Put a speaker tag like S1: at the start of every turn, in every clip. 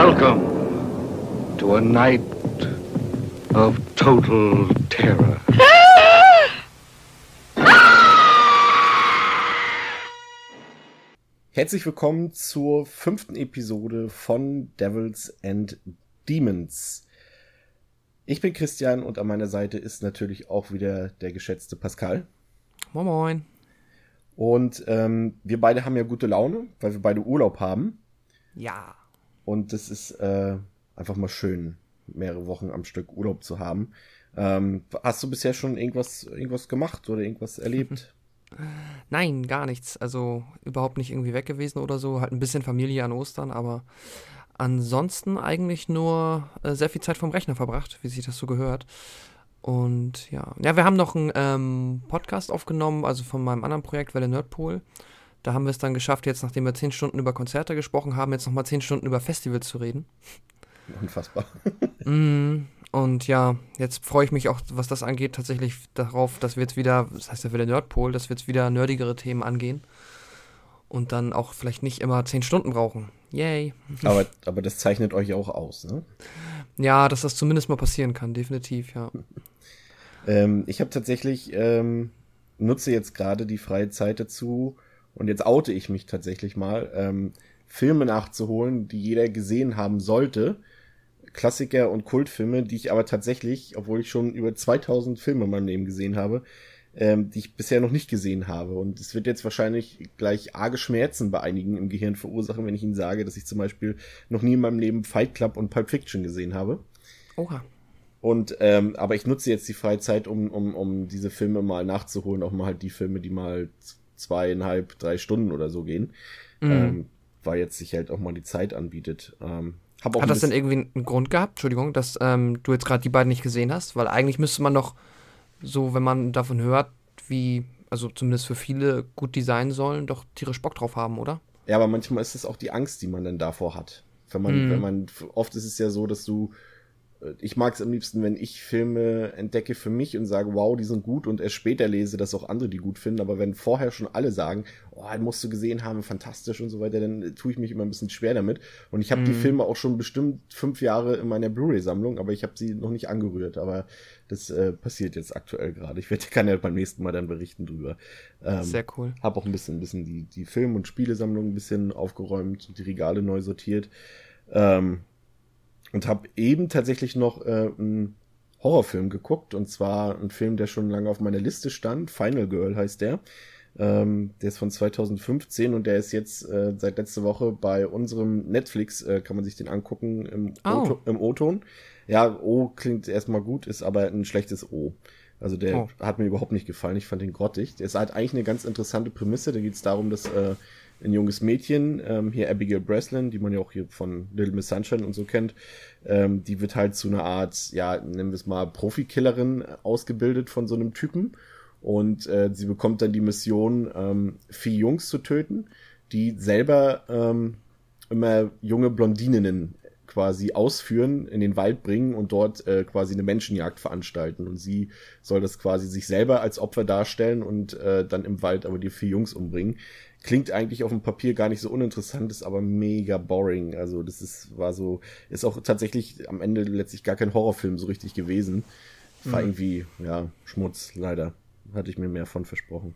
S1: Welcome to a night of total terror.
S2: Herzlich willkommen zur 5. Episode von Devils and Demons. Ich bin Christian und an meiner Seite ist natürlich auch wieder der geschätzte Pascal.
S3: Moin Moin.
S2: Und wir beide haben ja gute Laune, weil wir beide Urlaub haben.
S3: Ja.
S2: Und das ist einfach mal schön, mehrere Wochen am Stück Urlaub zu haben. Hast du bisher schon irgendwas gemacht oder irgendwas erlebt?
S3: Nein, gar nichts. Also überhaupt nicht irgendwie weg gewesen oder so. Halt ein bisschen Familie an Ostern, aber ansonsten eigentlich nur sehr viel Zeit vom Rechner verbracht, wie sich das so gehört. Und ja, wir haben noch einen Podcast aufgenommen, also von meinem anderen Projekt, Welle Nerdpol. Da haben wir es dann geschafft, jetzt nachdem wir 10 Stunden über Konzerte gesprochen haben, jetzt nochmal 10 Stunden über Festivals zu reden.
S2: Unfassbar.
S3: Und ja, jetzt freue ich mich auch, was das angeht, tatsächlich darauf, dass wir jetzt wieder, das heißt ja Welle Nerdpol, dass wir jetzt wieder nerdigere Themen angehen. Und dann auch vielleicht nicht immer 10 Stunden brauchen. Yay.
S2: Aber das zeichnet euch auch aus, ne?
S3: Ja, dass das zumindest mal passieren kann, definitiv, ja.
S2: Ich habe tatsächlich, nutze jetzt gerade die freie Zeit dazu, und jetzt oute ich mich tatsächlich mal, Filme nachzuholen, die jeder gesehen haben sollte. Klassiker und Kultfilme, die ich aber tatsächlich, obwohl ich schon über 2000 Filme in meinem Leben gesehen habe, die ich bisher noch nicht gesehen habe. Und es wird jetzt wahrscheinlich gleich arge Schmerzen bei einigen im Gehirn verursachen, wenn ich ihnen sage, dass ich zum Beispiel noch nie in meinem Leben Fight Club und Pulp Fiction gesehen habe.
S3: Oha.
S2: Und aber ich nutze jetzt die freie Zeit, um diese Filme mal nachzuholen, auch mal halt die Filme, die mal 2,5, 3 Stunden oder so gehen, weil jetzt sich halt auch mal die Zeit anbietet.
S3: Hat das denn irgendwie einen Grund gehabt, Entschuldigung, dass du jetzt gerade die beiden nicht gesehen hast? Weil eigentlich müsste man doch so, wenn man davon hört, wie, also zumindest für viele gut designen sollen, doch tierisch Bock drauf haben, oder?
S2: Ja, aber manchmal ist es auch die Angst, die man dann davor hat. Oft ist es ja so, dass ich mag es am liebsten, wenn ich Filme entdecke für mich und sage, wow, die sind gut und erst später lese, dass auch andere die gut finden. Aber wenn vorher schon alle sagen, oh, den musst du gesehen haben, fantastisch und so weiter, dann tue ich mich immer ein bisschen schwer damit. Und ich habe die Filme auch schon bestimmt 5 Jahre in meiner Blu-ray-Sammlung, aber ich habe sie noch nicht angerührt. Aber das passiert jetzt aktuell gerade. Kann ja beim nächsten Mal dann berichten drüber.
S3: Sehr cool.
S2: Habe auch ein bisschen die Film- und Spielesammlung ein bisschen aufgeräumt und die Regale neu sortiert. Und habe eben tatsächlich noch einen Horrorfilm geguckt. Und zwar ein Film, der schon lange auf meiner Liste stand. Final Girl heißt der. Der ist von 2015 und der ist jetzt seit letzter Woche bei unserem Netflix, kann man sich den angucken im O-Ton. Ja, O klingt erstmal gut, ist aber ein schlechtes O. Also der hat mir überhaupt nicht gefallen. Ich fand den grottig. Der ist halt eigentlich eine ganz interessante Prämisse. Da geht es darum, dass ein junges Mädchen, hier Abigail Breslin, die man ja auch hier von Little Miss Sunshine und so kennt, die wird halt zu einer Art, ja, nennen wir es mal Profikillerin ausgebildet von so einem Typen. Und sie bekommt dann die Mission, 4 Jungs zu töten, die selber immer junge Blondininnen quasi ausführen, in den Wald bringen und dort quasi eine Menschenjagd veranstalten. Und sie soll das quasi sich selber als Opfer darstellen und dann im Wald aber die 4 Jungs umbringen. Klingt eigentlich auf dem Papier gar nicht so uninteressant, ist aber mega boring. Also das ist auch tatsächlich am Ende letztlich gar kein Horrorfilm so richtig gewesen. War irgendwie, ja, Schmutz, leider. Hatte ich mir mehr von versprochen.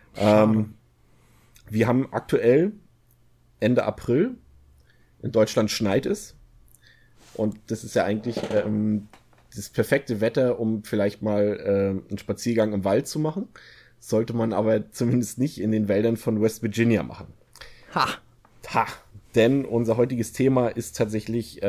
S2: Wir haben aktuell Ende April. In Deutschland schneit es. Und das ist ja eigentlich das perfekte Wetter, um vielleicht mal einen Spaziergang im Wald zu machen. Sollte man aber zumindest nicht in den Wäldern von West Virginia machen. Ha! Denn unser heutiges Thema ist tatsächlich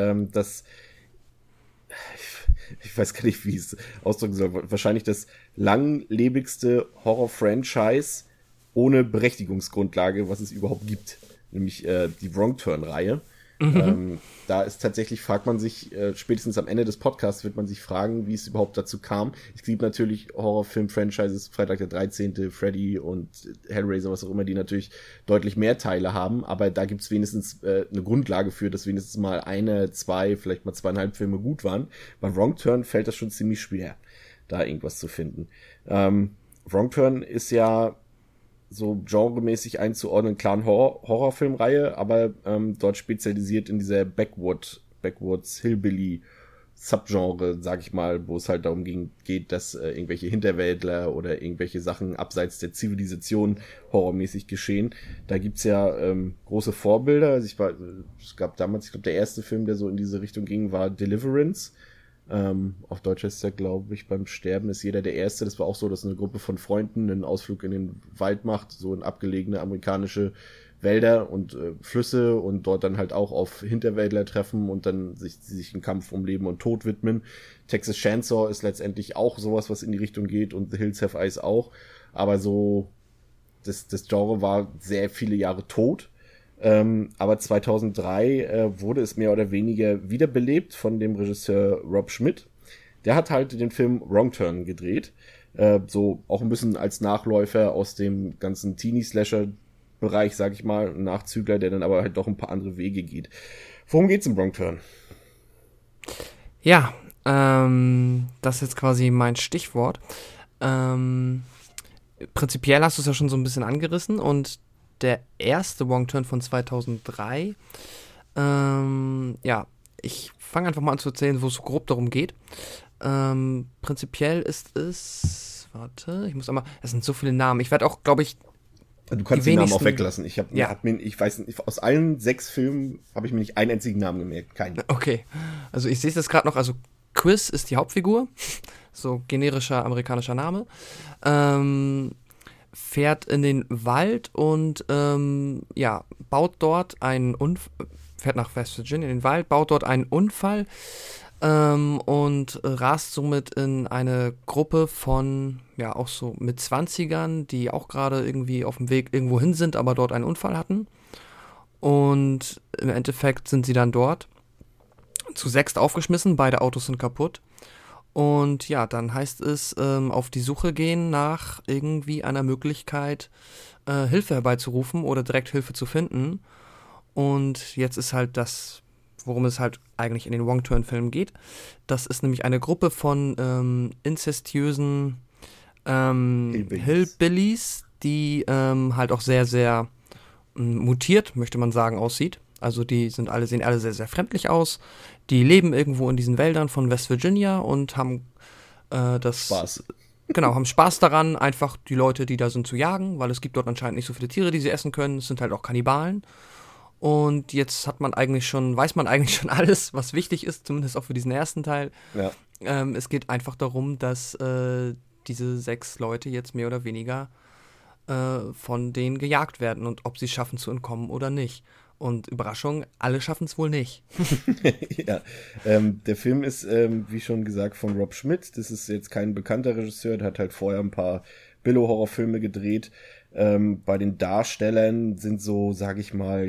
S2: ich weiß gar nicht, wie ich es ausdrücken soll, wahrscheinlich das langlebigste Horror-Franchise ohne Berechtigungsgrundlage, was es überhaupt gibt. Nämlich die Wrong Turn-Reihe. Da ist tatsächlich, fragt man sich, spätestens am Ende des Podcasts wird man sich fragen, wie es überhaupt dazu kam. Es gibt natürlich Horrorfilm-Franchises, Freitag der 13., Freddy und Hellraiser, was auch immer, die natürlich deutlich mehr Teile haben, aber da gibt es wenigstens eine Grundlage für, dass wenigstens mal 1, 2, vielleicht mal 2,5 Filme gut waren. Bei Wrong Turn fällt das schon ziemlich schwer, da irgendwas zu finden. Wrong Turn ist ja so genremäßig einzuordnen, klaren Horrorfilmreihe, aber dort spezialisiert in dieser Backwoods Hillbilly Subgenre, sag ich mal, wo es halt darum geht, dass irgendwelche Hinterwäldler oder irgendwelche Sachen abseits der Zivilisation horrormäßig geschehen. Da gibt's ja große Vorbilder. Also es gab damals, ich glaube, der erste Film, der so in diese Richtung ging, war Deliverance. Auf Deutsch heißt es ja, glaube ich, beim Sterben ist jeder der Erste. Das war auch so, dass eine Gruppe von Freunden einen Ausflug in den Wald macht, so in abgelegene amerikanische Wälder und Flüsse und dort dann halt auch auf Hinterwäldler treffen und dann sich einen Kampf um Leben und Tod widmen. Texas Chainsaw ist letztendlich auch sowas, was in die Richtung geht, und The Hills Have Eyes auch. Aber so, das Genre war sehr viele Jahre tot. Aber 2003 wurde es mehr oder weniger wiederbelebt von dem Regisseur Rob Schmidt. Der hat halt den Film Wrong Turn gedreht. So auch ein bisschen als Nachläufer aus dem ganzen Teenie-Slasher-Bereich, sag ich mal, ein Nachzügler, der dann aber halt doch ein paar andere Wege geht. Worum geht's im Wrong Turn?
S3: Ja, das ist jetzt quasi mein Stichwort. Prinzipiell hast du es ja schon so ein bisschen angerissen, und der erste Wrong Turn von 2003, ja, ich fange einfach mal an zu erzählen, wo es so grob darum geht. Prinzipiell ist es, warte, es sind so viele Namen, ich werde auch, glaube ich,
S2: du kannst die Namen auch weglassen. Ich weiß nicht, aus allen 6 Filmen habe ich mir nicht einen einzigen Namen gemerkt, keinen.
S3: Okay, also ich sehe es jetzt gerade noch, also Chris ist die Hauptfigur, so generischer amerikanischer Name, fährt in den Wald und baut dort fährt nach West Virginia in den Wald, baut dort einen Unfall und rast somit in eine Gruppe von, ja, auch so mit 20ern, die auch gerade irgendwie auf dem Weg irgendwo hin sind, aber dort einen Unfall hatten. Und im Endeffekt sind sie dann dort zu 6 aufgeschmissen, beide Autos sind kaputt. Und ja, dann heißt es, auf die Suche gehen nach irgendwie einer Möglichkeit, Hilfe herbeizurufen oder direkt Hilfe zu finden. Und jetzt ist halt das, worum es halt eigentlich in den Wrong Turn-Filmen geht. Das ist nämlich eine Gruppe von inzestiösen Hillbillies, die halt auch sehr, sehr mutiert, möchte man sagen, aussieht. Also die sehen alle sehr, sehr fremdlich aus. Die leben irgendwo in diesen Wäldern von West Virginia und haben
S2: Spaß.
S3: Genau, haben Spaß daran, einfach die Leute, die da sind, zu jagen, weil es gibt dort anscheinend nicht so viele Tiere, die sie essen können. Es sind halt auch Kannibalen. Und jetzt weiß man eigentlich schon alles, was wichtig ist, zumindest auch für diesen ersten Teil.
S2: Ja.
S3: Es geht einfach darum, dass diese 6 Leute jetzt mehr oder weniger von denen gejagt werden und ob sie es schaffen zu entkommen oder nicht. Und Überraschung, alle schaffen es wohl nicht.
S2: Ja, der Film ist, wie schon gesagt, von Rob Schmidt. Das ist jetzt kein bekannter Regisseur, der hat halt vorher ein paar Billo-Horrorfilme gedreht. Bei den Darstellern sind so, sag ich mal,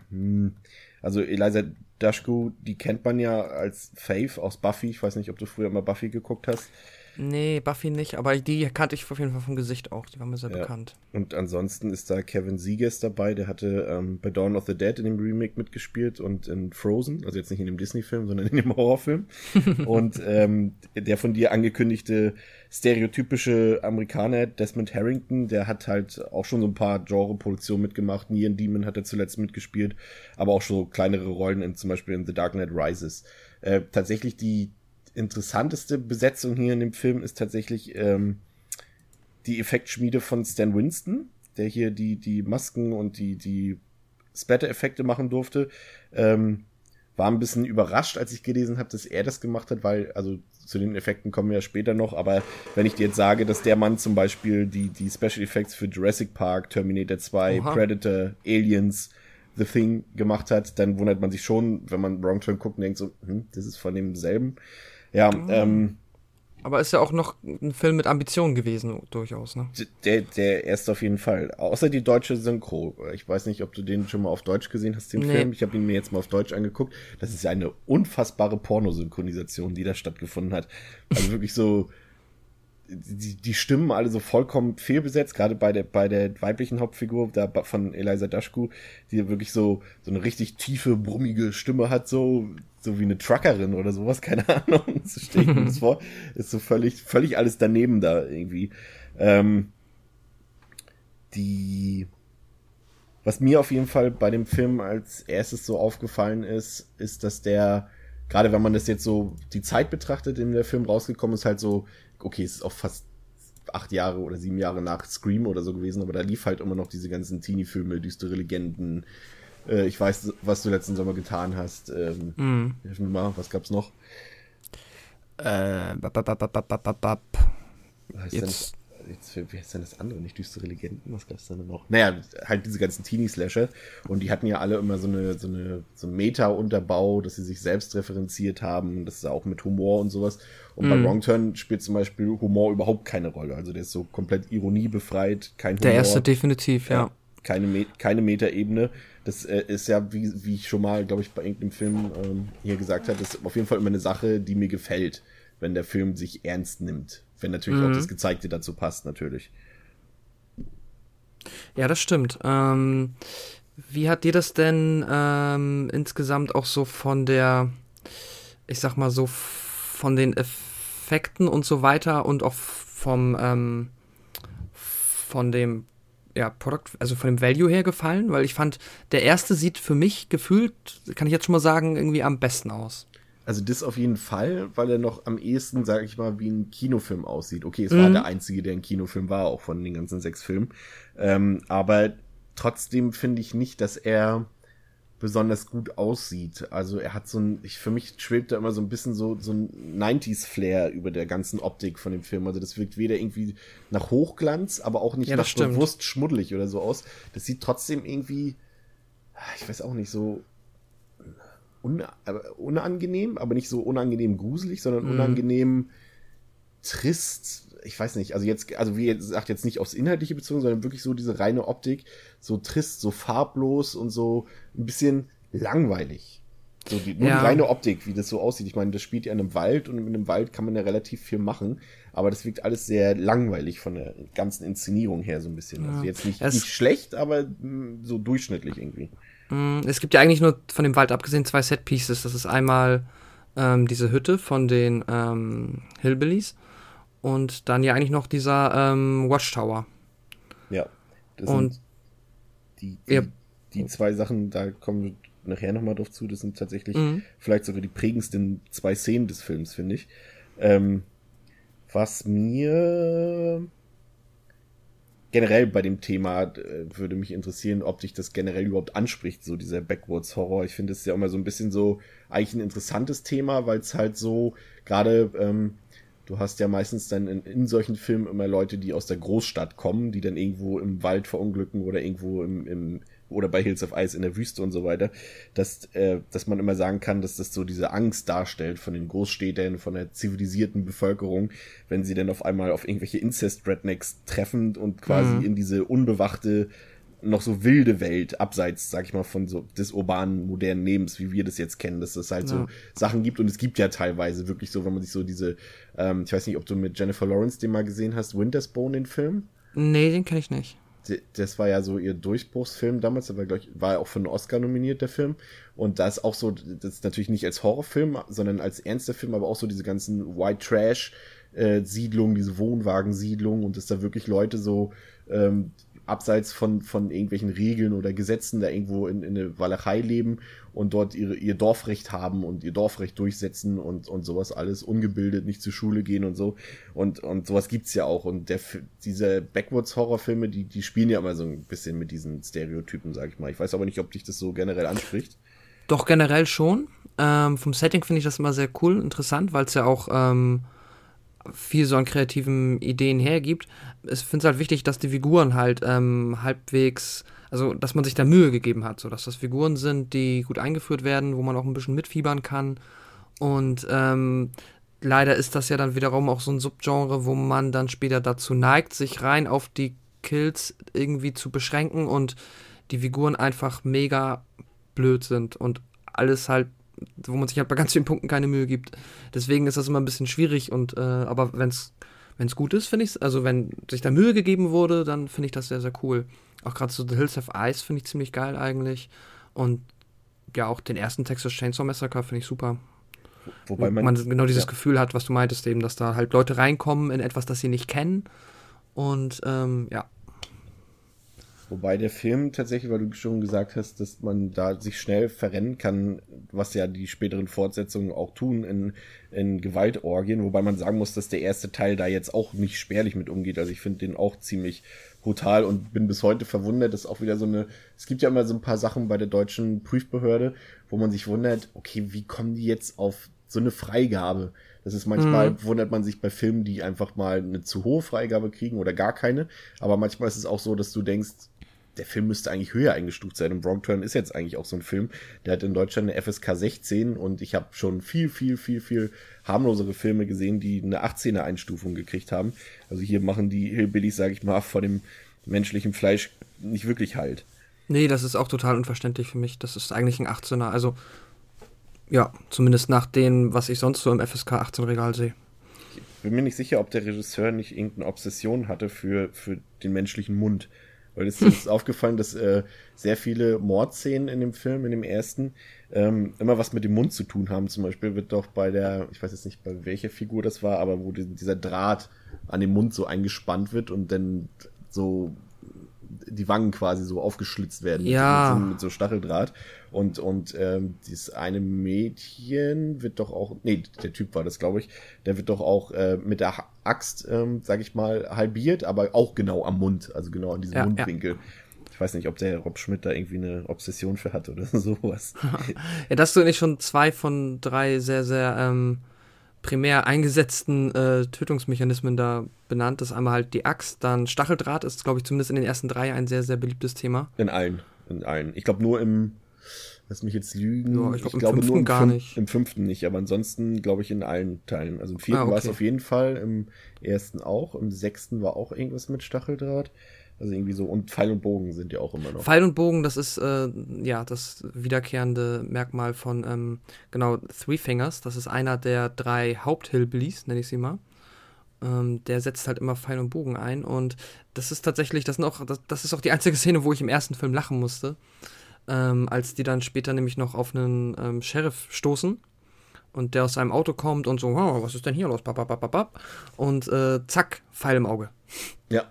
S2: also Eliza Dushku, die kennt man ja als Faith aus Buffy. Ich weiß nicht, ob du früher mal Buffy geguckt hast.
S3: Nee, Buffy nicht, aber die kannte ich auf jeden Fall vom Gesicht auch, die war mir sehr bekannt.
S2: Und ansonsten ist da Kevin Zegers dabei, der hatte bei Dawn of the Dead in dem Remake mitgespielt und in Frozen, also jetzt nicht in dem Disney-Film, sondern in dem Horrorfilm. Und der von dir angekündigte stereotypische Amerikaner, Desmond Harrington, der hat halt auch schon so ein paar Genre-Produktionen mitgemacht. Neon Demon hat er zuletzt mitgespielt, aber auch so kleinere Rollen zum Beispiel in The Dark Knight Rises. Tatsächlich die interessanteste Besetzung hier in dem Film ist tatsächlich die Effektschmiede von Stan Winston, der hier die Masken und die Splatter-Effekte machen durfte. War ein bisschen überrascht, als ich gelesen habe, dass er das gemacht hat, weil, also zu den Effekten kommen wir ja später noch, aber wenn ich dir jetzt sage, dass der Mann zum Beispiel die Special Effects für Jurassic Park, Terminator 2,
S3: Oha.
S2: Predator, Aliens, The Thing gemacht hat, dann wundert man sich schon, wenn man Wrong Turn guckt und denkt so, das ist von demselben. Ja,
S3: Aber ist ja auch noch ein Film mit Ambitionen gewesen, durchaus, ne?
S2: der erste auf jeden Fall. Außer die deutsche Synchro. Ich weiß nicht, ob du den schon mal auf Deutsch gesehen hast, den Film. Ich habe ihn mir jetzt mal auf Deutsch angeguckt. Das ist ja eine unfassbare Pornosynchronisation, die da stattgefunden hat. Also wirklich so, die Stimmen alle so vollkommen fehlbesetzt, gerade bei der weiblichen Hauptfigur da von Eliza Dushku, die wirklich so eine richtig tiefe, brummige Stimme hat, so wie eine Truckerin oder sowas, keine Ahnung, so stelle ich mir das vor, ist so völlig alles daneben da irgendwie. Was mir auf jeden Fall bei dem Film als erstes so aufgefallen ist, dass der, gerade wenn man das jetzt so die Zeit betrachtet, in der Film rausgekommen ist, halt so, okay, es ist auch fast 8 Jahre oder 7 Jahre nach Scream oder so gewesen, aber da lief halt immer noch diese ganzen Teenie-Filme, düstere Legenden, ich weiß, was du letzten Sommer getan hast, hilf mir mal, was gab's noch? Jetzt. Wie heißt denn das andere? Nicht düstere Legenden? Was gab's denn noch? Naja, halt diese ganzen Teenie-Slasher. Und die hatten ja alle immer so einen Meta-Unterbau, dass sie sich selbst referenziert haben. Das ist auch mit Humor und sowas. Und bei Wrong Turn spielt zum Beispiel Humor überhaupt keine Rolle. Also der ist so komplett ironiebefreit, kein Humor.
S3: Der erste definitiv, ja.
S2: Keine Meta-Ebene. Das ist ja, wie ich schon mal, glaube ich, bei irgendeinem Film hier gesagt habe, ist auf jeden Fall immer eine Sache, die mir gefällt, wenn der Film sich ernst nimmt. Wenn natürlich auch das Gezeigte dazu passt, natürlich.
S3: Ja, das stimmt. Wie hat dir das denn insgesamt auch so von der, ich sag mal so, von den Effekten und so weiter und auch von dem Produkt, also von dem Value her gefallen? Weil ich fand, der erste sieht für mich gefühlt, kann ich jetzt schon mal sagen, irgendwie am besten aus.
S2: Also das auf jeden Fall, weil er noch am ehesten, sage ich mal, wie ein Kinofilm aussieht. Okay, es war der einzige, der ein Kinofilm war, auch von den ganzen 6 Filmen. Aber trotzdem finde ich nicht, dass er besonders gut aussieht. Also er hat für mich schwebt da immer so ein bisschen so ein 90s-Flair über der ganzen Optik von dem Film. Also das wirkt weder irgendwie nach Hochglanz, aber auch nicht nach bewusst schmuddelig oder so aus. Das sieht trotzdem irgendwie, ich weiß auch nicht, so unangenehm, aber nicht so unangenehm gruselig, sondern unangenehm trist. Ich weiß nicht, wie ihr sagt, jetzt nicht aufs Inhaltliche bezogen, sondern wirklich so diese reine Optik, so trist, so farblos und so ein bisschen langweilig. So die reine Optik, wie das so aussieht. Ich meine, das spielt ja in einem Wald und in einem Wald kann man ja relativ viel machen, aber das wirkt alles sehr langweilig von der ganzen Inszenierung her so ein bisschen. Ja. Also jetzt nicht schlecht, aber so durchschnittlich irgendwie.
S3: Es gibt ja eigentlich nur von dem Wald abgesehen 2 Set-Pieces. Das ist einmal diese Hütte von den Hillbillies und dann ja eigentlich noch dieser Watchtower.
S2: Ja, das sind die 2 Sachen, da kommen wir nachher nochmal drauf zu, das sind tatsächlich vielleicht sogar die prägendsten 2 Szenen des Films, finde ich. Was mir generell bei dem Thema würde mich interessieren, ob dich das generell überhaupt anspricht, so dieser Backwoods-Horror. Ich finde es ja immer so ein bisschen so eigentlich ein interessantes Thema, weil es halt so gerade, du hast ja meistens dann in solchen Filmen immer Leute, die aus der Großstadt kommen, die dann irgendwo im Wald verunglücken oder irgendwo oder bei Hills of Ice in der Wüste und so weiter, dass man immer sagen kann, dass das so diese Angst darstellt von den Großstädtern, von der zivilisierten Bevölkerung, wenn sie dann auf einmal auf irgendwelche Incest-Rednecks treffen und quasi in diese unbewachte, noch so wilde Welt, abseits, sag ich mal, von so des urbanen, modernen Lebens, wie wir das jetzt kennen, dass es halt so Sachen gibt und es gibt ja teilweise wirklich so, wenn man sich so diese, ich weiß nicht, ob du mit Jennifer Lawrence den mal gesehen hast, Winter's Bone, den Film?
S3: Nee, den kenne ich nicht.
S2: Das war ja so ihr Durchbruchsfilm damals, aber war ja auch für einen Oscar nominiert, der Film. Und da ist auch so, das ist natürlich nicht als Horrorfilm, sondern als ernster Film, aber auch so diese ganzen White Trash Siedlungen, diese Wohnwagensiedlungen und dass da wirklich Leute so abseits von irgendwelchen Regeln oder Gesetzen da irgendwo in eine Walachei leben und dort ihr Dorfrecht haben und ihr Dorfrecht durchsetzen und sowas alles, ungebildet, nicht zur Schule gehen und so. Und sowas gibt's ja auch. Und diese Backwoods-Horrorfilme, die spielen ja immer so ein bisschen mit diesen Stereotypen, sag ich mal. Ich weiß aber nicht, ob dich das so generell anspricht.
S3: Doch, generell schon. Vom Setting finde ich das immer sehr cool, interessant, weil es ja auch viel so an kreativen Ideen hergibt. Ich finde es halt wichtig, dass die Figuren halt halbwegs, also dass man sich da Mühe gegeben hat, so dass das Figuren sind, die gut eingeführt werden, wo man auch ein bisschen mitfiebern kann. Und leider ist das ja dann wiederum auch so ein Subgenre, wo man dann später dazu neigt, sich rein auf die Kills irgendwie zu beschränken und die Figuren einfach mega blöd sind und alles halt, wo man sich halt bei ganz vielen Punkten keine Mühe gibt. Deswegen ist das immer ein bisschen schwierig und aber wenn es gut ist, finde ich es, also wenn sich da Mühe gegeben wurde, dann finde ich das sehr, sehr cool. Auch gerade so The Hills of Ice finde ich ziemlich geil eigentlich und ja, auch den ersten Texas Chainsaw Massacre finde ich super. Wobei man genau dieses Gefühl hat, was du meintest eben, dass da halt Leute reinkommen in etwas, das sie nicht kennen und ja.
S2: Wobei der Film tatsächlich, weil du schon gesagt hast, dass man da sich schnell verrennen kann, was ja die späteren Fortsetzungen auch tun in Gewaltorgien, wobei man sagen muss, dass der erste Teil da jetzt auch nicht spärlich mit umgeht. Also ich finde den auch ziemlich brutal und bin bis heute verwundert, dass auch wieder es gibt ja immer so ein paar Sachen bei der deutschen Prüfbehörde, wo man sich wundert, okay, wie kommen die jetzt auf so eine Freigabe? Das ist manchmal, wundert man sich bei Filmen, die einfach mal eine zu hohe Freigabe kriegen oder gar keine, aber manchmal ist es auch so, dass du denkst, der Film müsste eigentlich höher eingestuft sein. Und Wrong Turn ist jetzt eigentlich auch so ein Film, der hat in Deutschland eine FSK 16 und ich habe schon viel harmlosere Filme gesehen, die eine 18er Einstufung gekriegt haben. Also hier machen die Hillbillies, sage ich mal, vor dem menschlichen Fleisch nicht wirklich Halt.
S3: Nee, das ist auch total unverständlich für mich. Das ist eigentlich ein 18er. Also, ja, zumindest nach dem, was ich sonst so im FSK 18 Regal sehe.
S2: Ich bin mir nicht sicher, ob der Regisseur nicht irgendeine Obsession hatte für den menschlichen Mund. Weil es ist aufgefallen, dass sehr viele Mordszenen in dem Film, in dem ersten, immer was mit dem Mund zu tun haben. Zum Beispiel wird doch ich weiß jetzt nicht, bei welcher Figur das war, aber wo dieser Draht an dem Mund so eingespannt wird und dann so die Wangen quasi so aufgeschlitzt werden mit so Stacheldraht. Und dieses eine Mädchen wird doch auch, nee, der Typ war das, glaube ich, der wird doch auch mit der Axt, sag ich mal, halbiert, aber auch genau am Mund, also genau an diesem Mundwinkel. Ja. Ich weiß nicht, ob der Rob Schmidt da irgendwie eine Obsession für hat oder sowas.
S3: Ja, das sind nicht schon 2 von 3 sehr, sehr primär eingesetzten Tötungsmechanismen da benannt. Das ist einmal halt die Axt, dann Stacheldraht ist, glaube ich, zumindest in den ersten 3 ein sehr, sehr beliebtes Thema.
S2: In allen. Ich glaube nur lass mich jetzt lügen.
S3: Ja, ich glaube nur
S2: im 5. nicht, aber ansonsten glaube ich in allen Teilen. Also im 4. war es auf jeden Fall, im 1. auch, im 6. war auch irgendwas mit Stacheldraht. Also irgendwie so, und Pfeil und Bogen sind ja auch immer noch.
S3: Pfeil und Bogen, das ist das wiederkehrende Merkmal von, Three Fingers. Das ist einer der 3 Haupt-Hillbillies, nenne ich sie mal. Der setzt halt immer Pfeil und Bogen ein. Und das ist tatsächlich, das ist auch die einzige Szene, wo ich im ersten Film lachen musste. Als die dann später nämlich noch auf einen Sheriff stoßen. Und der aus seinem Auto kommt und so, oh, was ist denn hier los? Und zack, Pfeil im Auge.
S2: Ja.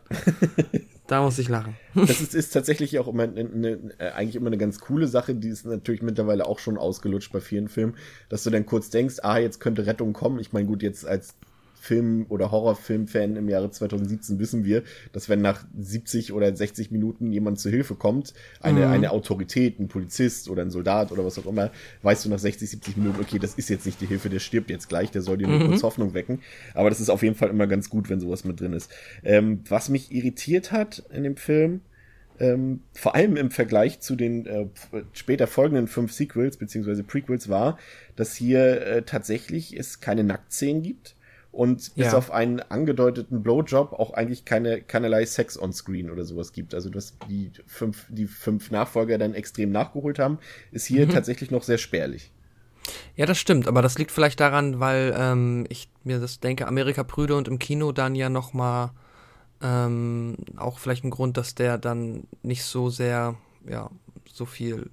S3: Da muss ich lachen.
S2: Das ist tatsächlich auch immer eigentlich immer eine ganz coole Sache, die ist natürlich mittlerweile auch schon ausgelutscht bei vielen Filmen, dass du dann kurz denkst, jetzt könnte Rettung kommen. Ich meine, gut, jetzt als Film- oder Horrorfilm-Fan im Jahre 2017 wissen wir, dass wenn nach 70 oder 60 Minuten jemand zu Hilfe kommt, eine Autorität, ein Polizist oder ein Soldat oder was auch immer, weißt du nach 60, 70 Minuten, okay, das ist jetzt nicht die Hilfe, der stirbt jetzt gleich, der soll dir nur kurz Hoffnung wecken. Aber das ist auf jeden Fall immer ganz gut, wenn sowas mit drin ist. Was mich irritiert hat in dem Film, vor allem im Vergleich zu den später folgenden 5 Sequels bzw. Prequels war, dass hier tatsächlich es keine Nacktszenen gibt. Und bis auf einen angedeuteten Blowjob auch eigentlich keinerlei Sex on Screen oder sowas gibt. Also dass die fünf Nachfolger dann extrem nachgeholt haben, ist hier tatsächlich noch sehr spärlich.
S3: Ja, das stimmt, aber das liegt vielleicht daran, weil ich mir das denke, Amerika Prüde und im Kino dann ja noch mal auch vielleicht ein Grund, dass der dann nicht so sehr, so viele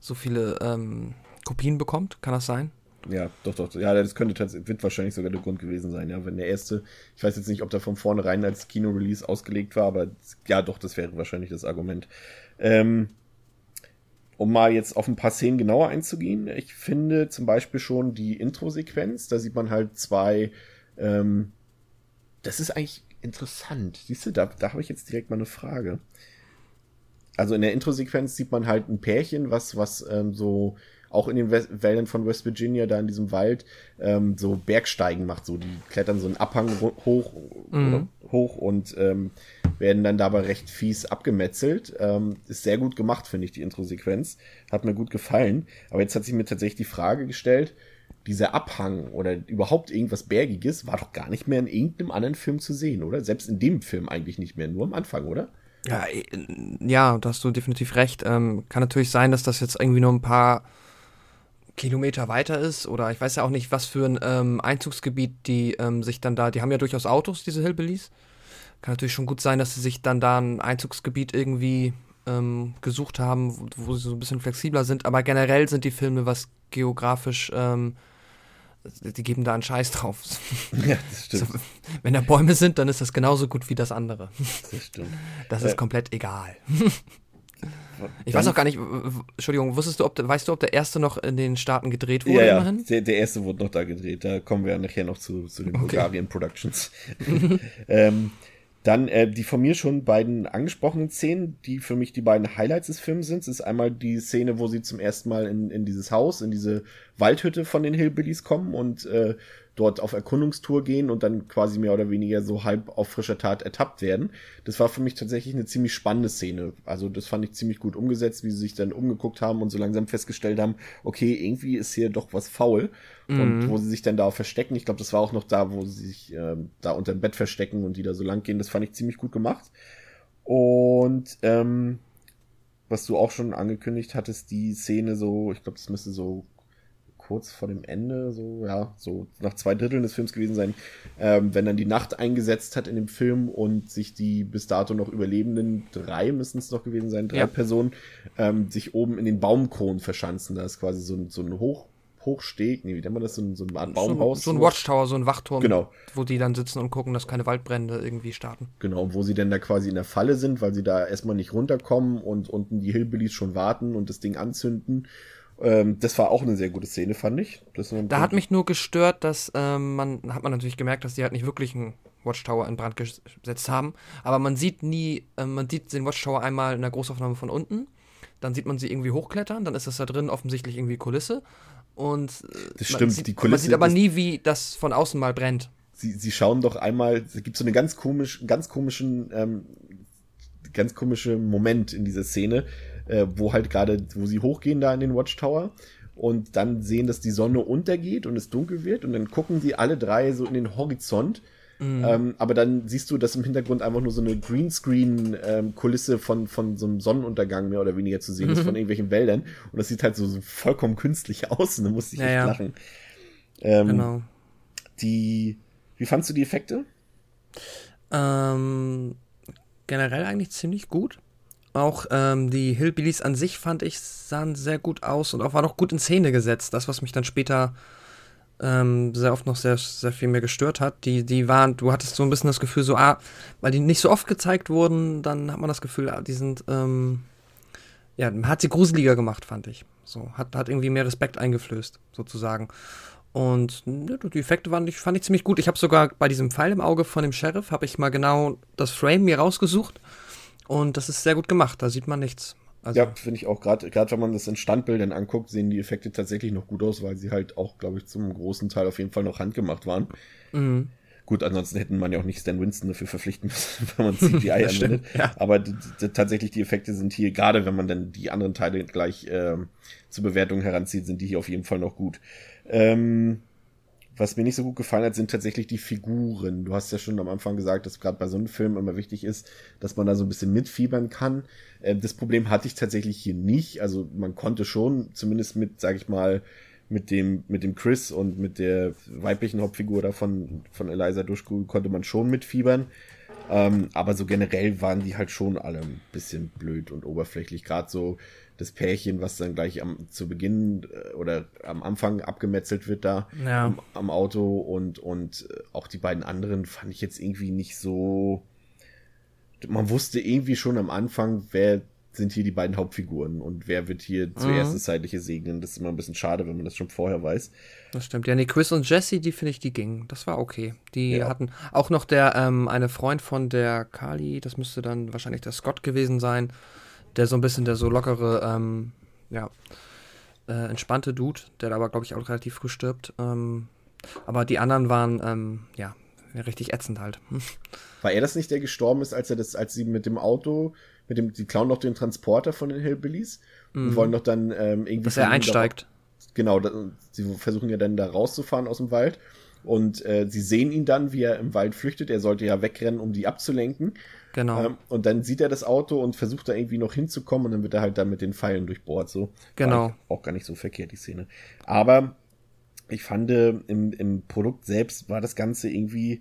S3: Kopien bekommt. Kann das sein?
S2: Ja, doch. Ja, das wird wahrscheinlich sogar der Grund gewesen sein, ja. Wenn der erste, ich weiß jetzt nicht, ob der von vornherein als Kino-Release ausgelegt war, aber ja, doch, das wäre wahrscheinlich das Argument. Um mal jetzt auf ein paar Szenen genauer einzugehen, ich finde zum Beispiel schon die Intro-Sequenz, da sieht man halt 2, das ist eigentlich interessant. Siehst du, da habe ich jetzt direkt mal eine Frage. Also in der Intro-Sequenz sieht man halt ein Pärchen, was so auch in den Wäldern von West Virginia, da in diesem Wald, so Bergsteigen macht. So, die klettern so einen Abhang hoch und werden dann dabei recht fies abgemetzelt. Ist sehr gut gemacht, finde ich, die Intro-Sequenz. Hat mir gut gefallen. Aber jetzt hat sich mir tatsächlich die Frage gestellt, dieser Abhang oder überhaupt irgendwas Bergiges war doch gar nicht mehr in irgendeinem anderen Film zu sehen, oder? Selbst in dem Film eigentlich nicht mehr, nur am Anfang, oder?
S3: Ja, da hast du definitiv recht. Kann natürlich sein, dass das jetzt irgendwie nur ein paar Kilometer weiter ist, oder ich weiß ja auch nicht, was für ein Einzugsgebiet die sich dann da, die haben ja durchaus Autos, diese Hillbillies. Kann natürlich schon gut sein, dass sie sich dann da ein Einzugsgebiet irgendwie gesucht haben, wo sie so ein bisschen flexibler sind, aber generell sind die Filme, was geografisch, die geben da einen Scheiß drauf.
S2: Ja, das stimmt.
S3: Also, wenn da Bäume sind, dann ist das genauso gut wie das andere.
S2: Das stimmt.
S3: Das ist komplett egal. Ich weiß auch gar nicht, Entschuldigung, weißt du, ob der erste noch in den Staaten gedreht wurde?
S2: Ja,
S3: immerhin?
S2: Der erste wurde noch da gedreht. Da kommen wir ja nachher noch zu den Bulgarien Productions. Dann die von mir schon beiden angesprochenen Szenen, die für mich die beiden Highlights des Films sind. Es ist einmal die Szene, wo sie zum ersten Mal in dieses Haus, in diese Waldhütte von den Hillbillies kommen und dort auf Erkundungstour gehen und dann quasi mehr oder weniger so halb auf frischer Tat ertappt werden. Das war für mich tatsächlich eine ziemlich spannende Szene. Also das fand ich ziemlich gut umgesetzt, wie sie sich dann umgeguckt haben und so langsam festgestellt haben, okay, irgendwie ist hier doch was faul. Und wo sie sich dann da verstecken. Ich glaube, das war auch noch da, wo sie sich da unter dem Bett verstecken und die da so lang gehen. Das fand ich ziemlich gut gemacht. Und was du auch schon angekündigt hattest, die Szene so, ich glaube, das müsste so kurz vor dem Ende, so nach 2/3 des Films gewesen sein, wenn dann die Nacht eingesetzt hat in dem Film und sich die bis dato noch überlebenden 3 müssen es noch gewesen sein, 3 Personen, sich oben in den Baumkronen verschanzen. Da ist quasi so ein Hochsteg, wie nennt man das, so eine Art Baumhaus.
S3: So ein Watchtower, so ein Wachturm,
S2: genau,
S3: wo die dann sitzen und gucken, dass keine Waldbrände irgendwie starten.
S2: Genau, wo sie dann da quasi in der Falle sind, weil sie da erstmal nicht runterkommen und unten die Hillbillies schon warten und das Ding anzünden. Das war auch eine sehr gute Szene, fand ich.
S3: Da hat mich nur gestört, dass man natürlich gemerkt, dass die halt nicht wirklich einen Watchtower in Brand gesetzt haben, aber man sieht den Watchtower einmal in der Großaufnahme von unten, dann sieht man sie irgendwie hochklettern, dann ist das da drin offensichtlich irgendwie Kulisse und
S2: das stimmt, die Kulisse,
S3: man sieht aber nie, wie das von außen mal brennt.
S2: Sie schauen doch einmal, es gibt so eine ganz komische Moment in dieser Szene, wo sie hochgehen da in den Watchtower und dann sehen, dass die Sonne untergeht und es dunkel wird und dann gucken sie alle 3 so in den Horizont. Aber dann siehst du, dass im Hintergrund einfach nur so eine Greenscreen-Kulisse von so einem Sonnenuntergang mehr oder weniger zu sehen ist, von irgendwelchen Wäldern. Und das sieht halt so vollkommen künstlich aus und da musste ich echt lachen.
S3: Genau.
S2: Wie fandst du die Effekte?
S3: Generell eigentlich ziemlich gut. Auch die Hillbillies an sich, fand ich, sahen sehr gut aus und auch war noch gut in Szene gesetzt. Das, was mich dann später sehr oft noch sehr, sehr viel mehr gestört hat. Du hattest so ein bisschen das Gefühl, so, weil die nicht so oft gezeigt wurden, dann hat man das Gefühl, die sind, hat sie gruseliger gemacht, fand ich. So, hat irgendwie mehr Respekt eingeflößt, sozusagen. Und die Effekte fand ich ziemlich gut. Ich habe sogar bei diesem Pfeil im Auge von dem Sheriff, habe ich mal genau das Frame mir rausgesucht. Und das ist sehr gut gemacht, da sieht man nichts. Also,
S2: ja, finde ich auch, gerade wenn man das in Standbildern anguckt, sehen die Effekte tatsächlich noch gut aus, weil sie halt auch, glaube ich, zum großen Teil auf jeden Fall noch handgemacht waren.
S3: Mhm.
S2: Gut, ansonsten hätten man ja auch nicht Stan Winston dafür verpflichten müssen, wenn man CGI anwendet. Ja. Aber tatsächlich die Effekte sind hier, gerade wenn man dann die anderen Teile gleich zur Bewertung heranzieht, sind die hier auf jeden Fall noch gut. Was mir nicht so gut gefallen hat, sind tatsächlich die Figuren. Du hast ja schon am Anfang gesagt, dass gerade bei so einem Film immer wichtig ist, dass man da so ein bisschen mitfiebern kann. Das Problem hatte ich tatsächlich hier nicht. Also man konnte schon, zumindest mit, sag ich mal, mit dem Chris und mit der weiblichen Hauptfigur da von Eliza Dushku konnte man schon mitfiebern. Aber so generell waren die halt schon alle ein bisschen blöd und oberflächlich. Gerade so das Pärchen, was dann gleich zu Beginn oder am Anfang abgemetzelt wird da am Auto und auch die beiden anderen fand ich jetzt irgendwie nicht so. Man wusste irgendwie schon am Anfang, wer sind hier die beiden Hauptfiguren und wer wird hier zuerst das Zeitliche segnen. Das ist immer ein bisschen schade, wenn man das schon vorher weiß.
S3: Das stimmt. Ja, nee, Chris und Jesse, die finde ich, die gingen. Das war okay. Die hatten auch noch eine Freund von der Carly, das müsste dann wahrscheinlich der Scott gewesen sein, der so ein bisschen der so lockere, entspannte Dude, der aber, glaube ich, auch relativ früh stirbt. Aber die anderen waren, richtig ätzend halt.
S2: War er das nicht, der gestorben ist, als sie mit dem Auto, die klauen doch den Transporter von den Hillbillies und wollen doch dann irgendwie...
S3: Dass er einsteigt.
S2: Genau, sie versuchen ja dann da rauszufahren aus dem Wald und sie sehen ihn dann, wie er im Wald flüchtet. Er sollte ja wegrennen, um die abzulenken.
S3: Genau.
S2: Und dann sieht er das Auto und versucht da irgendwie noch hinzukommen und dann wird er halt da mit den Pfeilen durchbohrt. So.
S3: Genau.
S2: War auch gar nicht so verkehrt, die Szene. Aber ich fand, im Produkt selbst war das Ganze irgendwie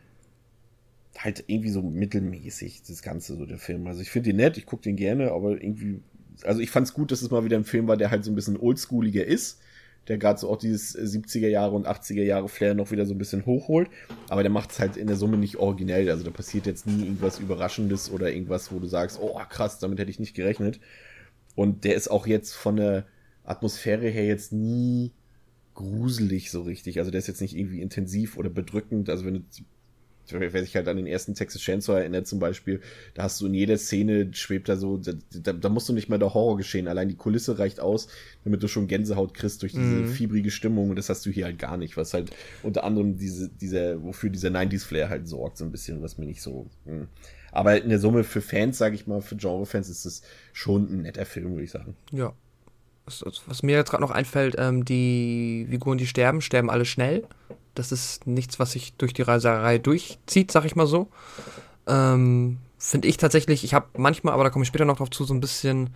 S2: so mittelmäßig, das Ganze, so der Film. Also ich finde den nett, ich gucke den gerne, aber irgendwie, also ich fand's gut, dass es mal wieder ein Film war, der halt so ein bisschen oldschooliger ist, der gerade so auch dieses 70er Jahre und 80er Jahre Flair noch wieder so ein bisschen hochholt. Aber der macht es halt in der Summe nicht originell. Also da passiert jetzt nie irgendwas Überraschendes oder irgendwas, wo du sagst, oh krass, damit hätte ich nicht gerechnet. Und der ist auch jetzt von der Atmosphäre her jetzt nie gruselig so richtig. Also der ist jetzt nicht irgendwie intensiv oder bedrückend. Also wenn du, wer sich halt an den ersten Texas Chainsaw erinnert zum Beispiel, da hast du in jeder Szene, schwebt da so, da musst du nicht mal der Horror geschehen. Allein die Kulisse reicht aus, damit du schon Gänsehaut kriegst durch diese fiebrige Stimmung. Und das hast du hier halt gar nicht, was halt unter anderem wofür dieser 90s-Flair halt sorgt, so ein bisschen, was mir nicht so... Aber in der Summe für Fans, sage ich mal, für Genre-Fans ist es schon ein netter Film, würde ich sagen.
S3: Ja. Was mir jetzt gerade noch einfällt, die Figuren, die sterben alle schnell. Das ist nichts, was sich durch die Reiserei durchzieht, sag ich mal so. Finde ich tatsächlich, ich habe manchmal, aber da komme ich später noch drauf zu, so ein bisschen,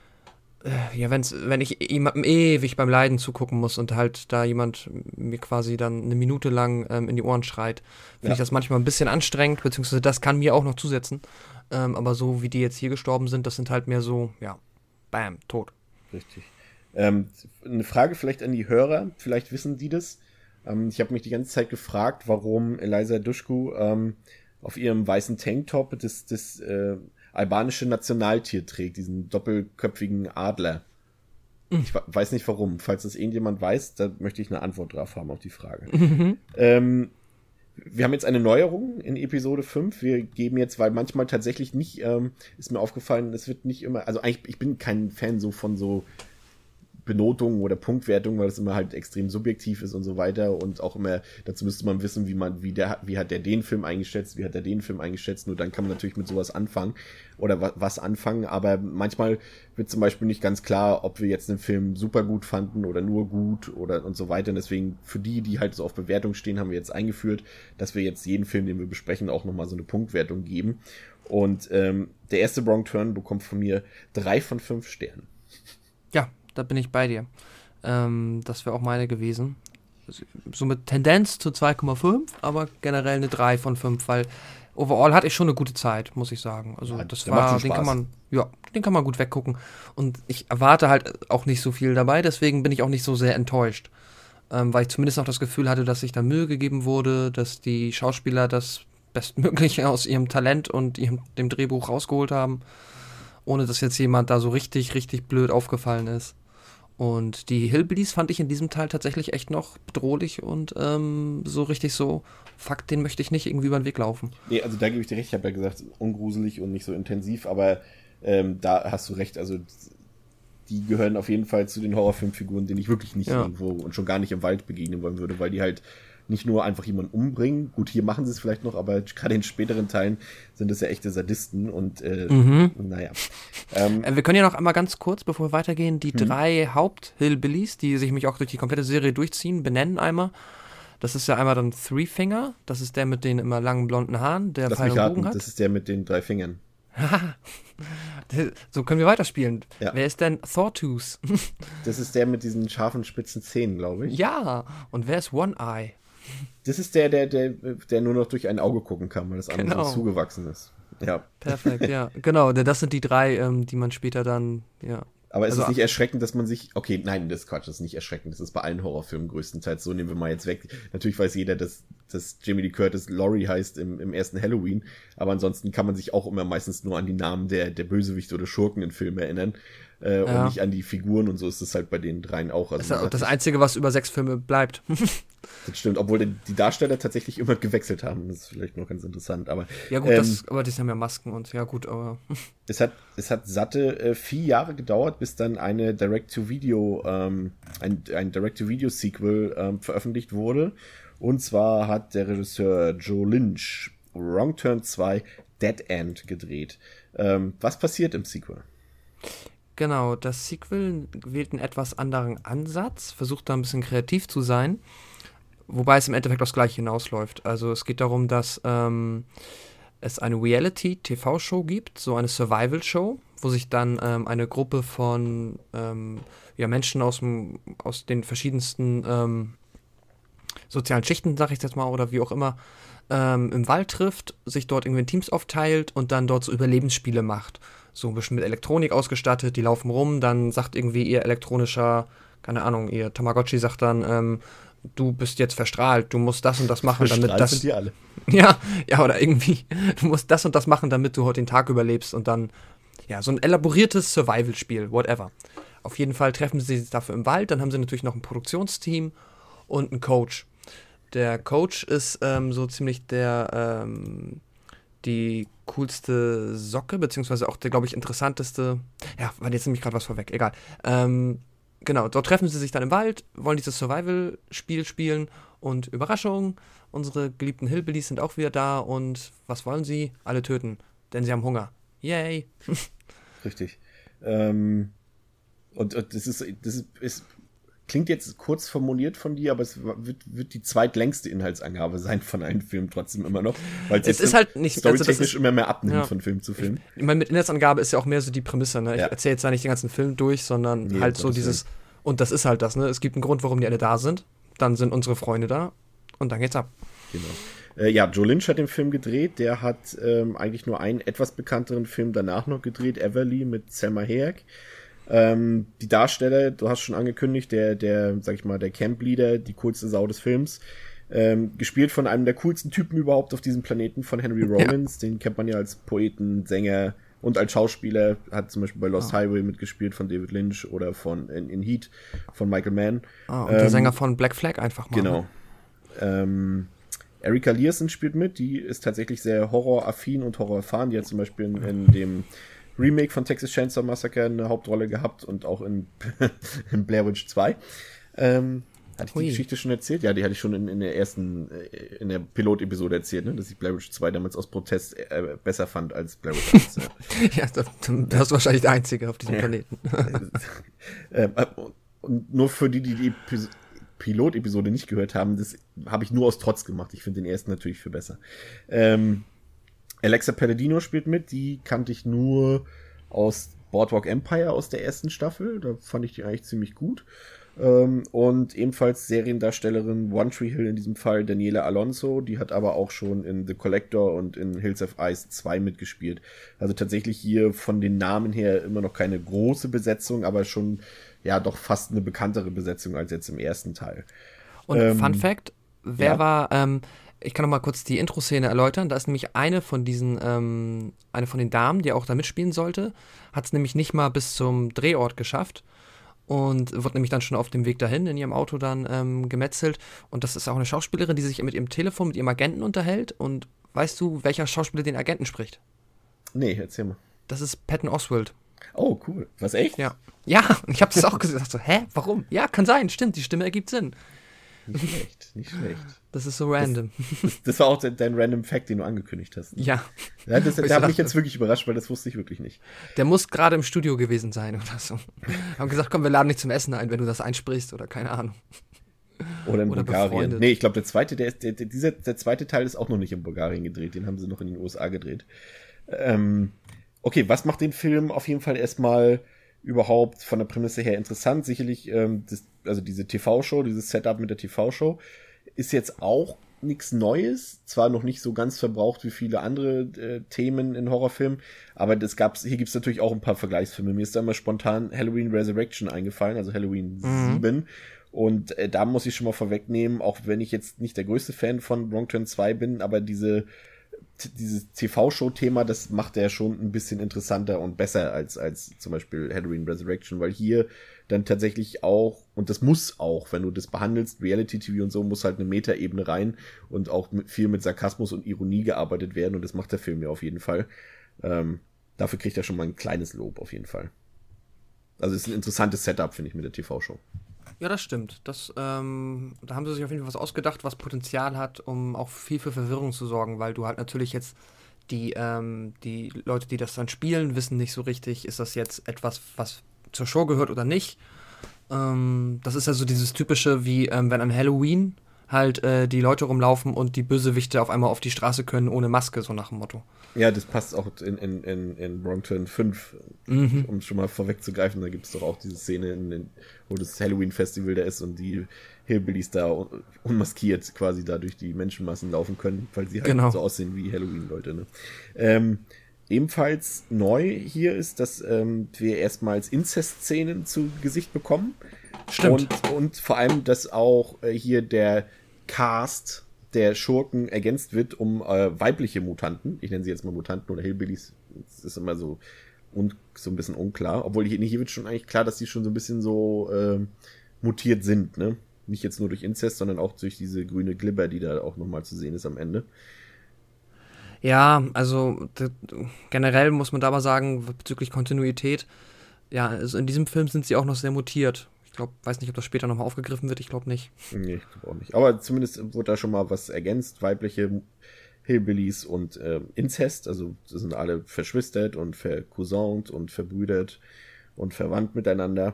S3: wenn ich jemandem ewig beim Leiden zugucken muss und halt da jemand mir quasi dann eine Minute lang in die Ohren schreit, finde ich das manchmal ein bisschen anstrengend, beziehungsweise das kann mir auch noch zusetzen. Aber so wie die jetzt hier gestorben sind, das sind halt mehr so, ja, bam, tot.
S2: Richtig. Eine Frage vielleicht an die Hörer, vielleicht wissen die das. Ich habe mich die ganze Zeit gefragt, warum Eliza Dushku auf ihrem weißen Tanktop das albanische Nationaltier trägt, diesen doppelköpfigen Adler. Ich weiß nicht warum. Falls das irgendjemand weiß, da möchte ich eine Antwort drauf haben auf die Frage. Wir haben jetzt eine Neuerung in Episode 5. Wir geben jetzt, weil manchmal tatsächlich nicht, ist mir aufgefallen, es wird nicht immer, also eigentlich, ich bin kein Fan so von so Benotungen oder Punktwertungen, weil das immer halt extrem subjektiv ist und so weiter und auch immer, dazu müsste man wissen, wie hat der den Film eingeschätzt, wie hat der den Film eingeschätzt, nur dann kann man natürlich mit sowas anfangen oder was anfangen, aber manchmal wird zum Beispiel nicht ganz klar, ob wir jetzt einen Film super gut fanden oder nur gut oder und so weiter und deswegen für die halt so auf Bewertung stehen, haben wir jetzt eingeführt, dass wir jetzt jeden Film, den wir besprechen, auch nochmal so eine Punktwertung geben und der erste Wrong Turn bekommt von mir 3 von 5 Sternen.
S3: Ja, da bin ich bei dir. Das wäre auch meine gewesen. So mit Tendenz zu 2,5, aber generell eine 3 von 5, weil overall hatte ich schon eine gute Zeit, muss ich sagen. Also
S2: ja,
S3: das war, den kann man gut weggucken. Und ich erwarte halt auch nicht so viel dabei, deswegen bin ich auch nicht so sehr enttäuscht. Weil ich zumindest noch das Gefühl hatte, dass sich da Mühe gegeben wurde, dass die Schauspieler das Bestmögliche aus ihrem Talent und dem Drehbuch rausgeholt haben, ohne dass jetzt jemand da so richtig, richtig blöd aufgefallen ist. Und die Hillbillies fand ich in diesem Teil tatsächlich echt noch bedrohlich und so richtig so, fuck, den möchte ich nicht irgendwie über den Weg laufen.
S2: Nee, also da gebe ich dir recht, ich habe ja gesagt, ungruselig und nicht so intensiv, aber da hast du recht, also die gehören auf jeden Fall zu den Horrorfilmfiguren, denen ich wirklich nicht irgendwo und schon gar nicht im Wald begegnen wollen würde, weil die halt nicht nur einfach jemanden umbringen, gut, hier machen sie es vielleicht noch, aber gerade in späteren Teilen sind es ja echte Sadisten und naja.
S3: Wir können ja noch einmal ganz kurz, bevor wir weitergehen, die 3 Haupt-Hillbillies, die sich mich auch durch die komplette Serie durchziehen, benennen einmal. Das ist ja einmal dann Three Finger, das ist der mit den immer langen blonden Haaren, der Pfeil und Bogen hat.
S2: Das ist der mit den 3 Fingern.
S3: So können wir weiterspielen. Ja. Wer ist denn Sawtooth?
S2: Das ist der mit diesen scharfen, spitzen Zähnen, glaube ich.
S3: Ja, und wer ist One Eye?
S2: Das ist der nur noch durch ein Auge gucken kann, weil das andere so zugewachsen ist. Ja.
S3: Perfekt, ja. Genau, denn das sind die 3, die man später dann, ja.
S2: Aber ist es nicht erschreckend, dass man sich... Okay, nein, das ist Quatsch, das ist nicht erschreckend. Das ist bei allen Horrorfilmen größtenteils so. Nehmen wir mal jetzt weg. Natürlich weiß jeder, dass Jamie Lee Curtis Laurie heißt im ersten Halloween. Aber ansonsten kann man sich auch immer meistens nur an die Namen der Bösewichte oder Schurken in Filmen erinnern. Und nicht an die Figuren und so ist es halt bei den 3 auch. Also
S3: das ist das Einzige, was über 6 Filme bleibt.
S2: Das stimmt, obwohl die Darsteller tatsächlich immer gewechselt haben. Das ist vielleicht noch ganz interessant. Aber,
S3: ja gut, aber die haben ja Masken und ja gut, aber...
S2: Es hat satte 4 Jahre gedauert, bis dann eine Direct-to-Video, ein Direct-to-Video-Sequel veröffentlicht wurde. Und zwar hat der Regisseur Joe Lynch Wrong Turn 2 Dead End gedreht. Was passiert im Sequel?
S3: Genau, das Sequel wählt einen etwas anderen Ansatz, versucht da ein bisschen kreativ zu sein, wobei es im Endeffekt aufs Gleiche hinausläuft. Also es geht darum, dass es eine Reality-TV-Show gibt, so eine Survival-Show, wo sich dann eine Gruppe von Menschen aus den verschiedensten sozialen Schichten, sag ich jetzt mal, oder wie auch immer, im Wald trifft, sich dort irgendwie in Teams aufteilt und dann dort so Überlebensspiele macht. So ein bisschen mit Elektronik ausgestattet, die laufen rum, dann sagt irgendwie ihr elektronischer keine Ahnung, ihr Tamagotchi sagt dann, du bist jetzt verstrahlt, du musst das und das machen, damit das...
S2: sind die alle.
S3: Ja, oder irgendwie, du musst das und das machen, damit du heute den Tag überlebst und dann, ja, so ein elaboriertes Survival-Spiel, whatever. Auf jeden Fall treffen sie sich dafür im Wald, dann haben sie natürlich noch ein Produktionsteam und einen Coach. Der Coach ist so ziemlich die coolste Socke, beziehungsweise auch der, glaube ich, interessanteste, ja, war jetzt nämlich gerade was vorweg, egal. Genau, dort treffen sie sich dann im Wald, wollen dieses Survival-Spiel spielen und Überraschung, unsere geliebten Hillbillies sind auch wieder da und was wollen sie? Alle töten, denn sie haben Hunger. Yay!
S2: Richtig. Und das ist klingt jetzt kurz formuliert von dir, aber es wird die zweitlängste Inhaltsangabe sein von einem Film trotzdem immer noch, weil es
S3: ist halt nicht
S2: storytechnisch immer mehr abnimmt von Film zu Film.
S3: Ich meine, mit Inhaltsangabe ist ja auch mehr so die Prämisse, ne? Ich erzähle jetzt da nicht den ganzen Film durch, sondern halt so dieses, und das ist halt das, ne? Es gibt einen Grund, warum die alle da sind, dann sind unsere Freunde da und dann geht's ab.
S2: Genau. Joe Lynch hat den Film gedreht, der hat eigentlich nur einen etwas bekannteren Film danach noch gedreht, Everly mit Salma Hayek. Die Darsteller, du hast schon angekündigt, der sag ich mal, der Camp-Leader, die coolste Sau des Films, gespielt von einem der coolsten Typen überhaupt auf diesem Planeten, von Henry Rollins, den kennt man ja als Poeten, Sänger und als Schauspieler, hat zum Beispiel bei Lost Highway mitgespielt von David Lynch oder in Heat von Michael Mann.
S3: Und der Sänger von Black Flag einfach mal.
S2: Genau. Erika Learson spielt mit, die ist tatsächlich sehr horroraffin und horrorerfahren, die hat zum Beispiel in dem Remake von Texas Chainsaw Massacre eine Hauptrolle gehabt und auch in Blair Witch 2. Hatte ich die Geschichte schon erzählt? Ja, die hatte ich schon in der Pilot-Episode erzählt, ne? Dass ich Blair Witch 2 damals aus Protest besser fand als Blair Witch 1.
S3: Ja, da hast du wahrscheinlich der Einzige auf diesem Planeten.
S2: Und nur für die Pilot-Episode nicht gehört haben, das habe ich nur aus Trotz gemacht. Ich finde den ersten natürlich viel besser. Alexa Palladino spielt mit, die kannte ich nur aus Boardwalk Empire aus der ersten Staffel, da fand ich die eigentlich ziemlich gut. Und ebenfalls Seriendarstellerin One Tree Hill in diesem Fall, Daniela Alonso, die hat aber auch schon in The Collector und in Hills of Ice 2 mitgespielt. Also tatsächlich hier von den Namen her immer noch keine große Besetzung, aber schon, ja, doch fast eine bekanntere Besetzung als jetzt im ersten Teil.
S3: Und Fun Fact, wer war, ich kann noch mal kurz die Intro-Szene erläutern. Da ist nämlich eine von den Damen, die auch da mitspielen sollte, hat es nämlich nicht mal bis zum Drehort geschafft und wird nämlich dann schon auf dem Weg dahin in ihrem Auto dann gemetzelt. Und das ist auch eine Schauspielerin, die sich mit ihrem Telefon mit ihrem Agenten unterhält. Und weißt du, welcher Schauspieler den Agenten spricht?
S2: Nee, erzähl mal.
S3: Das ist Patton Oswalt.
S2: Oh, cool. Was, echt?
S3: Ja, ich habe das auch gesagt. So, hä, warum? Ja, kann sein, stimmt, die Stimme ergibt Sinn.
S2: Nicht schlecht.
S3: Das ist so random.
S2: Das war auch dein Random Fact, den du angekündigt hast. Ne?
S3: Ja.
S2: Das hat mich jetzt wirklich überrascht, weil das wusste ich wirklich nicht.
S3: Der muss gerade im Studio gewesen sein oder so. Haben gesagt, komm, wir laden dich zum Essen ein, wenn du das einsprichst oder keine Ahnung.
S2: Oder in Bulgarien.
S3: Befreundet.
S2: Nee, ich glaube, der zweite Teil ist auch noch nicht in Bulgarien gedreht. Den haben sie noch in den USA gedreht. Okay, was macht den Film auf jeden Fall erstmal überhaupt von der Prämisse her interessant? Sicherlich, also diese TV-Show, dieses Setup mit der TV-Show ist jetzt auch nichts Neues, zwar noch nicht so ganz verbraucht wie viele andere Themen in Horrorfilmen, aber hier gibt's natürlich auch ein paar Vergleichsfilme. Mir ist da mal spontan Halloween Resurrection eingefallen, also Halloween 7. Und da muss ich schon mal vorwegnehmen, auch wenn ich jetzt nicht der größte Fan von Wrong Turn 2 bin, aber dieses TV-Show-Thema, das macht er schon ein bisschen interessanter und besser als zum Beispiel Halloween Resurrection, weil hier dann tatsächlich auch, und das muss auch, wenn du das behandelst, Reality-TV und so, muss halt eine Metaebene rein und auch viel mit Sarkasmus und Ironie gearbeitet werden und das macht der Film ja auf jeden Fall. Dafür kriegt er schon mal ein kleines Lob auf jeden Fall. Also es ist ein interessantes Setup, finde ich, mit der TV-Show.
S3: Ja, das stimmt. Da haben sie sich auf jeden Fall was ausgedacht, was Potenzial hat, um auch viel für Verwirrung zu sorgen, weil du halt natürlich jetzt die Leute, die das dann spielen, wissen nicht so richtig, ist das jetzt etwas, was zur Show gehört oder nicht. Das ist ja so dieses typische, wie wenn an Halloween halt die Leute rumlaufen und die Bösewichte auf einmal auf die Straße können ohne Maske, so nach dem Motto.
S2: Ja, das passt auch in Wrong Turn 5, um schon mal vorwegzugreifen, da gibt es doch auch diese Szene, wo das Halloween-Festival da ist und die Hillbillies da unmaskiert quasi da durch die Menschenmassen laufen können, weil sie halt so aussehen wie Halloween-Leute. Ne? Ebenfalls neu hier ist, dass wir erstmals Inzest-Szenen zu Gesicht bekommen.
S3: Stimmt.
S2: Und vor allem, dass auch hier der Cast der Schurken ergänzt wird um weibliche Mutanten. Ich nenne sie jetzt mal Mutanten oder Hillbillies. Das ist immer so ein bisschen unklar. Obwohl hier wird schon eigentlich klar, dass die schon so ein bisschen so mutiert sind, ne? Nicht jetzt nur durch Inzest, sondern auch durch diese grüne Glibber, die da auch nochmal zu sehen ist am Ende.
S3: Ja, also generell muss man da aber sagen, bezüglich Kontinuität, ja, also in diesem Film sind sie auch noch sehr mutiert. Ich weiß nicht, ob das später nochmal aufgegriffen wird, ich glaube nicht.
S2: Nee, ich glaube auch nicht. Aber zumindest wurde da schon mal was ergänzt. Weibliche Hillbillies und Inzest, also das sind alle verschwistert und vercousint und verbrüdert und verwandt miteinander.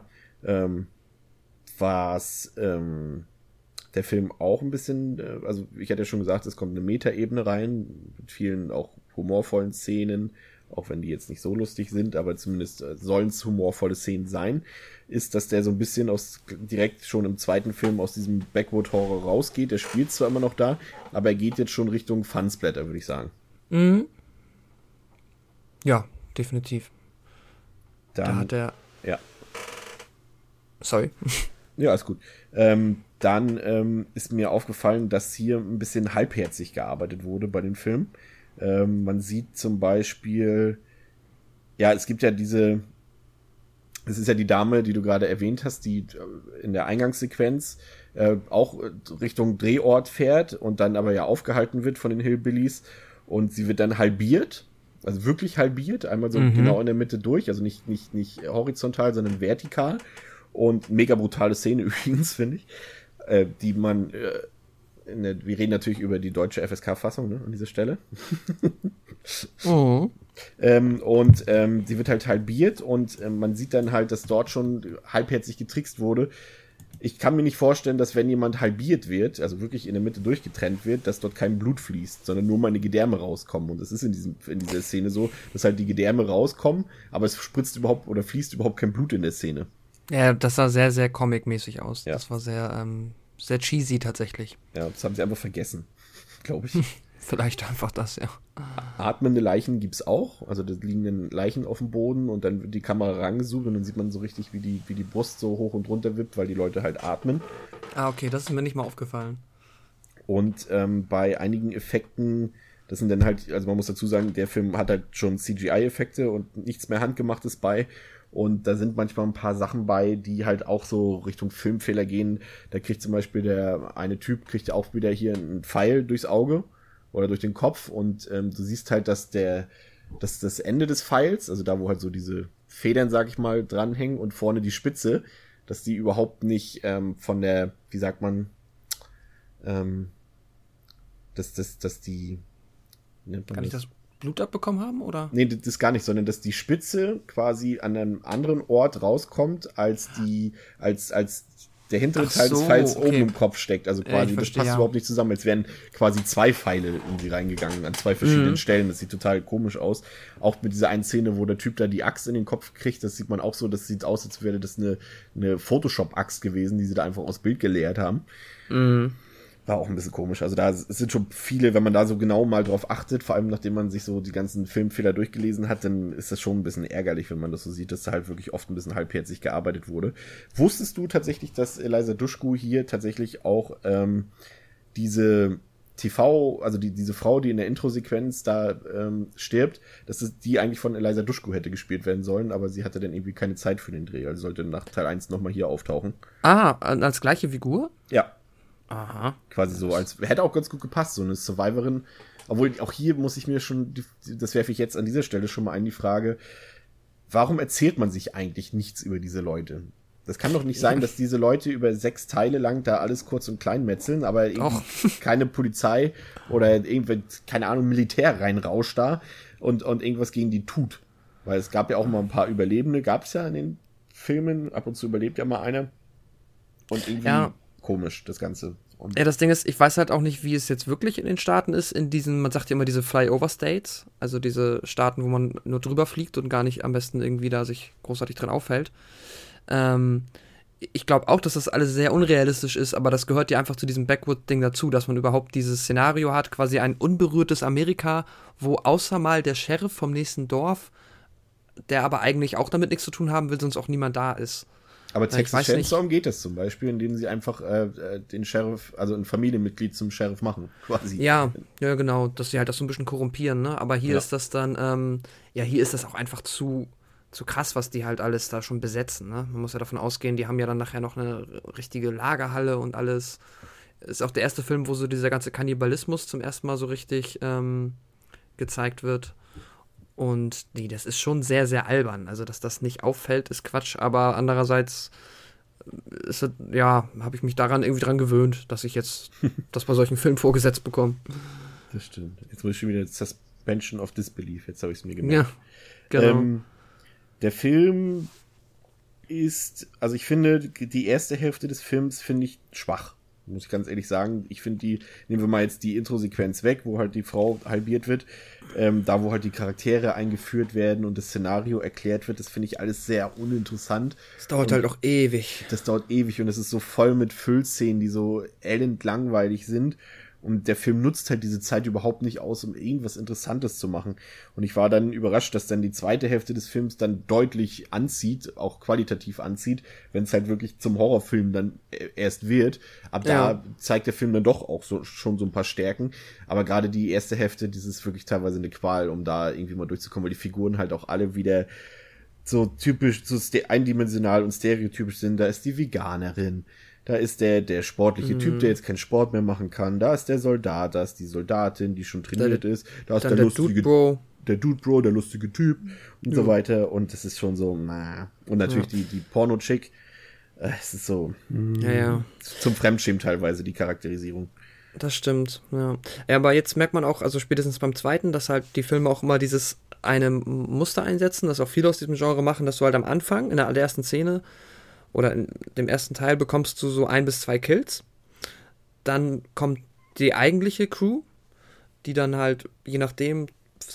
S2: Was der Film auch ein bisschen, also ich hatte ja schon gesagt, es kommt eine Metaebene rein, mit vielen auch humorvollen Szenen, auch wenn die jetzt nicht so lustig sind, aber zumindest sollen es humorvolle Szenen sein, ist, dass der so ein bisschen direkt schon im zweiten Film aus diesem Backwood-Horror rausgeht. Der spielt zwar immer noch da, aber er geht jetzt schon Richtung Fun-Splatter, würde ich sagen.
S3: Mhm. Ja, definitiv.
S2: Dann,
S3: da hat er...
S2: Ja.
S3: Sorry.
S2: Ja, ist gut. Dann ist mir aufgefallen, dass hier ein bisschen halbherzig gearbeitet wurde bei den Filmen. Man sieht zum Beispiel, ja, es gibt ja es ist ja die Dame, die du gerade erwähnt hast, die in der Eingangssequenz auch Richtung Drehort fährt und dann aber ja aufgehalten wird von den Hillbillies und sie wird dann halbiert, also wirklich halbiert, einmal so genau in der Mitte durch, also nicht horizontal, sondern vertikal und mega brutale Szene übrigens, finde ich, die man wir reden natürlich über die deutsche FSK-Fassung, ne, an dieser Stelle.
S3: Oh.
S2: Sie wird halt halbiert und man sieht dann halt, dass dort schon halbherzig getrickst wurde. Ich kann mir nicht vorstellen, dass wenn jemand halbiert wird, also wirklich in der Mitte durchgetrennt wird, dass dort kein Blut fließt, sondern nur meine Gedärme rauskommen. Und es ist in dieser Szene so, dass halt die Gedärme rauskommen, aber es spritzt überhaupt oder fließt überhaupt kein Blut in der Szene.
S3: Ja, das sah sehr, sehr comic-mäßig aus.
S2: Ja.
S3: Das war sehr, sehr cheesy tatsächlich.
S2: Ja, das haben sie einfach vergessen, glaube ich.
S3: Vielleicht einfach das, ja.
S2: Atmende Leichen gibt's auch, also da liegen dann Leichen auf dem Boden und dann wird die Kamera rangezoomt und dann sieht man so richtig, wie die Brust so hoch und runter wippt, weil die Leute halt atmen.
S3: Ah, okay, das ist mir nicht mal aufgefallen.
S2: Und bei einigen Effekten, das sind dann halt, also man muss dazu sagen, der Film hat halt schon CGI-Effekte und nichts mehr Handgemachtes bei. Und da sind manchmal ein paar Sachen bei, die halt auch so Richtung Filmfehler gehen. Da kriegt zum Beispiel der eine Typ, kriegt auch wieder hier einen Pfeil durchs Auge oder durch den Kopf. Und du siehst halt, dass das Ende des Pfeils, also da, wo halt so diese Federn, sag ich mal, dranhängen und vorne die Spitze, dass die überhaupt nicht von der, wie sagt man, dass die...
S3: Kann ich das Blut abbekommen haben, oder?
S2: Nee, das gar nicht, sondern dass die Spitze quasi an einem anderen Ort rauskommt, als der hintere Teil des Pfeils oben im Kopf steckt. Also quasi, das passt überhaupt nicht zusammen, als wären quasi zwei Pfeile in sie reingegangen, an zwei verschiedenen Stellen. Das sieht total komisch aus. Auch mit dieser einen Szene, wo der Typ da die Axt in den Kopf kriegt, das sieht man auch so, das sieht aus, als wäre das eine Photoshop-Axt gewesen, die sie da einfach aus Bild geleert haben. War auch ein bisschen komisch. Also da sind schon viele, wenn man da so genau mal drauf achtet, vor allem nachdem man sich so die ganzen Filmfehler durchgelesen hat, dann ist das schon ein bisschen ärgerlich, wenn man das so sieht, dass da halt wirklich oft ein bisschen halbherzig gearbeitet wurde. Wusstest du tatsächlich, dass Eliza Dushku hier tatsächlich auch diese diese Frau, die in der Introsequenz da stirbt, dass die eigentlich von Eliza Dushku hätte gespielt werden sollen, aber sie hatte dann irgendwie keine Zeit für den Dreh, also sollte nach Teil 1 nochmal hier auftauchen.
S3: Ah, als gleiche Figur?
S2: Ja.
S3: Aha.
S2: Quasi so, hätte auch ganz gut gepasst, so eine Survivorin. Obwohl, auch hier muss ich mir schon, das werfe ich jetzt an dieser Stelle schon mal ein, die Frage, warum erzählt man sich eigentlich nichts über diese Leute? Das kann doch nicht sein, dass diese Leute über 6 Teile lang da alles kurz und klein metzeln, aber irgendwie keine Polizei oder irgendwie, keine Ahnung, Militär reinrauscht da und irgendwas gegen die tut. Weil es gab ja auch mal ein paar Überlebende, gab es ja in den Filmen, ab und zu überlebt ja mal einer. Und irgendwie komisch, das Ganze.
S3: Ja, das Ding ist, ich weiß halt auch nicht, wie es jetzt wirklich in den Staaten ist, in diesen, man sagt ja immer diese Flyover-States, also diese Staaten, wo man nur drüber fliegt und gar nicht am besten irgendwie da sich großartig drin aufhält. Ich glaube auch, dass das alles sehr unrealistisch ist, aber das gehört ja einfach zu diesem Backwood-Ding dazu, dass man überhaupt dieses Szenario hat, quasi ein unberührtes Amerika, wo außer mal der Sheriff vom nächsten Dorf, der aber eigentlich auch damit nichts zu tun haben will, sonst auch niemand da ist.
S2: Aber Texas
S3: weiß nicht.
S2: Chainsaw umgeht das zum Beispiel, indem sie einfach den Sheriff, also ein Familienmitglied zum Sheriff machen, quasi.
S3: Ja, genau, dass sie halt das so ein bisschen korrumpieren, ne? Aber hier ist das dann, hier ist das auch einfach zu krass, was die halt alles da schon besetzen, ne? Man muss ja davon ausgehen, die haben ja dann nachher noch eine richtige Lagerhalle und alles. Ist auch der erste Film, wo so dieser ganze Kannibalismus zum ersten Mal so richtig gezeigt wird. Und nee, das ist schon sehr, sehr albern. Also, dass das nicht auffällt, ist Quatsch. Aber andererseits habe ich mich daran irgendwie dran gewöhnt, dass ich jetzt das bei solchen Filmen vorgesetzt bekomme.
S2: Das stimmt. Jetzt muss ich schon wieder Suspension of Disbelief. Jetzt habe ich es mir gemerkt.
S3: Ja, genau.
S2: Der Film ist, also ich finde, die erste Hälfte des Films finde ich schwach. Muss ich ganz ehrlich sagen. Ich finde nehmen wir mal jetzt die Intro-Sequenz weg, wo halt die Frau halbiert wird, da wo halt die Charaktere eingeführt werden und das Szenario erklärt wird, das finde ich alles sehr uninteressant.
S3: Das dauert halt auch ewig.
S2: Das dauert ewig und es ist so voll mit Füllszenen, die so elendlangweilig sind. Und der Film nutzt halt diese Zeit überhaupt nicht aus, um irgendwas Interessantes zu machen. Und ich war dann überrascht, dass dann die zweite Hälfte des Films dann deutlich anzieht, auch qualitativ anzieht, wenn es halt wirklich zum Horrorfilm dann erst wird. Ab da zeigt der Film dann doch auch schon so ein paar Stärken. Aber gerade die erste Hälfte, das ist wirklich teilweise eine Qual, um da irgendwie mal durchzukommen, weil die Figuren halt auch alle wieder so typisch, so eindimensional und stereotypisch sind. Da ist die Veganerin. Da ist der sportliche Typ, der jetzt keinen Sport mehr machen kann. Da ist der Soldat, da ist die Soldatin, die schon trainiert ist. Da ist der lustige Dude Bro, der lustige Typ und so weiter. Und das ist schon so, Und natürlich die Porno-Chick. Es ist so zum Fremdschämen teilweise, die Charakterisierung.
S3: Das stimmt, ja. Ja, aber jetzt merkt man auch, also spätestens beim zweiten, dass halt die Filme auch immer dieses eine Muster einsetzen, dass auch viele aus diesem Genre machen, dass du halt am Anfang, in der allerersten Szene, oder in dem ersten Teil bekommst du so 1 bis 2 Kills. Dann kommt die eigentliche Crew, die dann halt, je nachdem,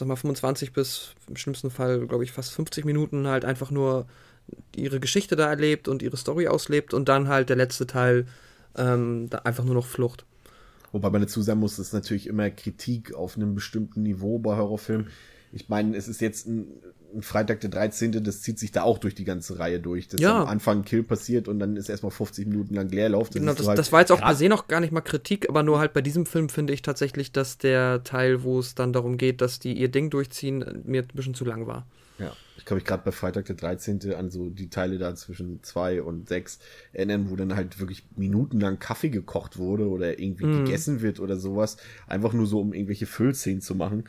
S3: 25 bis im schlimmsten Fall, glaube ich, fast 50 Minuten halt einfach nur ihre Geschichte da erlebt und ihre Story auslebt und dann halt der letzte Teil da einfach nur noch Flucht.
S2: Wobei man dazu sagen muss, das ist natürlich immer Kritik auf einem bestimmten Niveau bei Horrorfilmen. Ich meine, es ist jetzt ein Freitag der 13., das zieht sich da auch durch die ganze Reihe durch. Dass am Anfang ein Kill passiert und dann ist erstmal 50 Minuten lang Leerlauf.
S3: Das war jetzt auch per se noch gar nicht mal Kritik, aber nur halt bei diesem Film finde ich tatsächlich, dass der Teil, wo es dann darum geht, dass die ihr Ding durchziehen, mir ein bisschen zu lang war.
S2: Ja, ich kann mich gerade bei Freitag der 13. an so die Teile da zwischen 2 und 6 erinnern, wo dann halt wirklich minutenlang Kaffee gekocht wurde oder irgendwie gegessen wird oder sowas. Einfach nur so, um irgendwelche Füllszenen zu machen.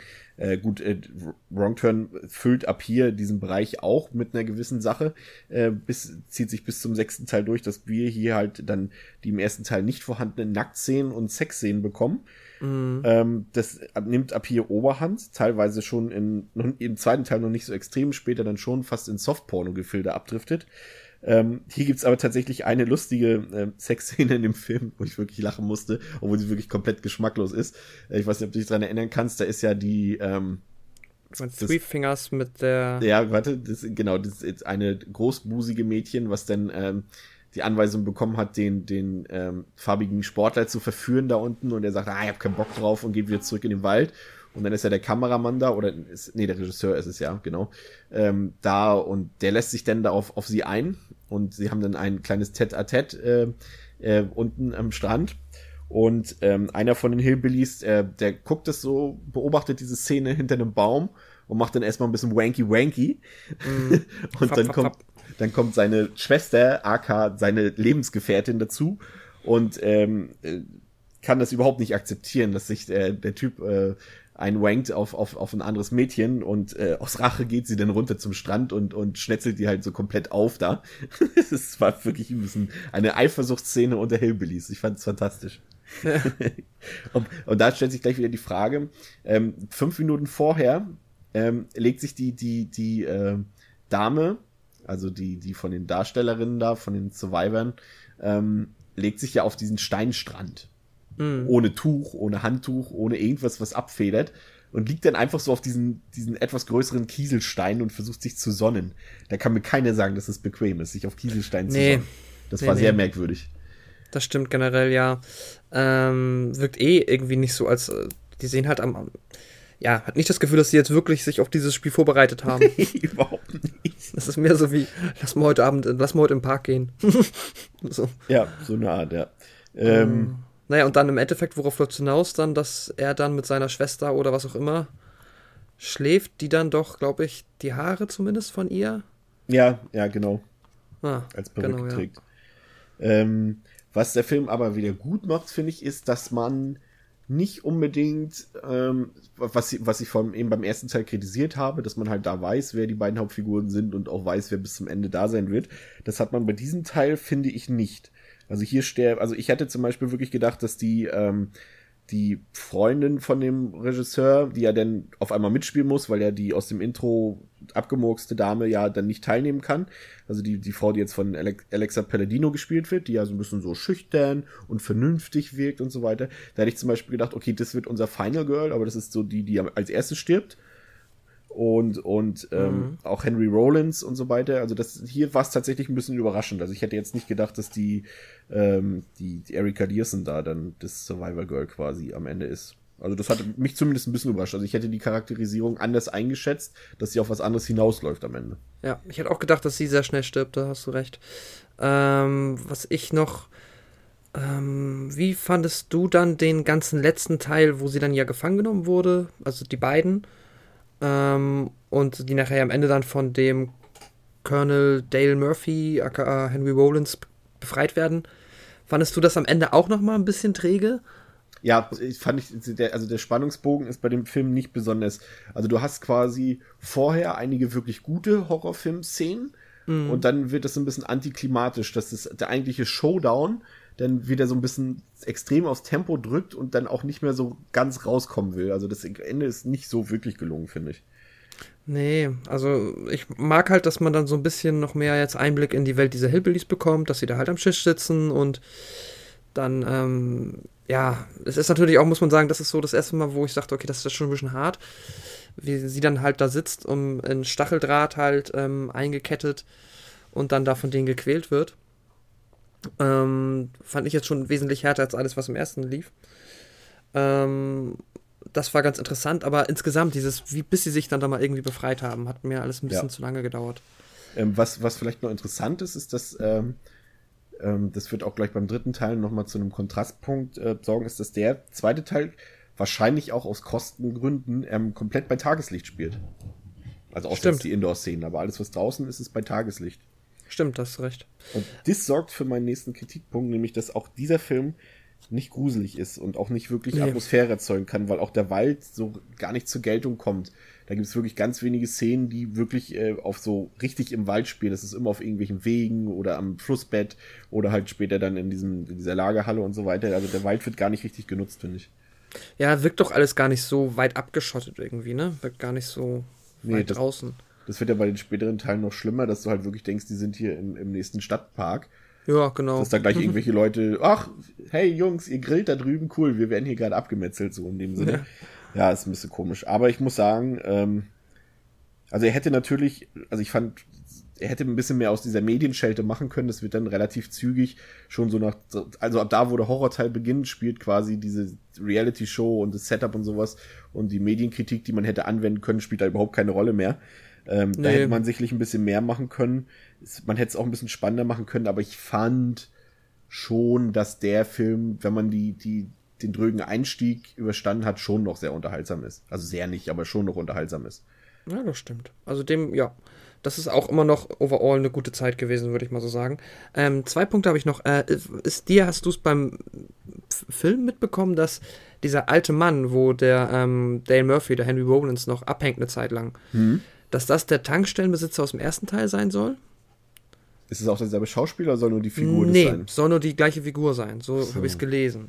S2: Wrong Turn füllt ab hier diesen Bereich auch mit einer gewissen Sache. Zieht sich bis zum 6. Teil durch, dass wir hier halt dann die im ersten Teil nicht vorhandenen Nacktszenen und Sexszenen bekommen. Das nimmt ab hier Oberhand, teilweise schon im zweiten Teil noch nicht so extrem, später dann schon fast in Softporno-Gefilde abdriftet. Hier gibt's aber tatsächlich eine lustige Sexszene in dem Film, wo ich wirklich lachen musste, obwohl sie wirklich komplett geschmacklos ist. Ich weiß nicht, ob du dich daran erinnern kannst, da ist ja die
S3: Three Fingers mit der...
S2: Ja, warte, das ist eine großbusige Mädchen, was dann die Anweisung bekommen hat, den farbigen Sportler zu verführen da unten und er sagt, ich habe keinen Bock drauf und geht wieder zurück in den Wald. Und dann ist ja der Kameramann da, der Regisseur ist es ja, genau, da und der lässt sich dann da auf sie ein und sie haben dann ein kleines Tête-à-Tête unten am Strand und einer von den Hillbillies, der guckt das so, beobachtet diese Szene hinter einem Baum und macht dann erstmal ein bisschen wanky und dann kommt seine Schwester, aka seine Lebensgefährtin dazu und kann das überhaupt nicht akzeptieren, dass sich der Typ einwankt auf ein anderes Mädchen und aus Rache geht sie dann runter zum Strand und schnetzelt die halt so komplett auf da. Es war wirklich ein bisschen eine Eifersuchtsszene unter Hillbillies. Ich fand es fantastisch. und da stellt sich gleich wieder die Frage, 5 Minuten vorher legt sich die Dame, also die von den Darstellerinnen da, von den Survivern, legt sich ja auf diesen Steinstrand. Ohne Tuch, ohne Handtuch, ohne irgendwas, was abfedert und liegt dann einfach so auf diesen etwas größeren Kieselstein und versucht sich zu sonnen. Da kann mir keiner sagen, dass es bequem ist, sich auf Kieselstein zu sonnen. Das war sehr merkwürdig.
S3: Das stimmt generell, ja. Wirkt irgendwie nicht so, als die sehen halt ja, hat nicht das Gefühl, dass sie jetzt wirklich sich auf dieses Spiel vorbereitet haben.
S2: Überhaupt nicht.
S3: Das ist mehr so wie, lass mal heute im Park gehen. So.
S2: Ja, so eine Art, ja.
S3: Naja, und dann im Endeffekt, worauf läuft es hinaus dann, dass er dann mit seiner Schwester oder was auch immer schläft, die dann doch, glaube ich, die Haare zumindest von ihr?
S2: Ja, genau.
S3: Als
S2: Perücke
S3: genau,
S2: trägt. Was der Film aber wieder gut macht, finde ich, ist, dass man nicht unbedingt, was ich vor allem eben beim ersten Teil kritisiert habe, dass man halt da weiß, wer die beiden Hauptfiguren sind und auch weiß, wer bis zum Ende da sein wird. Das hat man bei diesem Teil, finde ich, nicht. Also ich hatte zum Beispiel wirklich gedacht, dass die Freundin von dem Regisseur, die ja dann auf einmal mitspielen muss, weil ja die aus dem Intro abgemurkste Dame ja dann nicht teilnehmen kann. Also die Frau, die jetzt von Alexa Palladino gespielt wird, die ja so ein bisschen so schüchtern und vernünftig wirkt und so weiter. Da hätte ich zum Beispiel gedacht, okay, das wird unser Final Girl, aber das ist so die als erstes stirbt. Und auch Henry Rollins und so weiter. Also hier war es tatsächlich ein bisschen überraschend. Also ich hätte jetzt nicht gedacht, dass die Erika Dearson da dann das Survivor Girl quasi am Ende ist. Also das hat mich zumindest ein bisschen überrascht. Also ich hätte die Charakterisierung anders eingeschätzt, dass sie auf was anderes hinausläuft am Ende.
S3: Ja, ich hätte auch gedacht, dass sie sehr schnell stirbt, da hast du recht. Was ich noch... wie fandest du dann den ganzen letzten Teil, wo sie dann ja gefangen genommen wurde? Also die beiden... und die nachher am Ende dann von dem Colonel Dale Murphy, aka Henry Rollins, befreit werden. Fandest du das am Ende auch nochmal ein bisschen träge?
S2: Ja, der Spannungsbogen ist bei dem Film nicht besonders. Also du hast quasi vorher einige wirklich gute Horrorfilm-Szenen und dann wird das so ein bisschen antiklimatisch, dass der eigentliche Showdown dann wieder so ein bisschen extrem aufs Tempo drückt und dann auch nicht mehr so ganz rauskommen will. Also das Ende ist nicht so wirklich gelungen, finde ich.
S3: Nee, also ich mag halt, dass man dann so ein bisschen noch mehr jetzt Einblick in die Welt dieser Hillbillies bekommt, dass sie da halt am Tisch sitzen und dann, es ist natürlich auch, muss man sagen, das ist so das erste Mal, wo ich dachte, okay, das ist schon ein bisschen hart, wie sie dann halt da sitzt, in Stacheldraht halt eingekettet und dann da von denen gequält wird. Fand ich jetzt schon wesentlich härter als alles, was im ersten lief. Das war ganz interessant, aber insgesamt bis sie sich dann da mal irgendwie befreit haben, hat mir alles ein bisschen zu lange gedauert.
S2: Was vielleicht noch interessant ist, dass das wird auch gleich beim dritten Teil nochmal zu einem Kontrastpunkt sorgen, ist, dass der zweite Teil wahrscheinlich auch aus Kostengründen komplett bei Tageslicht spielt. Also auch jetzt die Indoor-Szenen, aber alles, was draußen ist, ist bei Tageslicht.
S3: Stimmt, das ist recht.
S2: Und das sorgt für meinen nächsten Kritikpunkt, nämlich, dass auch dieser Film nicht gruselig ist und auch nicht wirklich Atmosphäre erzeugen kann, weil auch der Wald so gar nicht zur Geltung kommt. Da gibt es wirklich ganz wenige Szenen, die wirklich auf so richtig im Wald spielen. Das ist immer auf irgendwelchen Wegen oder am Flussbett oder halt später dann in dieser Lagerhalle und so weiter. Also der Wald wird gar nicht richtig genutzt, finde ich.
S3: Ja, wirkt doch alles gar nicht so weit abgeschottet irgendwie, ne? Wirkt gar nicht so weit draußen.
S2: Das wird ja bei den späteren Teilen noch schlimmer, dass du halt wirklich denkst, die sind hier im nächsten Stadtpark.
S3: Ja, genau.
S2: Dass da gleich irgendwelche Leute, ach, hey Jungs, ihr grillt da drüben, cool, wir werden hier gerade abgemetzelt, so in dem Sinne. Ja, ist ein bisschen komisch. Aber ich muss sagen, also er hätte natürlich, also ich fand, er hätte ein bisschen mehr aus dieser Medienschelte machen können. Das wird dann relativ zügig schon also ab da, wo der Horrorteil beginnt, spielt quasi diese Reality-Show und das Setup und sowas und die Medienkritik, die man hätte anwenden können, spielt da überhaupt keine Rolle mehr. Da hätte man sicherlich ein bisschen mehr machen können. Man hätte es auch ein bisschen spannender machen können, aber ich fand schon, dass der Film, wenn man den drögen Einstieg überstanden hat, schon noch sehr unterhaltsam ist. Also sehr nicht, aber schon noch unterhaltsam ist.
S3: Ja, das stimmt. Also das ist auch immer noch overall eine gute Zeit gewesen, würde ich mal so sagen. 2 Punkte habe ich noch. Hast du es beim Film mitbekommen, dass dieser alte Mann, wo der Dale Murphy, der Henry Rollins, noch abhängt eine Zeit lang, dass das der Tankstellenbesitzer aus dem ersten Teil sein soll?
S2: Ist es auch derselbe Schauspieler oder soll nur die Figur das sein? Nee,
S3: soll nur die gleiche Figur sein. So habe ich es gelesen.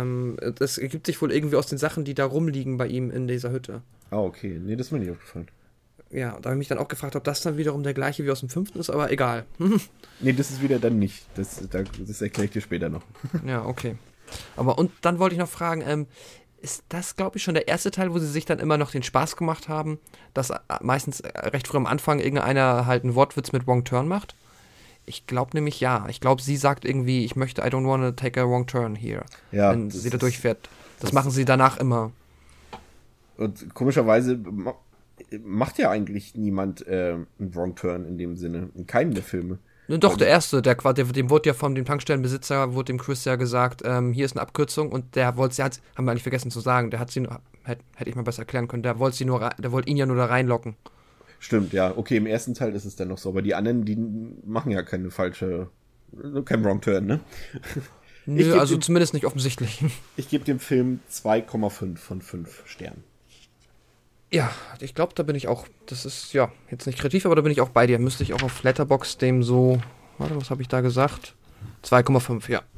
S3: Das ergibt sich wohl irgendwie aus den Sachen, die da rumliegen bei ihm in dieser Hütte.
S2: Ah, okay. Nee, das ist mir nicht aufgefallen.
S3: Ja, da habe ich mich dann auch gefragt, ob das dann wiederum der gleiche wie aus dem 5. ist, aber egal.
S2: Nee, das ist wieder dann nicht. Das erkläre ich dir später noch.
S3: Ja, okay. Und dann wollte ich noch fragen, ist das, glaube ich, schon der erste Teil, wo sie sich dann immer noch den Spaß gemacht haben, dass meistens recht früh am Anfang irgendeiner halt einen Wortwitz mit Wrong Turn macht? Ich glaube nämlich ja. Ich glaube, sie sagt irgendwie, ich möchte, I don't want to take a wrong turn here.
S2: Ja,
S3: wenn sie da durchfährt. Das machen sie danach immer.
S2: Und komischerweise macht ja eigentlich niemand einen Wrong Turn in dem Sinne. In keinem der Filme.
S3: Doch, der erste, dem wurde ja von dem Tankstellenbesitzer, wurde dem Chris ja gesagt, hier ist eine Abkürzung und der wollte, haben wir eigentlich vergessen zu sagen, der hat sie, hätte ich mal besser erklären können, der wollte ihn ja nur da reinlocken.
S2: Stimmt, ja. Okay, im ersten Teil ist es dann noch so, aber die anderen, die machen ja kein Wrong Turn, ne?
S3: Nö, also zumindest nicht offensichtlich.
S2: Ich gebe dem Film 2,5 von 5 Sternen.
S3: Ja, ich glaube, da bin ich auch, das ist ja jetzt nicht kreativ, aber da bin ich auch bei dir. Müsste ich auch auf Letterboxd dem so, warte, was habe ich da gesagt? 2,5, ja.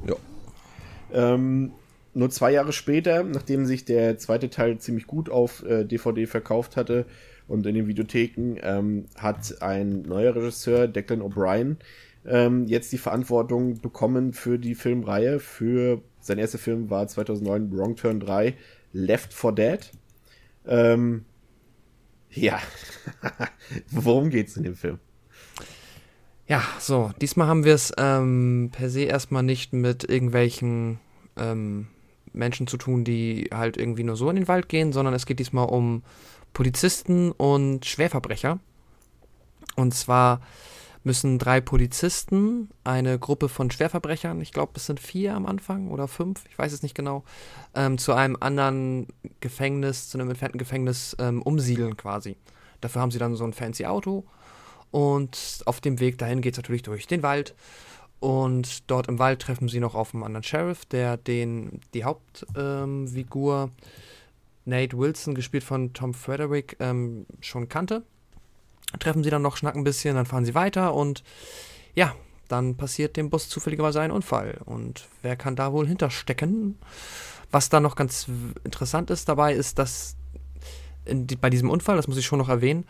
S2: Nur 2 Jahre später, nachdem sich der zweite Teil ziemlich gut auf DVD verkauft hatte und in den Videotheken, hat ein neuer Regisseur, Declan O'Brien, jetzt die Verantwortung bekommen für die Filmreihe. Sein erster Film war 2009 Wrong Turn 3, Left 4 Dead. Ja, worum geht's in dem Film?
S3: Ja, so, diesmal haben wir es per se erstmal nicht mit irgendwelchen Menschen zu tun, die halt irgendwie nur so in den Wald gehen, sondern es geht diesmal um Polizisten und Schwerverbrecher. Und zwar müssen 3 Polizisten eine Gruppe von Schwerverbrechern, ich glaube, es sind 4 am Anfang oder 5, ich weiß es nicht genau, zu einem anderen Gefängnis, zu einem entfernten Gefängnis umsiedeln quasi. Dafür haben sie dann so ein fancy Auto und auf dem Weg dahin geht es natürlich durch den Wald und dort im Wald treffen sie noch auf einen anderen Sheriff, der die Hauptfigur Nate Wilson, gespielt von Tom Frederick, schon kannte. Treffen sie dann noch, schnacken ein bisschen, dann fahren sie weiter und ja, dann passiert dem Bus zufälligerweise ein Unfall. Und wer kann da wohl hinterstecken? Was da noch ganz interessant ist dabei, ist, dass bei diesem Unfall, das muss ich schon noch erwähnen,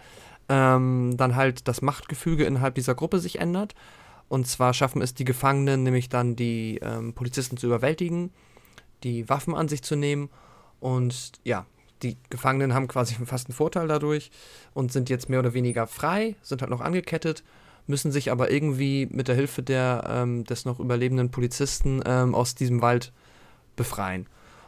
S3: dann halt das Machtgefüge innerhalb dieser Gruppe sich ändert. Und zwar schaffen es die Gefangenen, nämlich dann die Polizisten zu überwältigen, die Waffen an sich zu nehmen und ja, die Gefangenen haben quasi fast einen Vorteil dadurch und sind jetzt mehr oder weniger frei, sind halt noch angekettet, müssen sich aber irgendwie mit der Hilfe des noch überlebenden Polizisten aus diesem Wald befreien.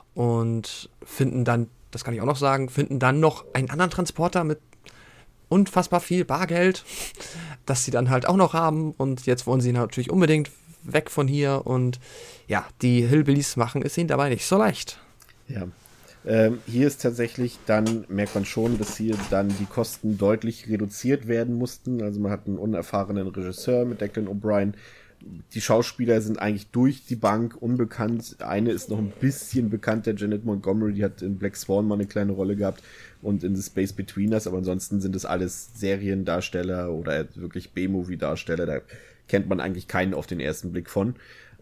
S3: Und finden dann, das kann ich auch noch sagen, finden dann noch einen anderen Transporter mit unfassbar viel Bargeld, das sie dann halt auch noch haben. Und jetzt wollen sie natürlich unbedingt weg von hier. Und ja, die Hillbillies machen es ihnen dabei nicht so leicht.
S2: Ja. Hier ist tatsächlich dann, merkt man schon, dass hier dann die Kosten deutlich reduziert werden mussten. Also man hat einen unerfahrenen Regisseur mit Declan O'Brien. Die Schauspieler sind eigentlich durch die Bank unbekannt. Eine ist noch ein bisschen bekannt, der Janet Montgomery, die hat in Black Swan mal eine kleine Rolle gehabt und in The Space Between Us, aber ansonsten sind es alles Seriendarsteller oder wirklich B-Movie-Darsteller. Da kennt man eigentlich keinen auf den ersten Blick von.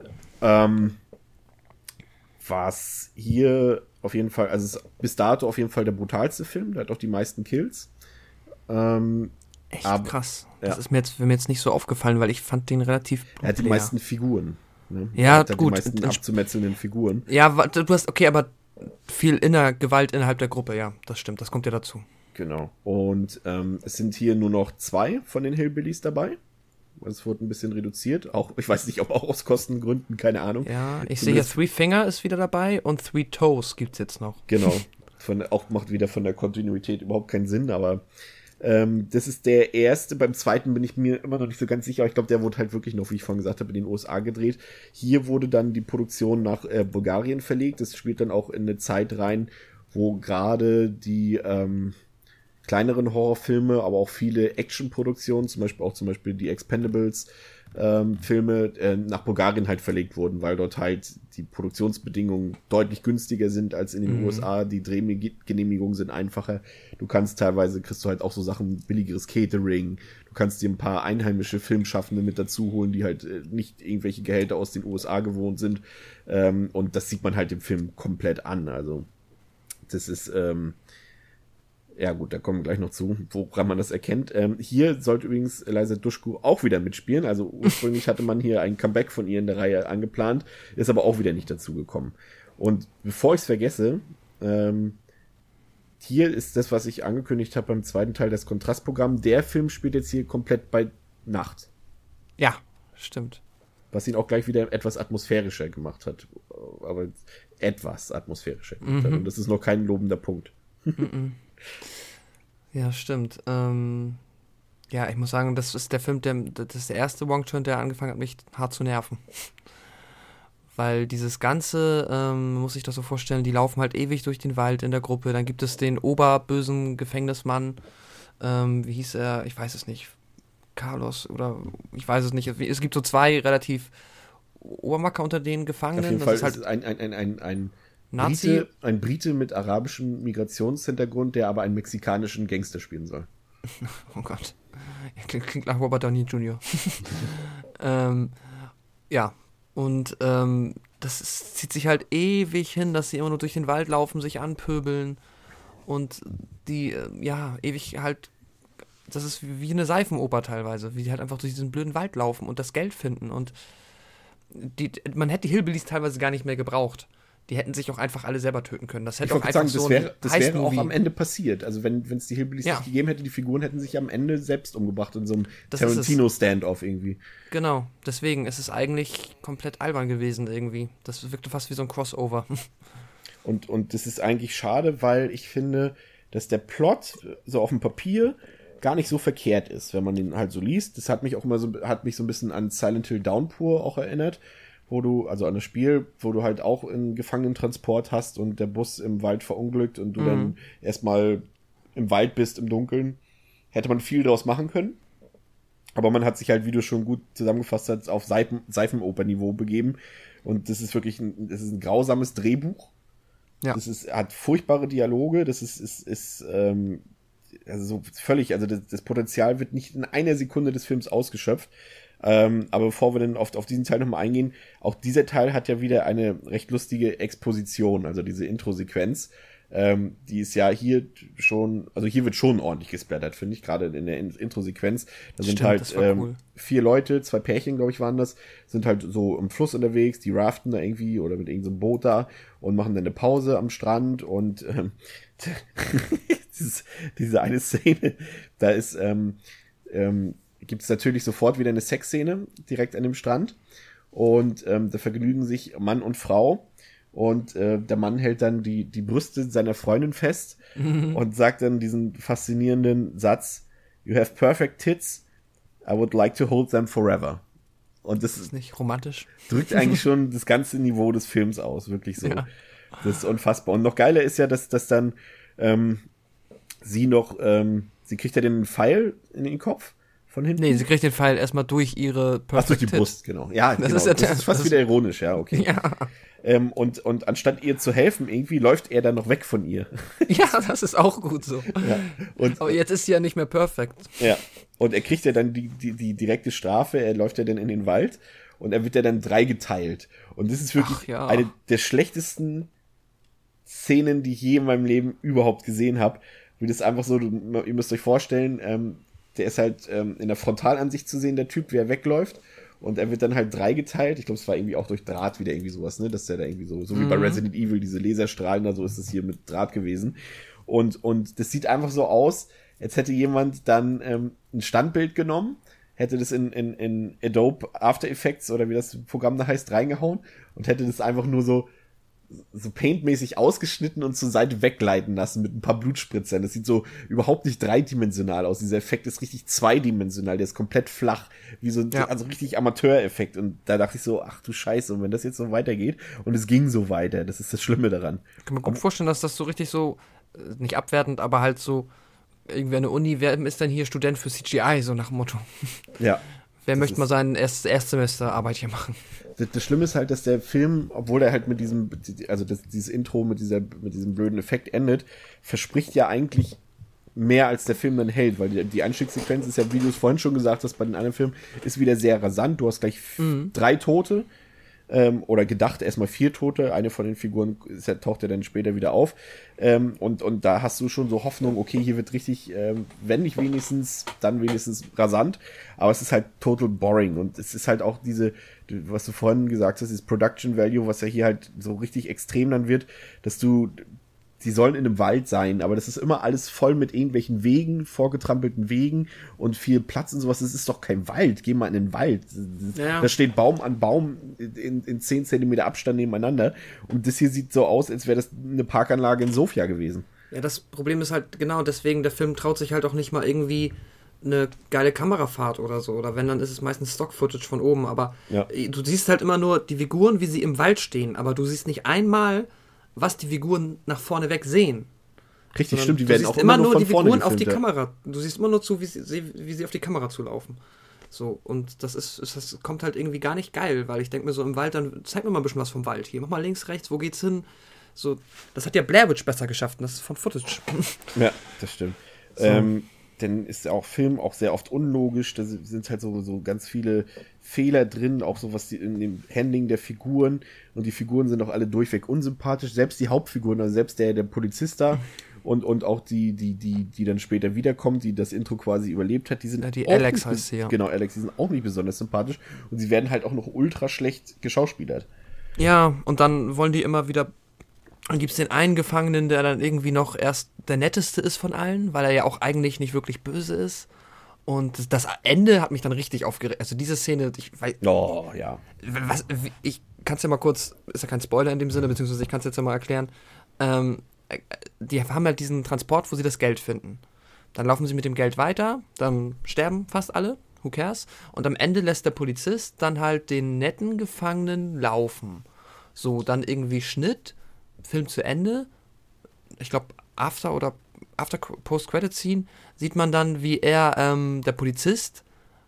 S2: Was hier auf jeden Fall, also es ist bis dato auf jeden Fall der brutalste Film, der hat auch die meisten Kills.
S3: Echt krass. Ja. Das ist mir jetzt nicht so aufgefallen, weil ich fand den relativ populär.
S2: Er hat die meisten Figuren. Ne?
S3: Ja,
S2: hat
S3: gut.
S2: Die meisten abzumetzelnden Figuren.
S3: Ja, du hast, okay, aber viel Gewalt innerhalb der Gruppe, ja, das stimmt, das kommt ja dazu.
S2: Genau. Und es sind hier nur noch 2 von den Hillbillies dabei. Es wurde ein bisschen reduziert. Auch, ich weiß nicht, ob auch aus Kostengründen, keine Ahnung.
S3: Ja, ich sehe hier Three Finger ist wieder dabei und Three Toes gibt's jetzt noch.
S2: Genau. Auch macht wieder von der Kontinuität überhaupt keinen Sinn, aber das ist der erste. Beim zweiten bin ich mir immer noch nicht so ganz sicher, aber ich glaube, der wurde halt wirklich noch, wie ich vorhin gesagt habe, in den USA gedreht. Hier wurde dann die Produktion nach Bulgarien verlegt. Das spielt dann auch in eine Zeit rein, wo gerade die kleineren Horrorfilme, aber auch viele Actionproduktionen, zum Beispiel die Expendables Filme nach Bulgarien halt verlegt wurden, weil dort halt die Produktionsbedingungen deutlich günstiger sind als in den USA. Die Drehgenehmigungen sind einfacher. Kriegst du halt auch so Sachen, billigeres Catering. Du kannst dir ein paar einheimische Filmschaffende mit dazu holen, die halt nicht irgendwelche Gehälter aus den USA gewohnt sind. Und das sieht man halt im Film komplett an. Also das ist ja gut, da kommen wir gleich noch zu, woran man das erkennt. Hier sollte übrigens Eliza Dushku auch wieder mitspielen. Also ursprünglich hatte man hier ein Comeback von ihr in der Reihe angeplant, ist aber auch wieder nicht dazu gekommen. Und bevor ich es vergesse, hier ist das, was ich angekündigt habe beim zweiten Teil, das Kontrastprogramm. Der Film spielt jetzt hier komplett bei Nacht.
S3: Ja, stimmt.
S2: Was ihn auch gleich wieder etwas atmosphärischer gemacht hat. Aber etwas atmosphärischer gemacht hat. Und das ist noch kein lobender Punkt.
S3: Ja, stimmt. Ja, ich muss sagen, das ist der Film, das ist der erste Wong Chun, der angefangen hat, mich hart zu nerven. Weil dieses Ganze, muss ich das so vorstellen, die laufen halt ewig durch den Wald in der Gruppe. Dann gibt es den oberbösen Gefängnismann, wie hieß er? Ich weiß es nicht. Carlos oder ich weiß es nicht. Es gibt so zwei relativ Obermacker unter den Gefangenen.
S2: Auf jeden Fall
S3: ist halt
S2: ist es ein
S3: Nazi.
S2: Ein Brite mit arabischem Migrationshintergrund, der aber einen mexikanischen Gangster spielen soll.
S3: Oh Gott. Klingt nach Robert Downey Jr. Ja. Und zieht sich halt ewig hin, dass sie immer nur durch den Wald laufen, sich anpöbeln und die, ewig halt, das ist wie eine Seifenoper teilweise, wie die halt einfach durch diesen blöden Wald laufen und das Geld finden und man hätte die Hillbillies teilweise gar nicht mehr gebraucht. Die hätten sich auch einfach alle selber töten können. Das hätte auch einfach sagen,
S2: das wäre auch am Ende passiert. Also wenn es die Hillbillies nicht gegeben hätte, die Figuren hätten sich am Ende selbst umgebracht in so einem Tarantino-Standoff irgendwie.
S3: Genau, deswegen ist es eigentlich komplett albern gewesen irgendwie. Das wirkte fast wie so ein Crossover.
S2: Und das ist eigentlich schade, weil ich finde, dass der Plot so auf dem Papier gar nicht so verkehrt ist, wenn man den halt so liest. Das hat mich so ein bisschen an Silent Hill Downpour auch erinnert, also an das Spiel, wo du halt auch einen Gefangenentransport hast und der Bus im Wald verunglückt und du dann erstmal im Wald bist, im Dunkeln. Hätte man viel daraus machen können. Aber man hat sich halt, wie du schon gut zusammengefasst hast, auf Seifenoper-Niveau begeben. Und das ist wirklich ein grausames Drehbuch.
S3: Ja.
S2: Hat furchtbare Dialoge. Das also so völlig, also das Potenzial wird nicht in einer Sekunde des Films ausgeschöpft. Aber bevor wir dann auf diesen Teil nochmal eingehen, auch dieser Teil hat ja wieder eine recht lustige Exposition, also diese Intro-Sequenz, die ist ja hier schon, also hier wird schon ordentlich gesplattert, finde ich, gerade in der Intro-Sequenz. Da sind halt cool. 4 Leute, 2 Pärchen, glaube ich, waren das, sind halt so im Fluss unterwegs, die raften da irgendwie oder mit irgendeinem so Boot da und machen dann eine Pause am Strand und diese eine Szene, da ist gibt es natürlich sofort wieder eine Sexszene direkt an dem Strand und da vergnügen sich Mann und Frau und der Mann hält dann die Brüste seiner Freundin fest und sagt dann diesen faszinierenden Satz: "You have perfect tits, I would like to hold them forever." Und das
S3: ist nicht romantisch.
S2: Drückt eigentlich schon das ganze Niveau des Films aus, wirklich so.
S3: Ja.
S2: Das ist unfassbar. Und noch geiler ist ja, dass dann sie kriegt ja den Pfeil in den Kopf von hinten.
S3: Nee, sie kriegt den Pfeil erstmal durch ihre
S2: durch die Brust, genau. Ja, das ist fast wieder ironisch, ja, okay.
S3: Ja.
S2: Und anstatt ihr zu helfen, irgendwie läuft er dann noch weg von ihr.
S3: Ja, das ist auch gut so.
S2: Ja.
S3: Aber jetzt ist sie ja nicht mehr perfekt.
S2: Ja, und er kriegt ja dann die direkte Strafe, er läuft ja dann in den Wald und er wird ja dann 3 geteilt. Und das ist wirklich eine der schlechtesten Szenen, die ich je in meinem Leben überhaupt gesehen habe. Wie das einfach so, ihr müsst euch vorstellen, der ist halt in der Frontalansicht zu sehen, der Typ, wie er wegläuft. Und er wird dann halt 3 geteilt. Ich glaube, es war irgendwie auch durch Draht wieder irgendwie sowas, ne? Dass der da irgendwie so wie bei Resident Evil, diese Laserstrahlen, da so ist es hier mit Draht gewesen. Und das sieht einfach so aus, als hätte jemand dann ein Standbild genommen, hätte das in Adobe After Effects oder wie das Programm da heißt, reingehauen und hätte das einfach nur so paintmäßig ausgeschnitten und zur Seite wegleiten lassen mit ein paar Blutspritzern. Das sieht so überhaupt nicht dreidimensional aus. Dieser Effekt ist richtig zweidimensional. Der ist komplett flach. Wie so ein also richtig Amateureffekt. Und da dachte ich so, ach du Scheiße, und wenn das jetzt so weitergeht, und es ging so weiter, das ist das Schlimme daran.
S3: Ich kann mir gut vorstellen, dass das so richtig so, nicht abwertend, aber halt so, irgendwie eine Uni, wer ist denn hier Student für CGI, so nach dem Motto.
S2: Ja.
S3: Wer möchte mal sein Erstsemester Arbeit hier machen?
S2: Das Schlimme ist halt, dass der Film, obwohl er halt mit diesem, also dieses Intro mit diesem blöden Effekt endet, verspricht ja eigentlich mehr, als der Film dann hält, weil die Einstiegssequenz ist ja, wie du es vorhin schon gesagt hast, bei den anderen Filmen, ist wieder sehr rasant. Du hast gleich 3 Tote, oder gedacht erstmal 4 Tote, eine von den Figuren taucht ja dann später wieder auf, und da hast du schon so Hoffnung, okay, hier wird richtig, wenn nicht wenigstens, dann wenigstens rasant, aber es ist halt total boring und es ist halt auch was du vorhin gesagt hast, dieses Production Value, was ja hier halt so richtig extrem dann wird, dass die sollen in einem Wald sein, aber das ist immer alles voll mit irgendwelchen Wegen, vorgetrampelten Wegen und viel Platz und sowas. Das ist doch kein Wald. Geh mal in den Wald. Ja. Da steht Baum an Baum in 10 Zentimeter Abstand nebeneinander. Und das hier sieht so aus, als wäre das eine Parkanlage in Sofia gewesen.
S3: Ja, das Problem ist halt, genau, deswegen, der Film traut sich halt auch nicht mal irgendwie eine geile Kamerafahrt oder so. Oder wenn, dann ist es meistens Stock-Footage von oben. Aber du siehst halt immer nur die Figuren, wie sie im Wald stehen. Aber du siehst nicht einmal, was die Figuren nach vorne weg sehen.
S2: Richtig, stimmt, die werden auch
S3: immer nur
S2: von
S3: die
S2: vorne
S3: Figuren auf die
S2: gefilmt,
S3: Kamera. Du siehst immer nur zu, wie sie auf die Kamera zulaufen. So, und das kommt halt irgendwie gar nicht geil, weil ich denke mir so im Wald, dann zeig mir mal ein bisschen was vom Wald. Hier, mach mal links, rechts, wo geht's hin? So, das hat ja Blair Witch besser geschafft, und das ist von Footage.
S2: Ja, das stimmt. So. Dann ist auch Film auch sehr oft unlogisch, da sind halt so ganz viele Fehler drin, auch so was in dem Handling der Figuren, und die Figuren sind auch alle durchweg unsympathisch, selbst die Hauptfiguren, also selbst der Polizist da und auch die dann später wiederkommt, die das Intro quasi überlebt hat, die sind
S3: die Alex heißt sie, ja.
S2: Genau, Alex, die sind auch nicht besonders sympathisch und sie werden halt auch noch ultra schlecht geschauspielert.
S3: Ja, und dann wollen die immer wieder. Dann gibt es den einen Gefangenen, der dann irgendwie noch erst der netteste ist von allen, weil er ja auch eigentlich nicht wirklich böse ist. Und das Ende hat mich dann richtig aufgeregt. Also diese Szene, ich weiß.
S2: Oh, ja.
S3: Ich kann es ja mal kurz, ist ja kein Spoiler in dem Sinne, beziehungsweise ich kann es jetzt ja mal erklären. Die haben halt diesen Transport, wo sie das Geld finden. Dann laufen sie mit dem Geld weiter, dann sterben fast alle, who cares? Und am Ende lässt der Polizist dann halt den netten Gefangenen laufen. So, dann irgendwie Schnitt, Film zu Ende, ich glaube after Post-Credit-Scene, sieht man dann, wie er, der Polizist,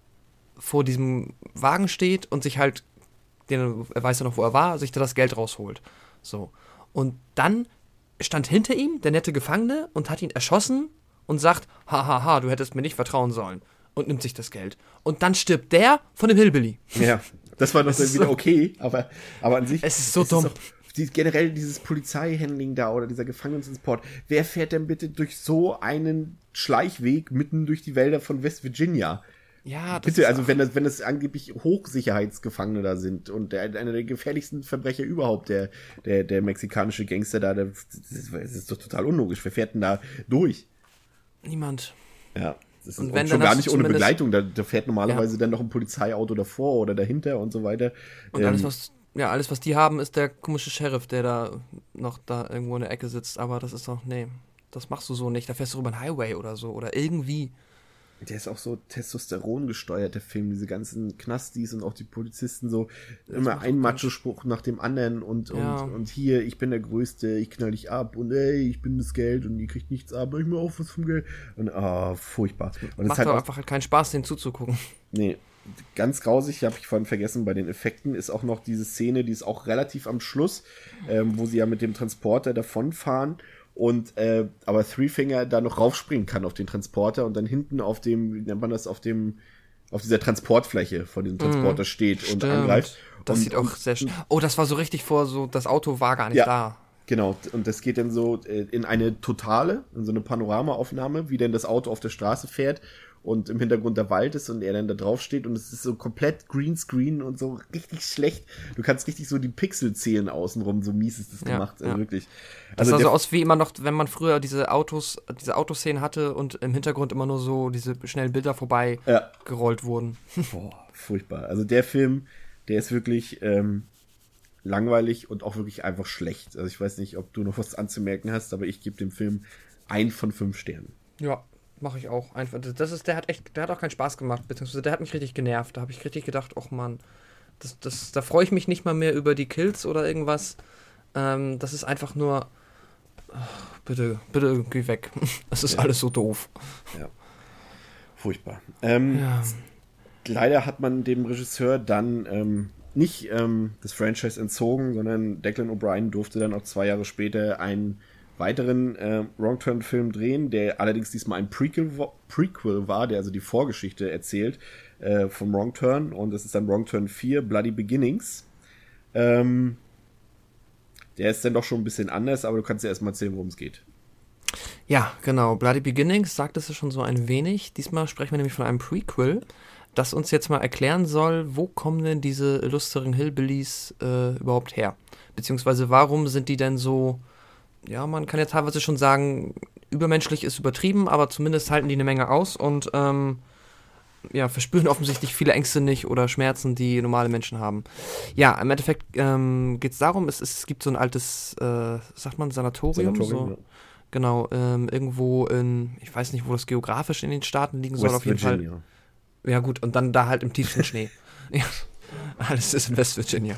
S3: vor diesem Wagen steht und sich halt, er weiß ja noch, wo er war, sich da das Geld rausholt. So. Und dann stand hinter ihm der nette Gefangene und hat ihn erschossen und sagt, hahaha, du hättest mir nicht vertrauen sollen. Und nimmt sich das Geld. Und dann stirbt der von dem Hillbilly.
S2: Ja, das war doch dann wieder okay, aber an sich...
S3: Es ist so dumm.
S2: Generell dieses Polizeihandling da oder dieser Gefangenentransport, wer fährt denn bitte durch so einen Schleichweg mitten durch die Wälder von West Virginia?
S3: Ja, das
S2: bitte, also wenn das angeblich Hochsicherheitsgefangene da sind und einer der gefährlichsten Verbrecher überhaupt, der mexikanische Gangster da, das ist doch total unlogisch. Wer fährt denn da durch?
S3: Niemand.
S2: Ja. Das ist
S3: und wenn
S2: schon
S3: dann
S2: gar nicht ohne Begleitung, da fährt normalerweise dann noch ein Polizeiauto davor oder dahinter und so weiter.
S3: Und alles, was die haben, ist der komische Sheriff, der da noch da irgendwo in der Ecke sitzt. Aber das ist doch, nee, das machst du so nicht. Da fährst du über den Highway oder so. Oder irgendwie.
S2: Der ist auch so Testosteron gesteuert, der Film. Diese ganzen Knastis und auch die Polizisten so. Immer ein Macho-Spruch nach dem anderen und hier, ich bin der Größte, ich knall dich ab und ey, ich bin das Geld und ihr kriegt nichts ab, ich mir auch was vom Geld. Und furchtbar. Und
S3: macht doch einfach halt keinen Spaß, denen zuzugucken.
S2: Nee. Ganz grausig, habe ich vorhin vergessen, bei den Effekten ist auch noch diese Szene, die ist auch relativ am Schluss, wo sie ja mit dem Transporter davonfahren und aber Three Finger da noch raufspringen kann auf den Transporter und dann hinten auf dem, wie nennt man das, auf dieser Transportfläche von dem Transporter steht und angreift.
S3: Das sieht auch sehr schön. Oh, das war so richtig das Auto war gar nicht da.
S2: Genau, und das geht dann so in eine in so eine Panoramaaufnahme, wie denn das Auto auf der Straße fährt und im Hintergrund der Wald ist und er dann da drauf steht und es ist so komplett Greenscreen und so richtig schlecht. Du kannst richtig so die Pixel zählen außenrum, so mies ist das gemacht, wirklich.
S3: Das sah so aus wie immer noch, wenn man früher diese Autoszenen hatte und im Hintergrund immer nur so diese schnellen Bilder vorbei gerollt wurden.
S2: Boah, furchtbar. Also der Film, der ist wirklich langweilig und auch wirklich einfach schlecht. Also ich weiß nicht, ob du noch was anzumerken hast, aber ich gebe dem Film 1 von 5 Sternen.
S3: Ja, mache ich auch. Einfach. Der hat auch keinen Spaß gemacht, beziehungsweise der hat mich richtig genervt. Da habe ich richtig gedacht, ach Mann, da freue ich mich nicht mal mehr über die Kills oder irgendwas. Das ist einfach nur, bitte geh weg. Das ist alles so doof.
S2: Ja, furchtbar. Leider hat man dem Regisseur dann nicht das Franchise entzogen, sondern Declan O'Brien durfte dann auch 2 Jahre später einen weiteren Wrong Turn-Film drehen, der allerdings diesmal ein Prequel war, der also die Vorgeschichte erzählt vom Wrong Turn, und das ist dann Wrong Turn 4, Bloody Beginnings. Der ist dann doch schon ein bisschen anders, aber du kannst ja erstmal erzählen, worum es geht.
S3: Ja, genau. Bloody Beginnings sagtest du schon so ein wenig. Diesmal sprechen wir nämlich von einem Prequel, das uns jetzt mal erklären soll, wo kommen denn diese illustren Hillbillies überhaupt her? Beziehungsweise warum sind die denn so, ja, man kann ja teilweise schon sagen, übermenschlich ist übertrieben, aber zumindest halten die eine Menge aus und verspüren offensichtlich viele Ängste nicht oder Schmerzen, die normale Menschen haben. Ja, im Endeffekt geht es darum, es gibt so ein altes, sagt man, Sanatorium? So. Genau, irgendwo ich weiß nicht, wo das geografisch in den Staaten liegen soll,
S2: West
S3: auf jeden
S2: Virginia.
S3: Fall. Ja gut, und dann da halt im tiefsten Schnee. Ja, alles ist in West Virginia.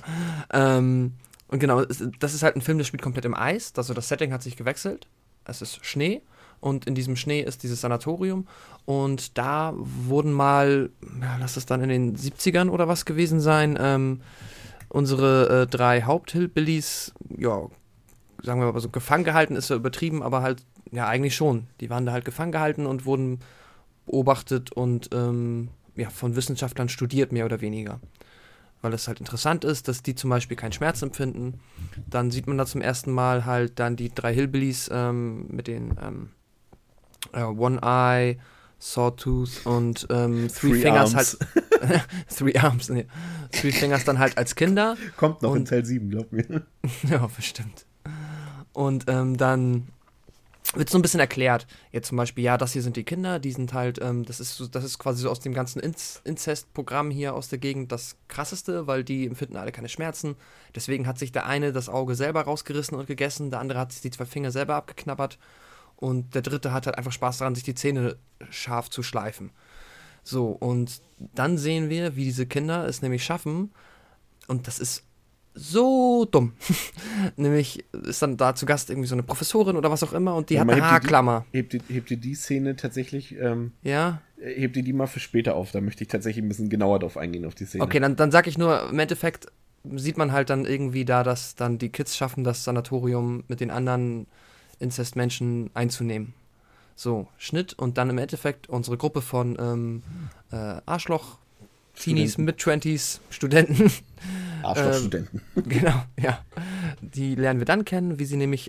S3: Und genau, das ist halt ein Film, der spielt komplett im Eis. Also das Setting hat sich gewechselt. Es ist Schnee und in diesem Schnee ist dieses Sanatorium. Und da wurden mal, ja, lass es dann in den 70ern oder was gewesen sein, unsere 3 Haupt-Hillbillies, ja, sagen wir mal so, gefangen gehalten, ist ja übertrieben, aber halt, ja, eigentlich schon. Die waren da halt gefangen gehalten und wurden beobachtet und ja, von Wissenschaftlern studiert, mehr oder weniger. Weil es halt interessant ist, dass die zum Beispiel keinen Schmerz empfinden. Dann sieht man da zum ersten Mal halt dann die 3 Hillbillies mit den One Eye, Sawtooth und Three Fingers
S2: Arms.
S3: halt. Three Arms, nee. Three Fingers dann halt als Kinder.
S2: Kommt noch in
S3: Und-
S2: Teil 7, glaub mir.
S3: Ja, bestimmt. Und dann wird so ein bisschen erklärt. Jetzt zum Beispiel, ja, das hier sind die Kinder, die sind halt, das ist quasi so aus dem ganzen Inzestprogramm hier aus der Gegend das krasseste, weil die empfinden alle keine Schmerzen. Deswegen hat sich der eine das Auge selber rausgerissen und gegessen, der andere hat sich die 2 Finger selber abgeknabbert und der dritte hat halt einfach Spaß daran, sich die Zähne scharf zu schleifen. So, und dann sehen wir, wie diese Kinder es nämlich schaffen, und das ist so dumm. Nämlich ist dann da zu Gast irgendwie so eine Professorin oder was auch immer und die hat
S2: Man
S3: eine Haarklammer.
S2: Hebt ihr die Szene tatsächlich,
S3: Ja?
S2: hebt ihr die mal für später auf? Da möchte ich tatsächlich ein bisschen genauer drauf eingehen, auf die Szene.
S3: Okay, dann sag ich nur, im Endeffekt sieht man halt dann irgendwie da, dass dann die Kids schaffen, das Sanatorium mit den anderen Inzestmenschen einzunehmen. So, Schnitt und dann im Endeffekt unsere Gruppe von Arschloch-Teenies, Mid-20s, Studenten.
S2: Arschlochstudenten.
S3: Genau, ja. Die lernen wir dann kennen, wie sie nämlich,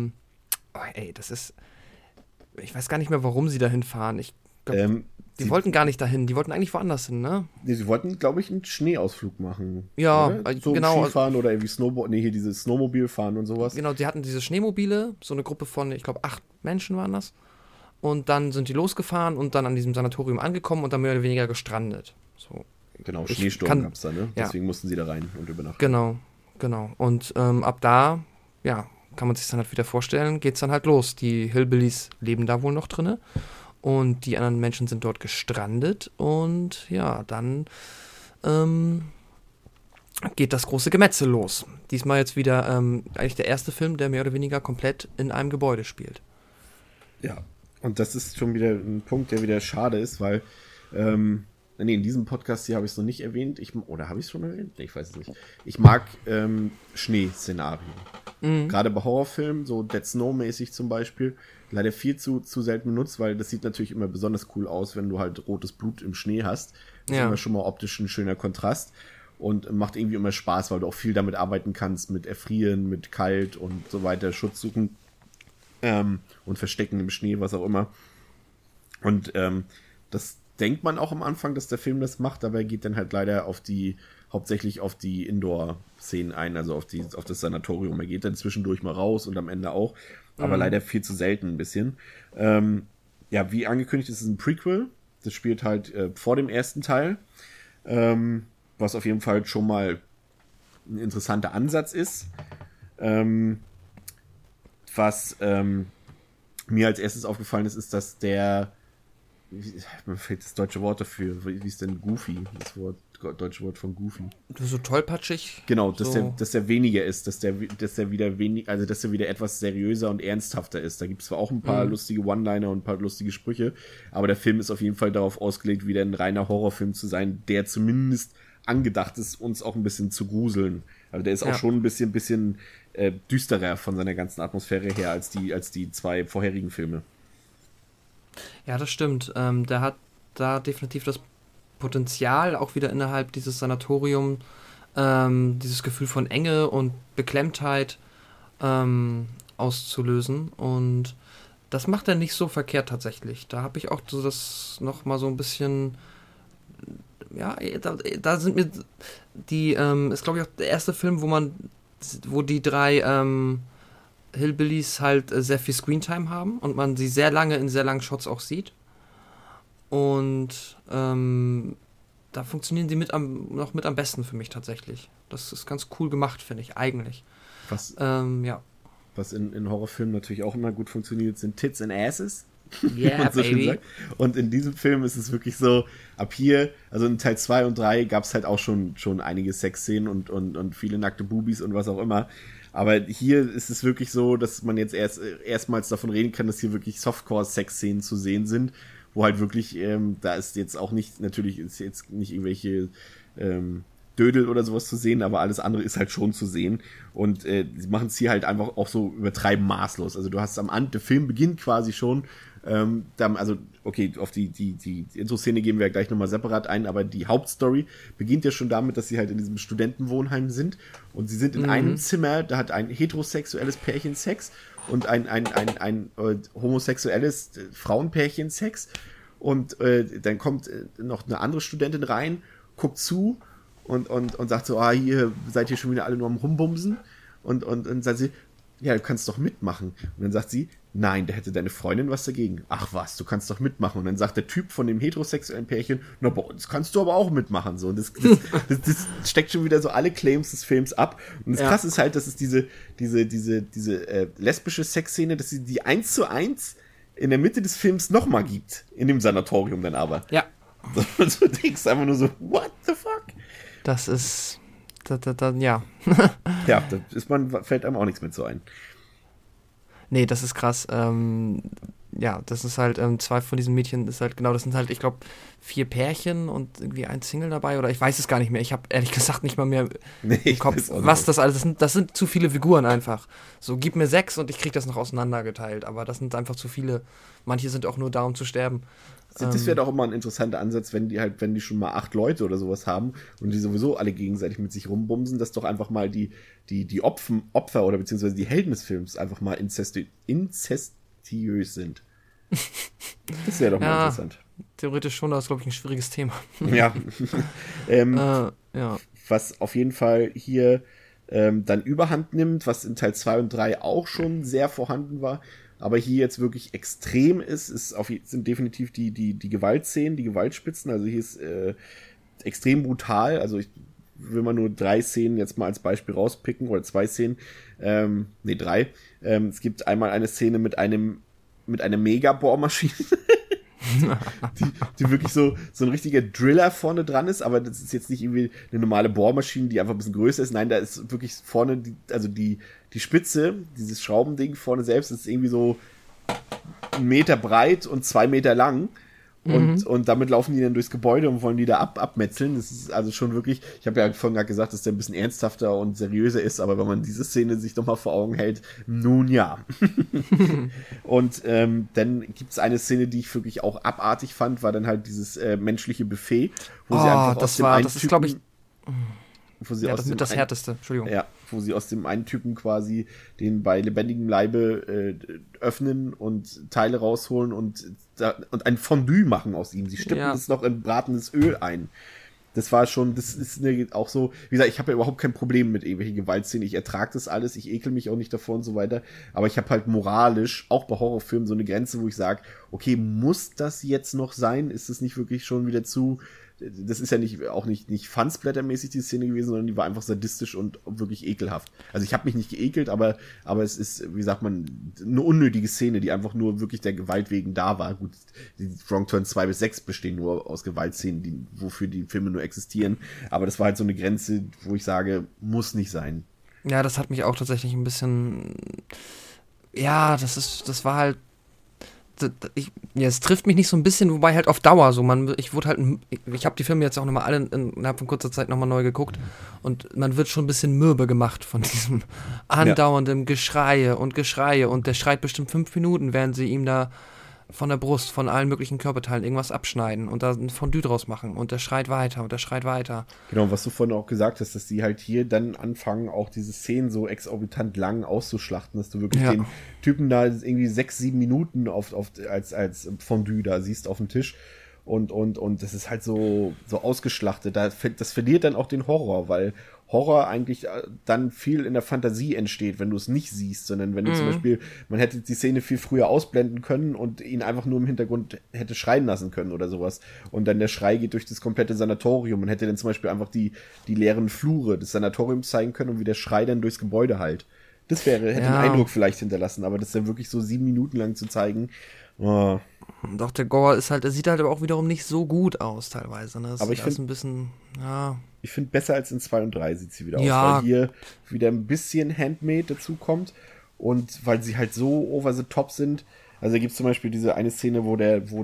S3: das ist, ich weiß gar nicht mehr, warum sie dahin fahren. Ich glaub, die wollten gar nicht dahin, die wollten eigentlich woanders hin, ne?
S2: Sie wollten, glaube ich, einen Schneeausflug machen.
S3: Ja,
S2: oder? So
S3: genau.
S2: Skifahren oder irgendwie dieses Snowmobil fahren und sowas.
S3: Genau, die hatten diese Schneemobile, so eine Gruppe von, ich glaube, 8 Menschen waren das. Und dann sind die losgefahren und dann an diesem Sanatorium angekommen und dann mehr oder weniger gestrandet. So.
S2: Genau,
S3: Ich
S2: Schneesturm
S3: kann-
S2: gab es da, ne?
S3: ja.
S2: Deswegen mussten sie da rein und übernachten.
S3: Genau. Und ab da, ja, kann man sich dann halt wieder vorstellen, geht's dann halt los. Die Hillbillies leben da wohl noch drinne und die anderen Menschen sind dort gestrandet und ja, dann geht das große Gemetzel los. Diesmal jetzt wieder eigentlich der erste Film, der mehr oder weniger komplett in einem Gebäude spielt.
S2: Ja, und das ist schon wieder ein Punkt, der wieder schade ist, weil, in diesem Podcast hier habe ich es noch nicht erwähnt. Oder habe ich es schon erwähnt? Nee, ich weiß es nicht. Ich mag Schneeszenarien. Gerade bei Horrorfilmen, so Dead Snow-mäßig zum Beispiel, leider viel zu selten benutzt, weil das sieht natürlich immer besonders cool aus, wenn du halt rotes Blut im Schnee hast. Das ist immer schon mal optisch ein schöner Kontrast und macht irgendwie immer Spaß, weil du auch viel damit arbeiten kannst, mit Erfrieren, mit Kalt und so weiter, Schutz suchen und verstecken im Schnee, was auch immer. Und das denkt man auch am Anfang, dass der Film das macht, aber er geht dann halt leider hauptsächlich auf die Indoor-Szenen ein, also auf das Sanatorium. Er geht dann zwischendurch mal raus und am Ende auch, aber leider viel zu selten ein bisschen. Ja, wie angekündigt, ist es ein Prequel. Das spielt halt vor dem ersten Teil, was auf jeden Fall schon mal ein interessanter Ansatz ist. Was mir als erstes aufgefallen ist, dass mir fehlt das deutsche Wort dafür. Wie ist denn Goofy? Deutsche Wort von Goofy.
S3: So tollpatschig.
S2: Genau, dass
S3: so.
S2: der weniger ist, dass der wieder etwas seriöser und ernsthafter ist. Da gibt es zwar auch ein paar lustige One-Liner und ein paar lustige Sprüche, aber der Film ist auf jeden Fall darauf ausgelegt, wieder ein reiner Horrorfilm zu sein, der zumindest angedacht ist, uns auch ein bisschen zu gruseln. Also der ist auch schon ein bisschen düsterer von seiner ganzen Atmosphäre her als die 2 vorherigen Filme.
S3: Ja, das stimmt. Der hat da definitiv das Potenzial, auch wieder innerhalb dieses Sanatoriums, dieses Gefühl von Enge und Beklemmtheit auszulösen. Und das macht er nicht so verkehrt tatsächlich. Da habe ich auch so das nochmal so ein bisschen, ja, da sind mir die, ist glaube ich auch der erste Film, wo die 3 Hillbillies halt sehr viel Screentime haben und man sie sehr lange in sehr langen Shots auch sieht. Und da funktionieren sie noch mit am besten für mich tatsächlich. Das ist ganz cool gemacht, finde ich, eigentlich.
S2: Was was in Horrorfilmen natürlich auch immer gut funktioniert, sind Tits and Asses.
S3: Yeah,
S2: so
S3: baby.
S2: Und in diesem Film ist es wirklich so, ab hier, also in Teil 2 und 3 gab es halt auch schon einige Sexszenen und viele nackte Bubis und was auch immer. Aber hier ist es wirklich so, dass man jetzt erstmals davon reden kann, dass hier wirklich Softcore-Sexszenen zu sehen sind, wo halt wirklich, da ist jetzt auch nicht, natürlich ist jetzt nicht irgendwelche Dödel oder sowas zu sehen, aber alles andere ist halt schon zu sehen. Und sie machen es hier halt einfach auch so übertreiben maßlos. Also du hast der Film beginnt quasi schon, also okay, auf die Intro-Szene gehen wir ja gleich nochmal separat ein, aber die Hauptstory beginnt ja schon damit, dass sie halt in diesem Studentenwohnheim sind und sie sind in einem Zimmer, da hat ein heterosexuelles Pärchen Sex und ein homosexuelles Frauenpärchen Sex und dann kommt noch eine andere Studentin rein, guckt zu und sagt so, hier seid ihr schon wieder alle nur am Rumbumsen und sagt sie, ja, du kannst doch mitmachen. Und dann sagt sie, nein, da hätte deine Freundin was dagegen. Ach was, du kannst doch mitmachen. Und dann sagt der Typ von dem heterosexuellen Pärchen, na, bei uns kannst du aber auch mitmachen. So, und das steckt schon wieder so alle Claims des Films ab. Und das Krasse ist halt, dass es diese lesbische Sexszene, dass sie die 1:1 in der Mitte des Films nochmal gibt. In dem Sanatorium dann aber.
S3: Ja.
S2: Und du denkst einfach nur so, what the fuck?
S3: Das ist,
S2: ja. Ja, fällt einem auch nichts mit so ein.
S3: Nee, das ist krass. Ja, das ist halt, zwei von diesen Mädchen ist halt, genau, das sind halt, ich glaube, 4 Pärchen und irgendwie ein Single dabei, oder ich weiß es gar nicht mehr. Ich habe ehrlich gesagt nicht mal mehr im Kopf, was das alles ist. Das sind zu viele Figuren einfach. So, gib mir 6 und ich krieg das noch auseinandergeteilt, aber das sind einfach zu viele. Manche sind auch nur da, um zu sterben.
S2: Das wäre doch immer ein interessanter Ansatz, wenn die schon mal 8 Leute oder sowas haben und die sowieso alle gegenseitig mit sich rumbumsen, dass doch einfach mal die Opfer oder beziehungsweise die Helden des Films einfach mal inzestiös sind. Das wäre doch mal interessant.
S3: Theoretisch schon, das ist, glaube ich, ein schwieriges Thema.
S2: Ja.
S3: Ja.
S2: Was auf jeden Fall hier dann Überhand nimmt, was in Teil 2 und 3 auch schon sehr vorhanden war, aber hier jetzt wirklich extrem sind definitiv die Gewaltszenen, die Gewaltspitzen. Also hier ist extrem brutal. Also ich will mal nur 3 Szenen jetzt mal als Beispiel rauspicken oder 2 Szenen. 3. Es gibt einmal eine Szene mit einer Mega-Bohrmaschine. die wirklich so ein richtiger Driller vorne dran ist, aber das ist jetzt nicht irgendwie eine normale Bohrmaschine, die einfach ein bisschen größer ist. Nein, da ist wirklich vorne, die Spitze, dieses Schraubending vorne selbst, ist irgendwie so 1 Meter breit und 2 Meter lang. Und damit laufen die dann durchs Gebäude und wollen die da abmetzeln. Das ist also schon wirklich, ich habe ja vorhin gerade gesagt, dass der ein bisschen ernsthafter und seriöser ist, aber wenn man diese Szene sich nochmal vor Augen hält, nun ja. Und dann gibt es eine Szene, die ich wirklich auch abartig fand, war dann halt dieses menschliche Buffet, wo sie einfach das ist, glaube ich, das ist das Härteste, Entschuldigung. Ja, wo sie aus dem einen Typen quasi den bei lebendigem Leibe öffnen und Teile rausholen und ein Fondue machen aus ihm. Sie stippen das noch in bratenes Öl ein. Das ist auch so, wie gesagt, ich habe ja überhaupt kein Problem mit irgendwelchen Gewaltszenen. Ich ertrage das alles, ich ekel mich auch nicht davor und so weiter. Aber ich habe halt moralisch, auch bei Horrorfilmen, so eine Grenze, wo ich sage, okay, muss das jetzt noch sein? Ist es nicht wirklich schon wieder das ist ja nicht Fansblättermäßig die Szene gewesen, sondern die war einfach sadistisch und wirklich ekelhaft. Also ich habe mich nicht geekelt, aber es ist, wie sagt man, eine unnötige Szene, die einfach nur wirklich der Gewalt wegen da war. Gut, die Wrong Turn 2 bis 6 bestehen nur aus Gewaltszenen, wofür die Filme nur existieren. Aber das war halt so eine Grenze, wo ich sage, muss nicht sein.
S3: Ja, das hat mich auch tatsächlich ein bisschen, ja, das war halt, es trifft mich nicht so ein bisschen, wobei halt auf Dauer so, ich habe die Filme jetzt auch nochmal alle innerhalb von kurzer Zeit nochmal neu geguckt und man wird schon ein bisschen mürbe gemacht von diesem andauernden Geschreie und der schreit bestimmt 5 Minuten, während sie ihm da von der Brust, von allen möglichen Körperteilen irgendwas abschneiden und da ein Fondue draus machen und der schreit weiter und der schreit weiter.
S2: Genau, was du vorhin auch gesagt hast, dass die halt hier dann anfangen, auch diese Szenen so exorbitant lang auszuschlachten, dass du wirklich den Typen da irgendwie 6-7 Minuten als Fondue da siehst auf dem Tisch und das ist halt so ausgeschlachtet. Das verliert dann auch den Horror, weil Horror eigentlich dann viel in der Fantasie entsteht, wenn du es nicht siehst, sondern wenn du zum Beispiel, man hätte die Szene viel früher ausblenden können und ihn einfach nur im Hintergrund hätte schreien lassen können oder sowas. Und dann der Schrei geht durch das komplette Sanatorium und hätte dann zum Beispiel einfach die leeren Flure des Sanatoriums zeigen können und wie der Schrei dann durchs Gebäude halt. Das hätte einen Eindruck vielleicht hinterlassen, aber das dann wirklich so 7 Minuten lang zu zeigen. Oh.
S3: Doch, der Gore ist halt, er sieht halt aber auch wiederum nicht so gut aus teilweise. Ne?
S2: Aber ich finde
S3: ein bisschen, ja.
S2: Ich finde, besser als in 2 und 3 sieht sie wieder aus,
S3: Ja.
S2: weil hier wieder ein bisschen Handmade dazu kommt und weil sie halt so over the top sind. Also da gibt es zum Beispiel diese eine Szene, wo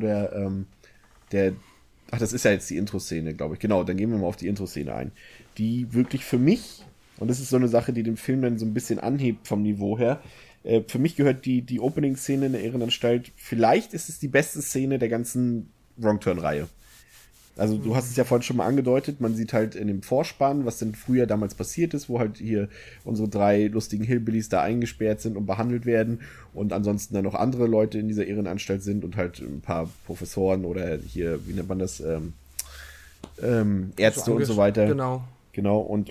S2: das ist ja jetzt die Intro-Szene, glaube ich. Genau, dann gehen wir mal auf die Intro-Szene ein. Die wirklich für mich, und das ist so eine Sache, die den Film dann so ein bisschen anhebt vom Niveau her, für mich gehört die Opening-Szene in der Irrenanstalt, vielleicht ist es die beste Szene der ganzen Wrong Turn-Reihe. Also du hast es ja vorhin schon mal angedeutet, man sieht halt in dem Vorspann, was denn früher damals passiert ist, wo halt hier unsere 3 lustigen Hillbillies da eingesperrt sind und behandelt werden und ansonsten dann noch andere Leute in dieser Irrenanstalt sind und halt ein paar Professoren oder hier, wie nennt man das, Ärzte und so weiter. Genau, und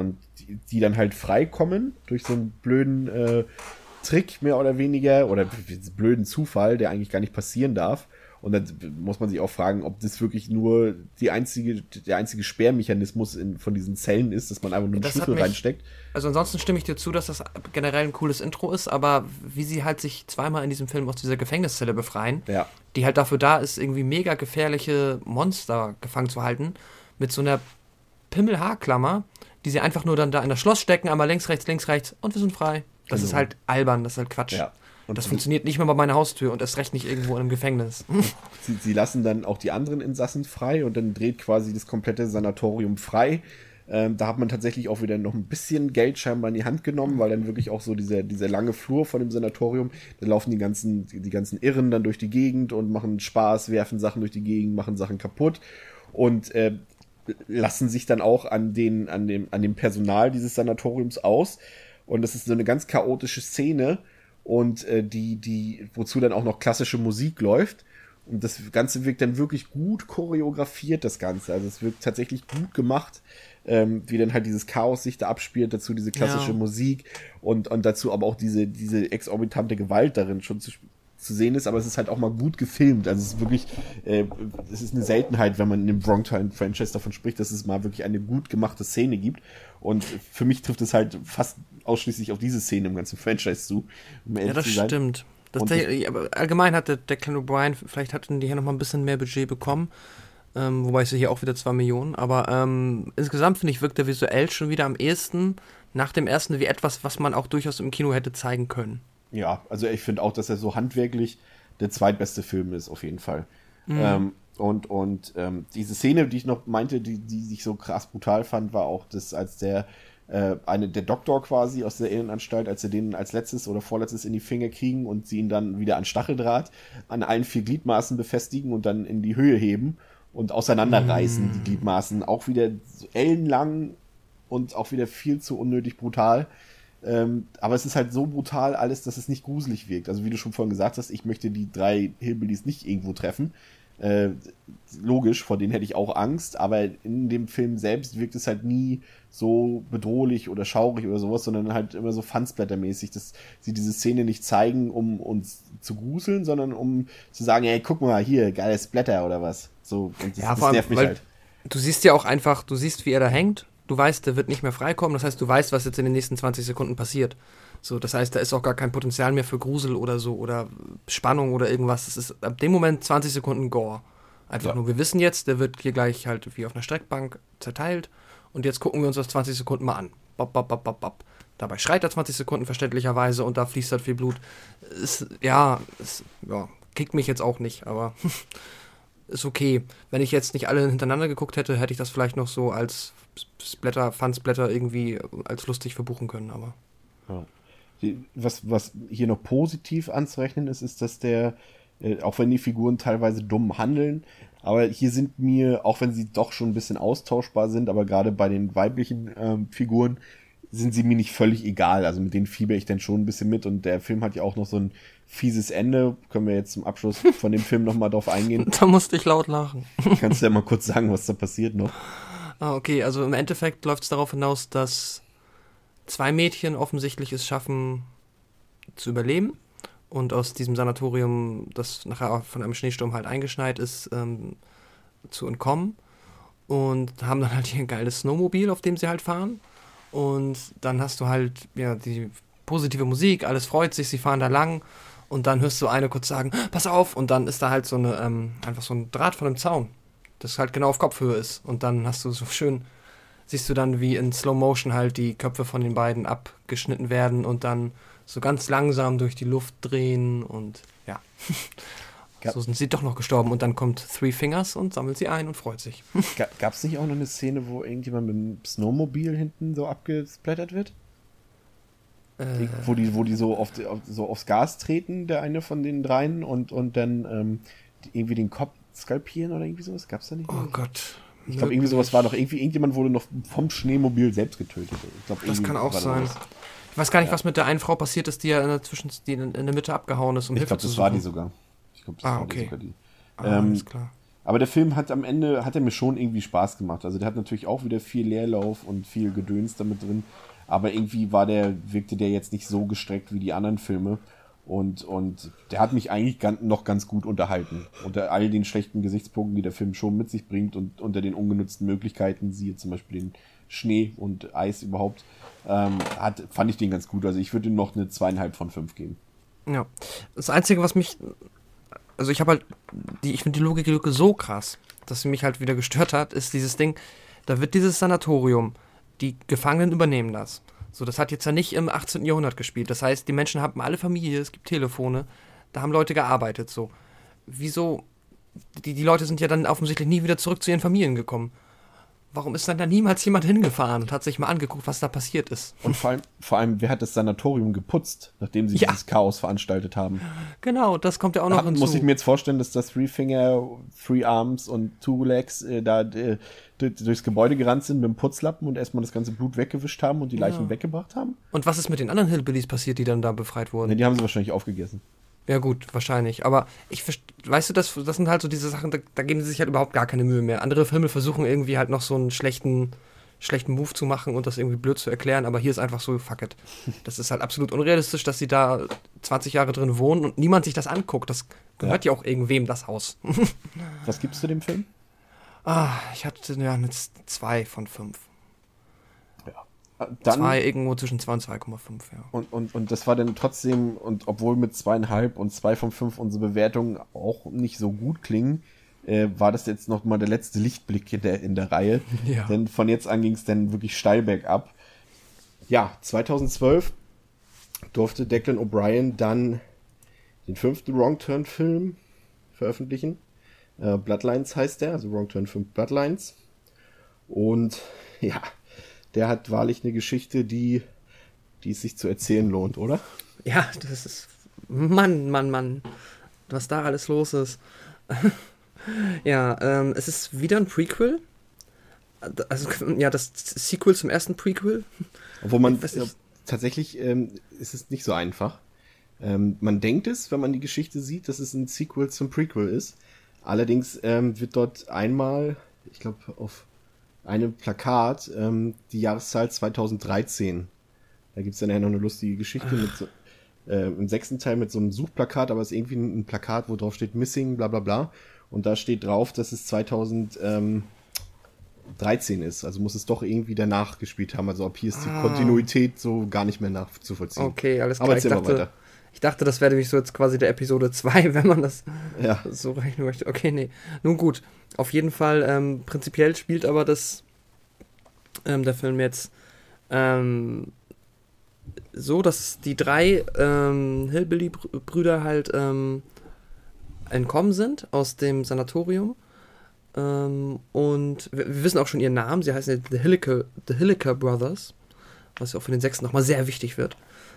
S2: die dann halt freikommen durch so einen blöden Trick mehr oder weniger oder blöden Zufall, der eigentlich gar nicht passieren darf. Und dann muss man sich auch fragen, ob das wirklich nur der einzige Sperrmechanismus von diesen Zellen ist, dass man einfach nur einen Schlüssel reinsteckt.
S3: Also ansonsten stimme ich dir zu, dass das generell ein cooles Intro ist, aber wie sie halt sich zweimal in diesem Film aus dieser Gefängniszelle befreien, die halt dafür da ist, irgendwie mega gefährliche Monster gefangen zu halten, mit so einer Pimmelhaarklammer, die sie einfach nur dann da in das Schloss stecken, einmal links, rechts und wir sind frei. Das ist halt albern, das ist halt Quatsch. Ja. Und das funktioniert nicht mehr bei meiner Haustür und erst recht nicht irgendwo in einem Gefängnis.
S2: Sie lassen dann auch die anderen Insassen frei und dann dreht quasi das komplette Sanatorium frei. Da hat man tatsächlich auch wieder noch ein bisschen Geld scheinbar in die Hand genommen, weil dann wirklich auch so dieser lange Flur von dem Sanatorium, da laufen die ganzen Irren dann durch die Gegend und machen Spaß, werfen Sachen durch die Gegend, machen Sachen kaputt und lassen sich dann auch an dem Personal dieses Sanatoriums aus. Und das ist so eine ganz chaotische Szene und wozu dann auch noch klassische Musik läuft. Und das Ganze wirkt dann wirklich gut choreografiert, das Ganze. Also es wirkt tatsächlich gut gemacht, wie dann halt dieses Chaos sich da abspielt, dazu diese klassische Musik und dazu aber auch diese exorbitante Gewalt darin schon zu sehen ist, aber es ist halt auch mal gut gefilmt. Also es ist wirklich, es ist eine Seltenheit, wenn man in dem Wrong-Turn-Franchise davon spricht, dass es mal wirklich eine gut gemachte Szene gibt. Und für mich trifft es halt fast ausschließlich auf diese Szene im ganzen Franchise zu.
S3: Ja, das stimmt. Aber allgemein hat der Clan O'Brien, vielleicht hatten die hier nochmal ein bisschen mehr Budget bekommen, wobei es hier auch wieder 2 Millionen, aber insgesamt finde ich, wirkt der visuell schon wieder am ehesten nach dem ersten wie etwas, was man auch durchaus im Kino hätte zeigen können.
S2: Ja, also ich finde auch, dass er so handwerklich der zweitbeste Film ist, auf jeden Fall. Mhm. Diese Szene, die ich noch meinte, die ich so krass brutal fand, war auch das, als der Doktor quasi aus der Irrenanstalt, als sie den als letztes oder vorletztes in die Finger kriegen und sie ihn dann wieder an Stacheldraht an allen 4 Gliedmaßen befestigen und dann in die Höhe heben und auseinanderreißen, die Gliedmaßen. Auch wieder so ellenlang und auch wieder viel zu unnötig brutal. Aber es ist halt so brutal alles, dass es nicht gruselig wirkt. Also wie du schon vorhin gesagt hast, ich möchte die 3 Hillbillies nicht irgendwo treffen. Logisch, vor denen hätte ich auch Angst, aber in dem Film selbst wirkt es halt nie so bedrohlich oder schaurig oder sowas, sondern halt immer so Fansblättermäßig, dass sie diese Szene nicht zeigen, um uns zu gruseln, sondern um zu sagen, hey, guck mal, hier, geiles Blätter oder was. So, und das nervt mich halt.
S3: Du siehst ja auch einfach, wie er da hängt, du weißt, der wird nicht mehr freikommen, das heißt, du weißt, was jetzt in den nächsten 20 Sekunden passiert. So, das heißt, da ist auch gar kein Potenzial mehr für Grusel oder so oder Spannung oder irgendwas. Das ist ab dem Moment 20 Sekunden Gore. Einfach nur, wir wissen jetzt, der wird hier gleich halt wie auf einer Streckbank zerteilt und jetzt gucken wir uns das 20 Sekunden mal an. Bop, bop, bop, bop, bop. Dabei schreit er 20 Sekunden verständlicherweise und da fließt halt viel Blut. Kickt mich jetzt auch nicht, aber ist okay. Wenn ich jetzt nicht alle hintereinander geguckt hätte, hätte ich das vielleicht noch so als Fansblätter irgendwie als lustig verbuchen können, aber
S2: ja. Was hier noch positiv anzurechnen ist, dass auch wenn die Figuren teilweise dumm handeln, aber hier sind mir, auch wenn sie doch schon ein bisschen austauschbar sind, aber gerade bei den weiblichen Figuren sind sie mir nicht völlig egal. Also mit denen fieber ich dann schon ein bisschen mit und der Film hat ja auch noch so ein fieses Ende. Können wir jetzt zum Abschluss von dem Film nochmal drauf eingehen?
S3: Da musste ich laut lachen.
S2: Kannst du ja mal kurz sagen, was da passiert noch?
S3: Okay, also im Endeffekt läuft es darauf hinaus, dass 2 Mädchen offensichtlich es schaffen zu überleben und aus diesem Sanatorium, das nachher von einem Schneesturm halt eingeschneit ist, zu entkommen und haben dann halt hier ein geiles Snowmobil, auf dem sie halt fahren und dann hast du halt die positive Musik, alles freut sich, sie fahren da lang und dann hörst du eine kurz sagen, pass auf, und dann ist da halt so eine, einfach so ein Draht von einem Zaun, das halt genau auf Kopfhöhe ist und dann hast du so schön, siehst du dann, wie in Slow Motion halt die Köpfe von den beiden abgeschnitten werden und dann so ganz langsam durch die Luft drehen und ja. So sind sie doch noch gestorben und dann kommt Three Fingers und sammelt sie ein und freut sich.
S2: Gab es nicht auch noch eine Szene, wo irgendjemand mit dem Snowmobil hinten so abgesplattert wird? Wo die so aufs Gas treten, der eine von den dreien, und dann irgendwie den Kopf skalpieren oder irgendwie sowas? Gab's da nicht?
S3: Oh Gott.
S2: Ich glaube, irgendwie sowas war doch. Irgendjemand wurde noch vom Schneemobil selbst getötet. Ich glaub,
S3: das kann auch sein. Ich weiß gar nicht, was mit der einen Frau passiert ist, die ja in der Mitte abgehauen ist, um Hilfe zu suchen.
S2: Ich glaube, das war die sogar.
S3: Okay.
S2: Die.
S3: Alles klar.
S2: Aber der Film hat am Ende, hat er mir schon irgendwie Spaß gemacht. Also der hat natürlich auch wieder viel Leerlauf und viel Gedöns damit drin. Aber irgendwie wirkte der jetzt nicht so gestreckt wie die anderen Filme. Und der hat mich eigentlich noch ganz gut unterhalten. Unter all den schlechten Gesichtspunkten, die der Film schon mit sich bringt und unter den ungenutzten Möglichkeiten, siehe zum Beispiel den Schnee und Eis überhaupt, fand ich den ganz gut. Also ich würde ihm noch eine 2,5 von 5 geben.
S3: Ja. Das Einzige, was mich... Also ich habe halt... Ich finde die Logiklücke so krass, dass sie mich halt wieder gestört hat, ist dieses Ding, da wird dieses Sanatorium, die Gefangenen übernehmen das. So, das hat jetzt ja nicht im 18. Jahrhundert gespielt. Das heißt, die Menschen haben alle Familie, es gibt Telefone, da haben Leute gearbeitet, so. Wieso? Die Leute sind ja dann offensichtlich nie wieder zurück zu ihren Familien gekommen. Warum ist dann da niemals jemand hingefahren und hat sich mal angeguckt, was da passiert ist?
S2: Und vor allem, wer hat das Sanatorium geputzt, nachdem sie dieses Chaos veranstaltet haben?
S3: Genau, das kommt ja auch noch hinzu.
S2: Muss ich mir jetzt vorstellen, dass das Three Finger, Three Arms und Two Legs durchs Gebäude gerannt sind mit dem Putzlappen und erstmal das ganze Blut weggewischt haben und die Leichen weggebracht haben?
S3: Und was ist mit den anderen Hillbillies passiert, die dann da befreit wurden?
S2: Ne, die haben sie wahrscheinlich aufgegessen.
S3: Ja gut, wahrscheinlich. Aber weißt du, das sind halt so diese Sachen, da geben sie sich halt überhaupt gar keine Mühe mehr. Andere Filme versuchen irgendwie halt noch so einen schlechten Move zu machen und das irgendwie blöd zu erklären, aber hier ist einfach so, fuck it. Das ist halt absolut unrealistisch, dass sie da 20 Jahre drin wohnen und niemand sich das anguckt. Das gehört ja auch irgendwem, das Haus.
S2: Was gibst du dem Film?
S3: Ich hatte ja eine 2 von 5.
S2: Dann,
S3: 2 irgendwo zwischen 2 und 2,5, ja.
S2: Und das war dann trotzdem, und obwohl mit 2,5 und 2 von 5 unsere Bewertungen auch nicht so gut klingen, war das jetzt noch mal der letzte Lichtblick in der Reihe. Ja. Denn von jetzt an ging es dann wirklich steil bergab. Ja, 2012 durfte Declan O'Brien dann den 5. Wrong Turn Film veröffentlichen. Bloodlines heißt der, also Wrong Turn 5 Bloodlines. Und ja, der hat wahrlich eine Geschichte, die es sich zu erzählen lohnt, oder?
S3: Ja, das ist... Mann. Was da alles los ist. Ja, es ist wieder ein Prequel. Also, ja, das Sequel zum ersten Prequel.
S2: Obwohl man... tatsächlich ist es nicht so einfach. Man denkt es, wenn man die Geschichte sieht, dass es ein Sequel zum Prequel ist. Allerdings wird dort einmal, ich glaube, auf einem Plakat die Jahreszahl 2013. Da gibt es dann ja noch eine lustige Geschichte mit so, im 6. Teil mit so einem Suchplakat, aber es ist irgendwie ein Plakat, wo drauf steht Missing, bla bla bla. Und da steht drauf, dass es 2013 ist. Also muss es doch irgendwie danach gespielt haben. Also ob hier ist die Kontinuität so gar nicht mehr nachzuvollziehen.
S3: Okay, alles klar.
S2: Aber
S3: ich dachte, das wäre nämlich so jetzt quasi der Episode 2, wenn man das so rechnen möchte. Okay, nee. Nun gut. Auf jeden Fall, prinzipiell spielt aber der Film jetzt so, dass die 3 Hillbilly-Brüder halt entkommen sind aus dem Sanatorium. Und wir wissen auch schon ihren Namen. Sie heißen The Hilliker Brothers, was ja auch für den 6. nochmal sehr wichtig wird.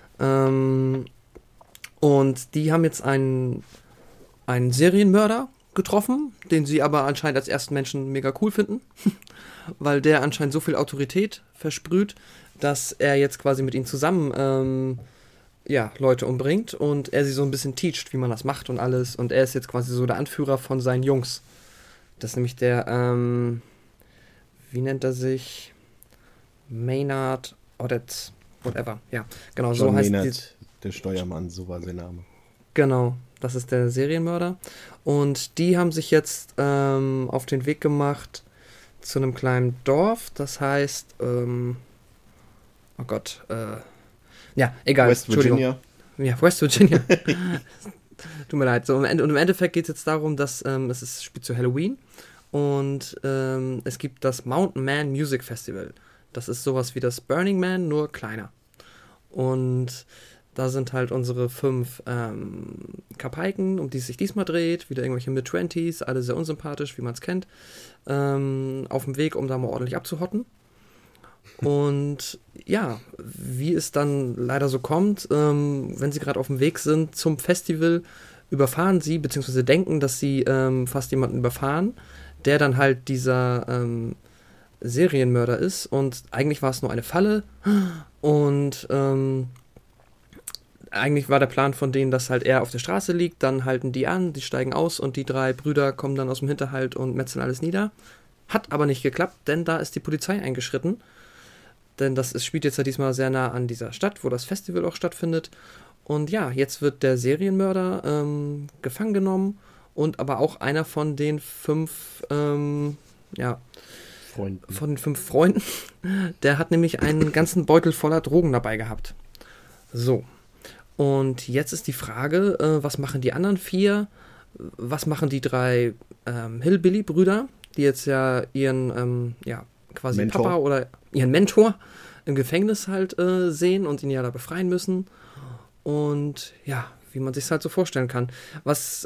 S3: Und die haben jetzt einen Serienmörder getroffen, den sie aber anscheinend als ersten Menschen mega cool finden, weil der anscheinend so viel Autorität versprüht, dass er jetzt quasi mit ihnen zusammen Leute umbringt und er sie so ein bisschen teacht, wie man das macht und alles. Und er ist jetzt quasi so der Anführer von seinen Jungs. Das ist nämlich der, wie nennt er sich? Maynard Odette, whatever. Ja, genau,
S2: John
S3: so heißt
S2: Maynard, der Steuermann, so war sein Name.
S3: Genau, das ist der Serienmörder. Und die haben sich jetzt auf den Weg gemacht zu einem kleinen Dorf. Das heißt, Ja, egal.
S2: West Virginia.
S3: Ja, West Virginia. Tut mir leid. So, und im Endeffekt geht es jetzt darum, dass es spielt zu Halloween und es gibt das Mountain Man Music Festival. Das ist sowas wie das Burning Man, nur kleiner. Und da sind halt unsere 5 Kapaiken, um die es sich diesmal dreht. Wieder irgendwelche Mid-20s, alle sehr unsympathisch, wie man es kennt. Auf dem Weg, um da mal ordentlich abzuhotten. Und ja, wie es dann leider so kommt, wenn sie gerade auf dem Weg sind zum Festival, überfahren sie, beziehungsweise denken, dass sie fast jemanden überfahren, der dann halt dieser Serienmörder ist. Und eigentlich war es nur eine Falle. Und eigentlich war der Plan von denen, dass halt er auf der Straße liegt, dann halten die an, die steigen aus und die 3 Brüder kommen dann aus dem Hinterhalt und metzeln alles nieder. Hat aber nicht geklappt, denn da ist die Polizei eingeschritten. Denn spielt jetzt ja diesmal sehr nah an dieser Stadt, wo das Festival auch stattfindet. Und ja, jetzt wird der Serienmörder gefangen genommen und aber auch einer von den 5 Freunden. Von den 5 Freunden, der hat nämlich einen ganzen Beutel voller Drogen dabei gehabt. So. Und jetzt ist die Frage, was machen die anderen 4? Was machen die 3 Hillbilly-Brüder, die jetzt ja ihren quasi
S2: Mentor.
S3: Papa oder ihren Mentor im Gefängnis halt sehen und ihn ja da befreien müssen. Und ja, wie man sich halt so vorstellen kann. Was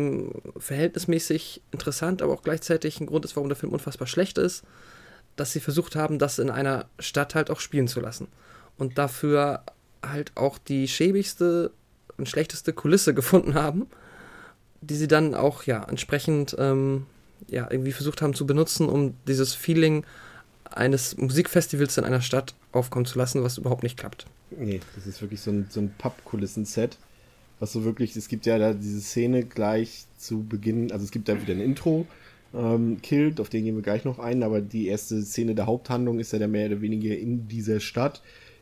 S3: verhältnismäßig interessant, aber auch gleichzeitig ein Grund ist, warum der Film unfassbar schlecht ist, dass sie versucht haben, das in einer Stadt halt auch spielen zu lassen. Und dafür halt auch die schäbigste und schlechteste Kulisse gefunden haben, die sie dann auch entsprechend irgendwie versucht haben zu benutzen, um dieses Feeling eines Musikfestivals in einer Stadt aufkommen zu lassen, was überhaupt nicht klappt.
S2: Nee, das ist wirklich so ein Pappkulissen-Set, was so wirklich, es gibt ja da diese Szene gleich zu Beginn, also es gibt da wieder ein Intro, Killed, auf den gehen wir gleich noch ein, aber die erste Szene der Haupthandlung ist ja dann mehr oder weniger in dieser Stadt,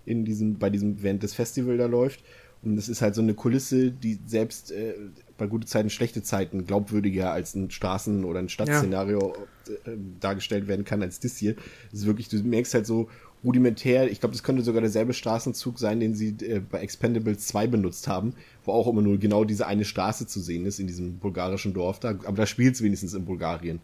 S2: während das Festival da läuft. Und es ist halt so eine Kulisse, die selbst bei guten Zeiten, schlechte Zeiten glaubwürdiger als ein Straßen- oder ein Stadtszenario dargestellt werden kann als das hier. Das ist wirklich, du merkst halt so rudimentär, ich glaube, das könnte sogar derselbe Straßenzug sein, den sie bei Expendables 2 benutzt haben, wo auch immer nur genau diese eine Straße zu sehen ist in diesem bulgarischen Dorf da. Aber da spielt es wenigstens in Bulgarien.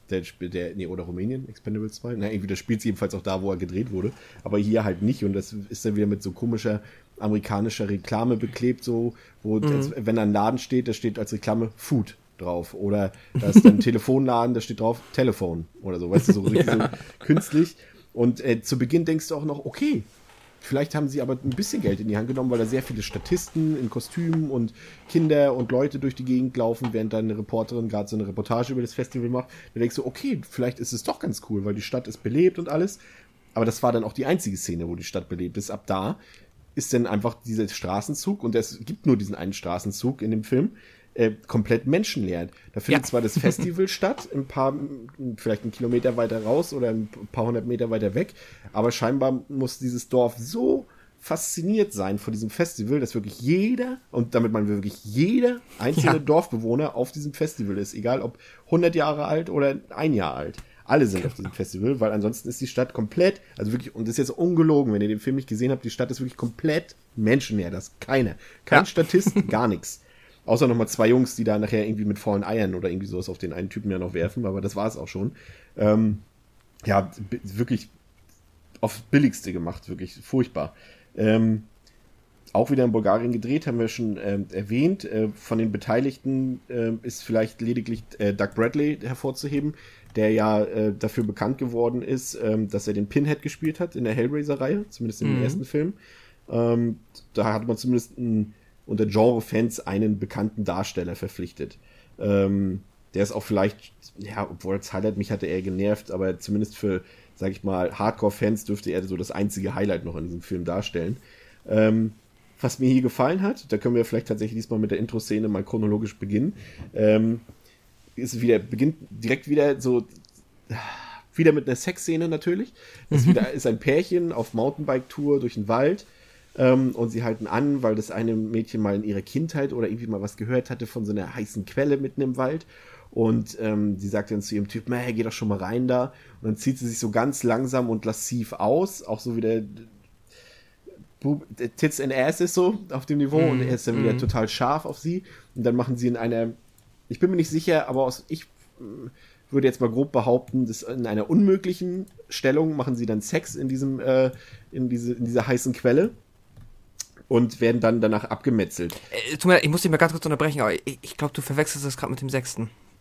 S2: Oder Rumänien, Expendables 2. Irgendwie, das spielt jedenfalls auch da, wo er gedreht wurde. Aber hier halt nicht. Und das ist dann wieder mit so komischer amerikanischer Reklame beklebt, so, wenn da ein Laden steht, da steht als Reklame Food drauf. Oder da ist dann ein Telefonladen, da steht drauf Telefon oder so. Weißt du, so richtig so künstlich. Und zu Beginn denkst du auch noch, okay, vielleicht haben sie aber ein bisschen Geld in die Hand genommen, weil da sehr viele Statisten in Kostümen und Kinder und Leute durch die Gegend laufen, während da eine Reporterin gerade so eine Reportage über das Festival macht. Da denkst du, okay, vielleicht ist es doch ganz cool, weil die Stadt ist belebt und alles. Aber das war dann auch die einzige Szene, wo die Stadt belebt ist. Ab da ist dann einfach dieser Straßenzug, und es gibt nur diesen einen Straßenzug in dem Film, komplett menschenleer. Da findet zwar das Festival statt, vielleicht einen Kilometer weiter raus oder ein paar 100 Meter weiter weg, aber scheinbar muss dieses Dorf so fasziniert sein von diesem Festival, dass wirklich jeder, und damit man wirklich jeder einzelne Dorfbewohner auf diesem Festival ist, egal ob 100 Jahre alt oder 1 Jahr alt. Alle sind auf diesem Festival, weil ansonsten ist die Stadt komplett, also wirklich, und das ist jetzt ungelogen, wenn ihr den Film nicht gesehen habt, die Stadt ist wirklich komplett menschenleer, das ist keiner. Kein Statist, gar nichts. Außer nochmal 2 Jungs, die da nachher irgendwie mit faulen Eiern oder irgendwie sowas auf den einen Typen ja noch werfen, aber das war es auch schon. Wirklich aufs Billigste gemacht, wirklich furchtbar. Auch wieder in Bulgarien gedreht, haben wir schon erwähnt. Von den Beteiligten ist vielleicht lediglich Doug Bradley hervorzuheben, der ja dafür bekannt geworden ist, dass er den Pinhead gespielt hat in der Hellraiser-Reihe, zumindest im ersten Film. Da hat man zumindest unter Genre-Fans einen bekannten Darsteller verpflichtet. Der ist auch vielleicht, obwohl als Highlight mich hatte er genervt, aber zumindest für, sag ich mal, Hardcore-Fans dürfte er so das einzige Highlight noch in diesem Film darstellen. Was mir hier gefallen hat, da können wir vielleicht tatsächlich diesmal mit der Intro-Szene mal chronologisch beginnen, beginnt direkt wieder mit einer Sexszene natürlich. Das ist ein Pärchen auf Mountainbike-Tour durch den Wald, und sie halten an, weil das eine Mädchen mal in ihrer Kindheit oder irgendwie mal was gehört hatte von so einer heißen Quelle mitten im Wald. Und sie sagt dann zu ihrem Typ, geh doch schon mal rein da. Und dann zieht sie sich so ganz langsam und lassiv aus, auch so wieder Tits and Ass ist so auf dem Niveau und er ist dann wieder total scharf auf sie und dann machen sie in einer, ich bin mir nicht sicher, aber ich würde jetzt mal grob behaupten, dass in einer unmöglichen Stellung machen sie dann Sex in dieser heißen Quelle und werden dann danach abgemetzelt.
S3: Tut mir leid, ich muss dich mal ganz kurz unterbrechen, aber ich glaube, du verwechselst das gerade mit dem 6.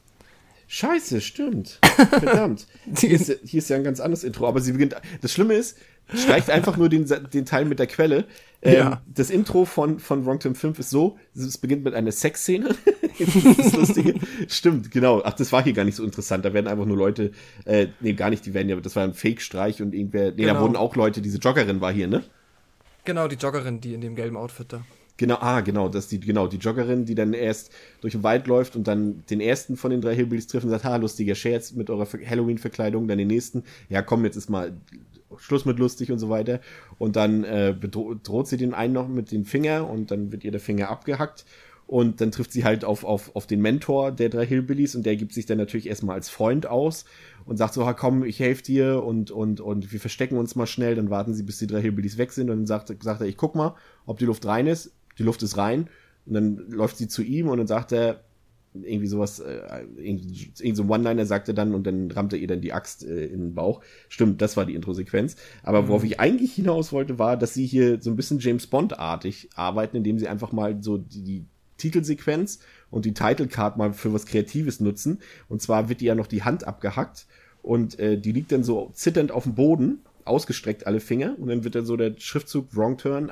S2: Scheiße, stimmt. Verdammt. Hier ist ja ein ganz anderes Intro, aber sie beginnt. Das Schlimme ist, streicht einfach nur den Teil mit der Quelle. Das Intro von Wrong Turn 5 ist so, es beginnt mit einer Sexszene. Das ist Lustige. Stimmt, genau. Ach, das war hier gar nicht so interessant. Da werden einfach nur Leute, gar nicht, das war ein Fake-Streich und irgendwer, da wurden auch Leute, diese Joggerin war hier, ne?
S3: Genau, die Joggerin, die in dem gelben Outfit da.
S2: Genau, die Joggerin, die dann erst durch den Wald läuft und dann den ersten von den 3 Hillbillies trifft und sagt, lustiger Scherz mit eurer Halloween-Verkleidung, dann den nächsten, ja komm, jetzt ist mal Schluss mit lustig und so weiter. Und dann droht sie den einen noch mit dem Finger und dann wird ihr der Finger abgehackt und dann trifft sie halt auf den Mentor der 3 Hillbillies und der gibt sich dann natürlich erstmal als Freund aus und sagt so, komm, ich helfe dir und wir verstecken uns mal schnell, dann warten sie, bis die 3 Hillbillies weg sind und dann sagt er, ich guck mal, ob die Luft rein ist. Die Luft ist rein und dann läuft sie zu ihm und dann sagt er irgendwie sowas, irgend so ein One-Liner sagt er dann und dann rammt er ihr dann die Axt in den Bauch. Stimmt, das war die Intro-Sequenz. Aber worauf ich eigentlich hinaus wollte, war, dass sie hier so ein bisschen James Bond-artig arbeiten, indem sie einfach mal so die Titelsequenz und die Title-Card mal für was Kreatives nutzen. Und zwar wird ihr ja noch die Hand abgehackt und die liegt dann so zitternd auf dem Boden, ausgestreckt alle Finger und dann wird dann so der Schriftzug Wrong Turn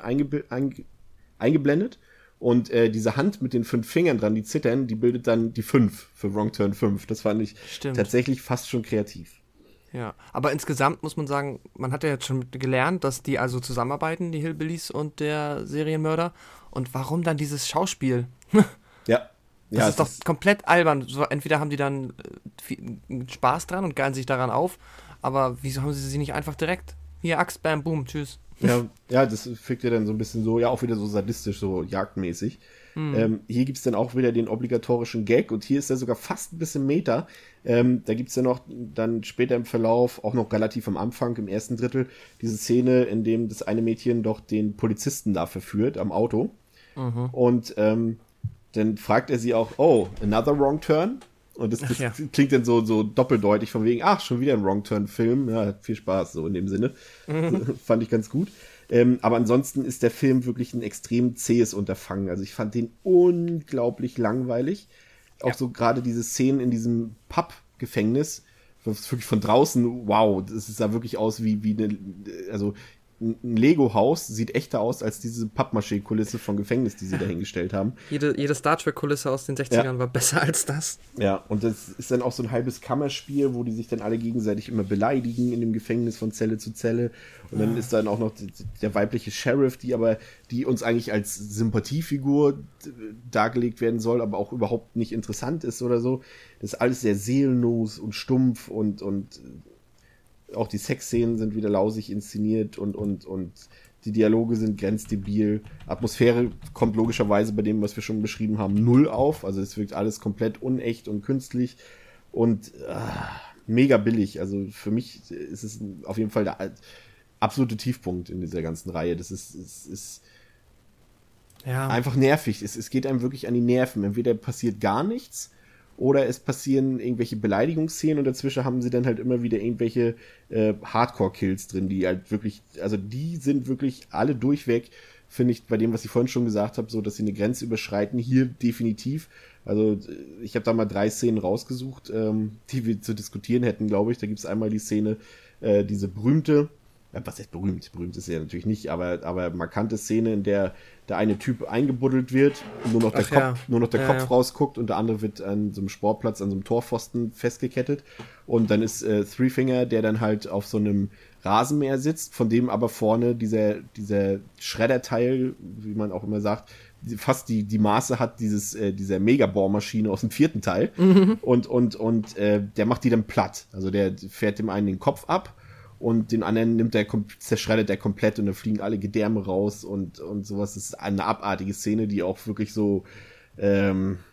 S2: eingeblendet und diese Hand mit den 5 Fingern dran, die zittern, die bildet dann die 5 für Wrong Turn 5. Das fand ich tatsächlich fast schon kreativ.
S3: Ja, aber insgesamt muss man sagen, man hat ja jetzt schon gelernt, dass die also zusammenarbeiten, die Hillbillies und der Serienmörder. Und warum dann dieses Schauspiel?
S2: Ja.
S3: Das ist doch komplett albern. So, entweder haben die dann Spaß dran und geilen sich daran auf, aber wieso haben sie nicht einfach direkt? Hier, Axt, bam, boom, tschüss.
S2: Ja, das wirkt ja dann so ein bisschen so, ja, auch wieder so sadistisch, so jagdmäßig. Hier gibt's dann auch wieder den obligatorischen Gag und hier ist er sogar fast ein bisschen Meta. Da gibt's ja noch dann später im Verlauf, auch noch relativ am Anfang, im ersten Drittel, diese Szene, in dem das eine Mädchen doch den Polizisten da verführt am Auto. Und dann fragt er sie auch, oh, another wrong turn? Und das klingt dann so doppeldeutig von wegen, schon wieder ein Wrong-Turn-Film. Ja, viel Spaß, so in dem Sinne. Fand ich ganz gut. Aber ansonsten ist der Film wirklich ein extrem zähes Unterfangen. Also ich fand den unglaublich langweilig. Auch so gerade diese Szenen in diesem Pub-Gefängnis, wirklich von draußen, wow, das sah wirklich aus wie ein Lego-Haus sieht echter aus als diese Pappmaché-Kulisse vom Gefängnis, die sie dahingestellt haben.
S3: Jede Star Trek-Kulisse aus den 60ern war besser als das.
S2: Ja, und das ist dann auch so ein halbes Kammerspiel, wo die sich dann alle gegenseitig immer beleidigen in dem Gefängnis von Zelle zu Zelle. Und dann ist dann auch noch der weibliche Sheriff, die uns eigentlich als Sympathiefigur dargelegt werden soll, aber auch überhaupt nicht interessant ist oder so. Das ist alles sehr seelenlos und stumpf und auch die Sexszenen sind wieder lausig inszeniert und die Dialoge sind grenzdebil. Atmosphäre kommt logischerweise bei dem, was wir schon beschrieben haben, null auf. Also es wirkt alles komplett unecht und künstlich und mega billig. Also für mich ist es auf jeden Fall der absolute Tiefpunkt in dieser ganzen Reihe. Das ist einfach nervig. Es geht einem wirklich an die Nerven. Entweder passiert gar nichts oder es passieren irgendwelche Beleidigungsszenen und dazwischen haben sie dann halt immer wieder irgendwelche Hardcore-Kills drin, die halt wirklich, also die sind wirklich alle durchweg, finde ich, bei dem, was ich vorhin schon gesagt habe, so, dass sie eine Grenze überschreiten, hier definitiv. Also ich habe da mal 3 Szenen rausgesucht, die wir zu diskutieren hätten, glaube ich. Da gibt es einmal die Szene, diese berühmte, was heißt berühmt? Berühmt ist ja natürlich nicht, aber markante Szene, in der der eine Typ eingebuddelt wird, nur noch der Kopf rausguckt und der andere wird an so einem Sportplatz, an so einem Torpfosten festgekettet. Und dann ist Three Finger, der dann halt auf so einem Rasenmäher sitzt, von dem aber vorne dieser Schredderteil, wie man auch immer sagt, fast die Maße hat dieser Megabohrmaschine aus dem 4. Teil. Und der macht die dann platt. Also der fährt dem einen den Kopf ab und den anderen zerschreddet er komplett und dann fliegen alle Gedärme raus und sowas. Das ist eine abartige Szene, die auch wirklich so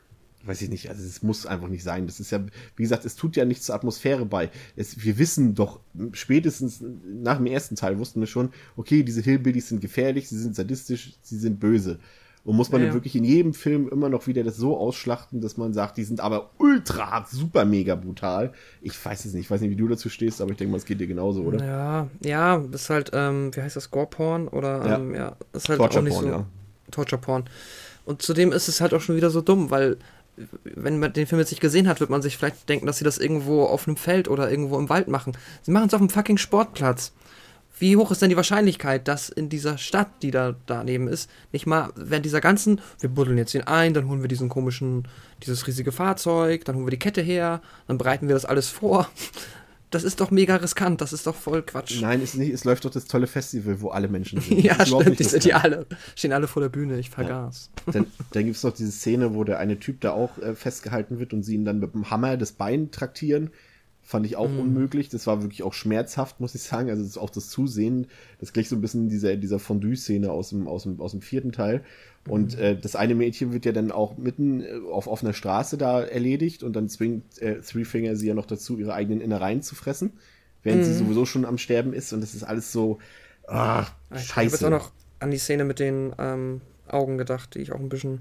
S2: weiß ich nicht, also es muss einfach nicht sein. Das ist ja, wie gesagt, es tut ja nichts zur Atmosphäre bei. Wir wissen doch, spätestens nach dem ersten Teil wussten wir schon, okay, diese Hillbillies sind gefährlich, sie sind sadistisch, sie sind böse. Und muss man dann wirklich in jedem Film immer noch wieder das so ausschlachten, dass man sagt, die sind aber ultra, super, mega brutal. Ich weiß es nicht, ich weiß nicht, wie du dazu stehst, aber ich denke mal, es geht dir genauso, oder?
S3: Ja, das ist halt, wie heißt das, Gore-Porn? Oder, das ist halt
S2: Torture
S3: auch nicht
S2: Porn,
S3: so.
S2: ja.
S3: Torture-Porn. Und zudem ist es halt auch schon wieder so dumm, weil wenn man den Film jetzt nicht gesehen hat, wird man sich vielleicht denken, dass sie das irgendwo auf einem Feld oder irgendwo im Wald machen. Sie machen es auf einem fucking Sportplatz. Wie hoch ist denn die Wahrscheinlichkeit, dass in dieser Stadt, die da daneben ist, nicht mal während dieser ganzen, wir buddeln jetzt den ein, dann holen wir dieses riesige Fahrzeug, dann holen wir die Kette her, dann bereiten wir das alles vor. Das ist doch mega riskant, das ist doch voll Quatsch.
S2: Nein, ist nicht, es läuft doch das tolle Festival, wo alle Menschen sind.
S3: Ja, stimmt, stehen alle vor der Bühne, ich vergaß.
S2: Ja. Dann gibt es noch diese Szene, wo der eine Typ da auch festgehalten wird und sie ihn dann mit dem Hammer das Bein traktieren. Fand ich auch unmöglich. Das war wirklich auch schmerzhaft, muss ich sagen. Also das auch das Zusehen, das gleich so ein bisschen dieser Fondue-Szene aus dem vierten Teil. Und das eine Mädchen wird ja dann auch mitten auf offener Straße da erledigt und dann zwingt Three Finger sie ja noch dazu, ihre eigenen Innereien zu fressen, während sie sowieso schon am Sterben ist. Und das ist alles so scheiße.
S3: Ich habe jetzt auch noch an die Szene mit den Augen gedacht, die ich auch ein bisschen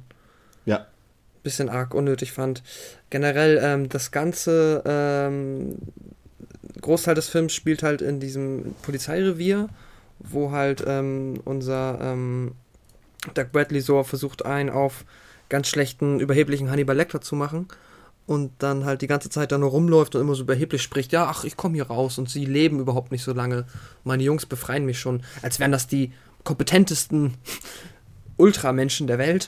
S3: arg unnötig fand. Generell das ganze Großteil des Films spielt halt in diesem Polizeirevier, wo halt unser Doug Bradley so versucht, einen auf ganz schlechten, überheblichen Hannibal Lecter zu machen und dann halt die ganze Zeit da nur rumläuft und immer so überheblich spricht, ja, ach, ich komme hier raus und sie leben überhaupt nicht so lange. Meine Jungs befreien mich schon, als wären das die kompetentesten Ultramenschen der Welt.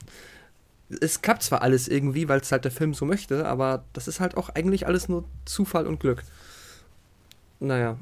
S3: Es klappt zwar alles irgendwie, weil es halt der Film so möchte, aber das ist halt auch eigentlich alles nur Zufall und Glück. Naja,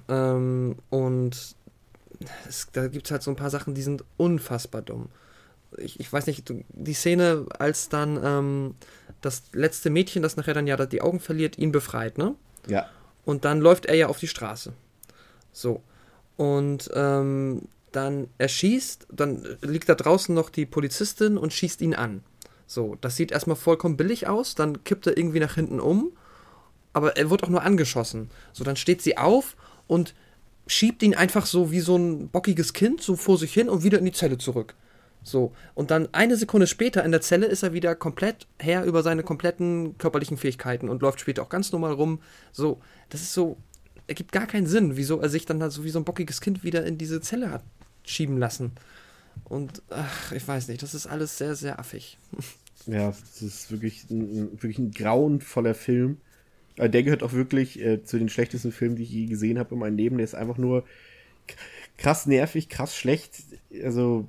S3: und da gibt es halt so ein paar Sachen, die sind unfassbar dumm. Ich weiß nicht, die Szene, als dann das letzte Mädchen, das nachher dann ja die Augen verliert, ihn befreit, ne?
S2: Ja.
S3: Und dann läuft er ja auf die Straße. So. Und dann erschießt, dann liegt da draußen noch die Polizistin und schießt ihn an. So, das sieht erstmal vollkommen billig aus, dann kippt er irgendwie nach hinten um, aber er wird auch nur angeschossen. So, dann steht sie auf und schiebt ihn einfach so wie so ein bockiges Kind so vor sich hin und wieder in die Zelle zurück. So, und dann eine Sekunde später in der Zelle ist er wieder komplett Herr über seine kompletten körperlichen Fähigkeiten und läuft später auch ganz normal rum. So, das ist so, ergibt gar keinen Sinn, wieso er sich dann halt so wie so ein bockiges Kind wieder in diese Zelle hat schieben lassen. Und, ich weiß nicht, das ist alles sehr, sehr affig.
S2: Ja, das ist wirklich ein grauenvoller Film. Der gehört auch wirklich zu den schlechtesten Filmen, die ich je gesehen habe in meinem Leben. Der ist einfach nur krass nervig, krass schlecht. Also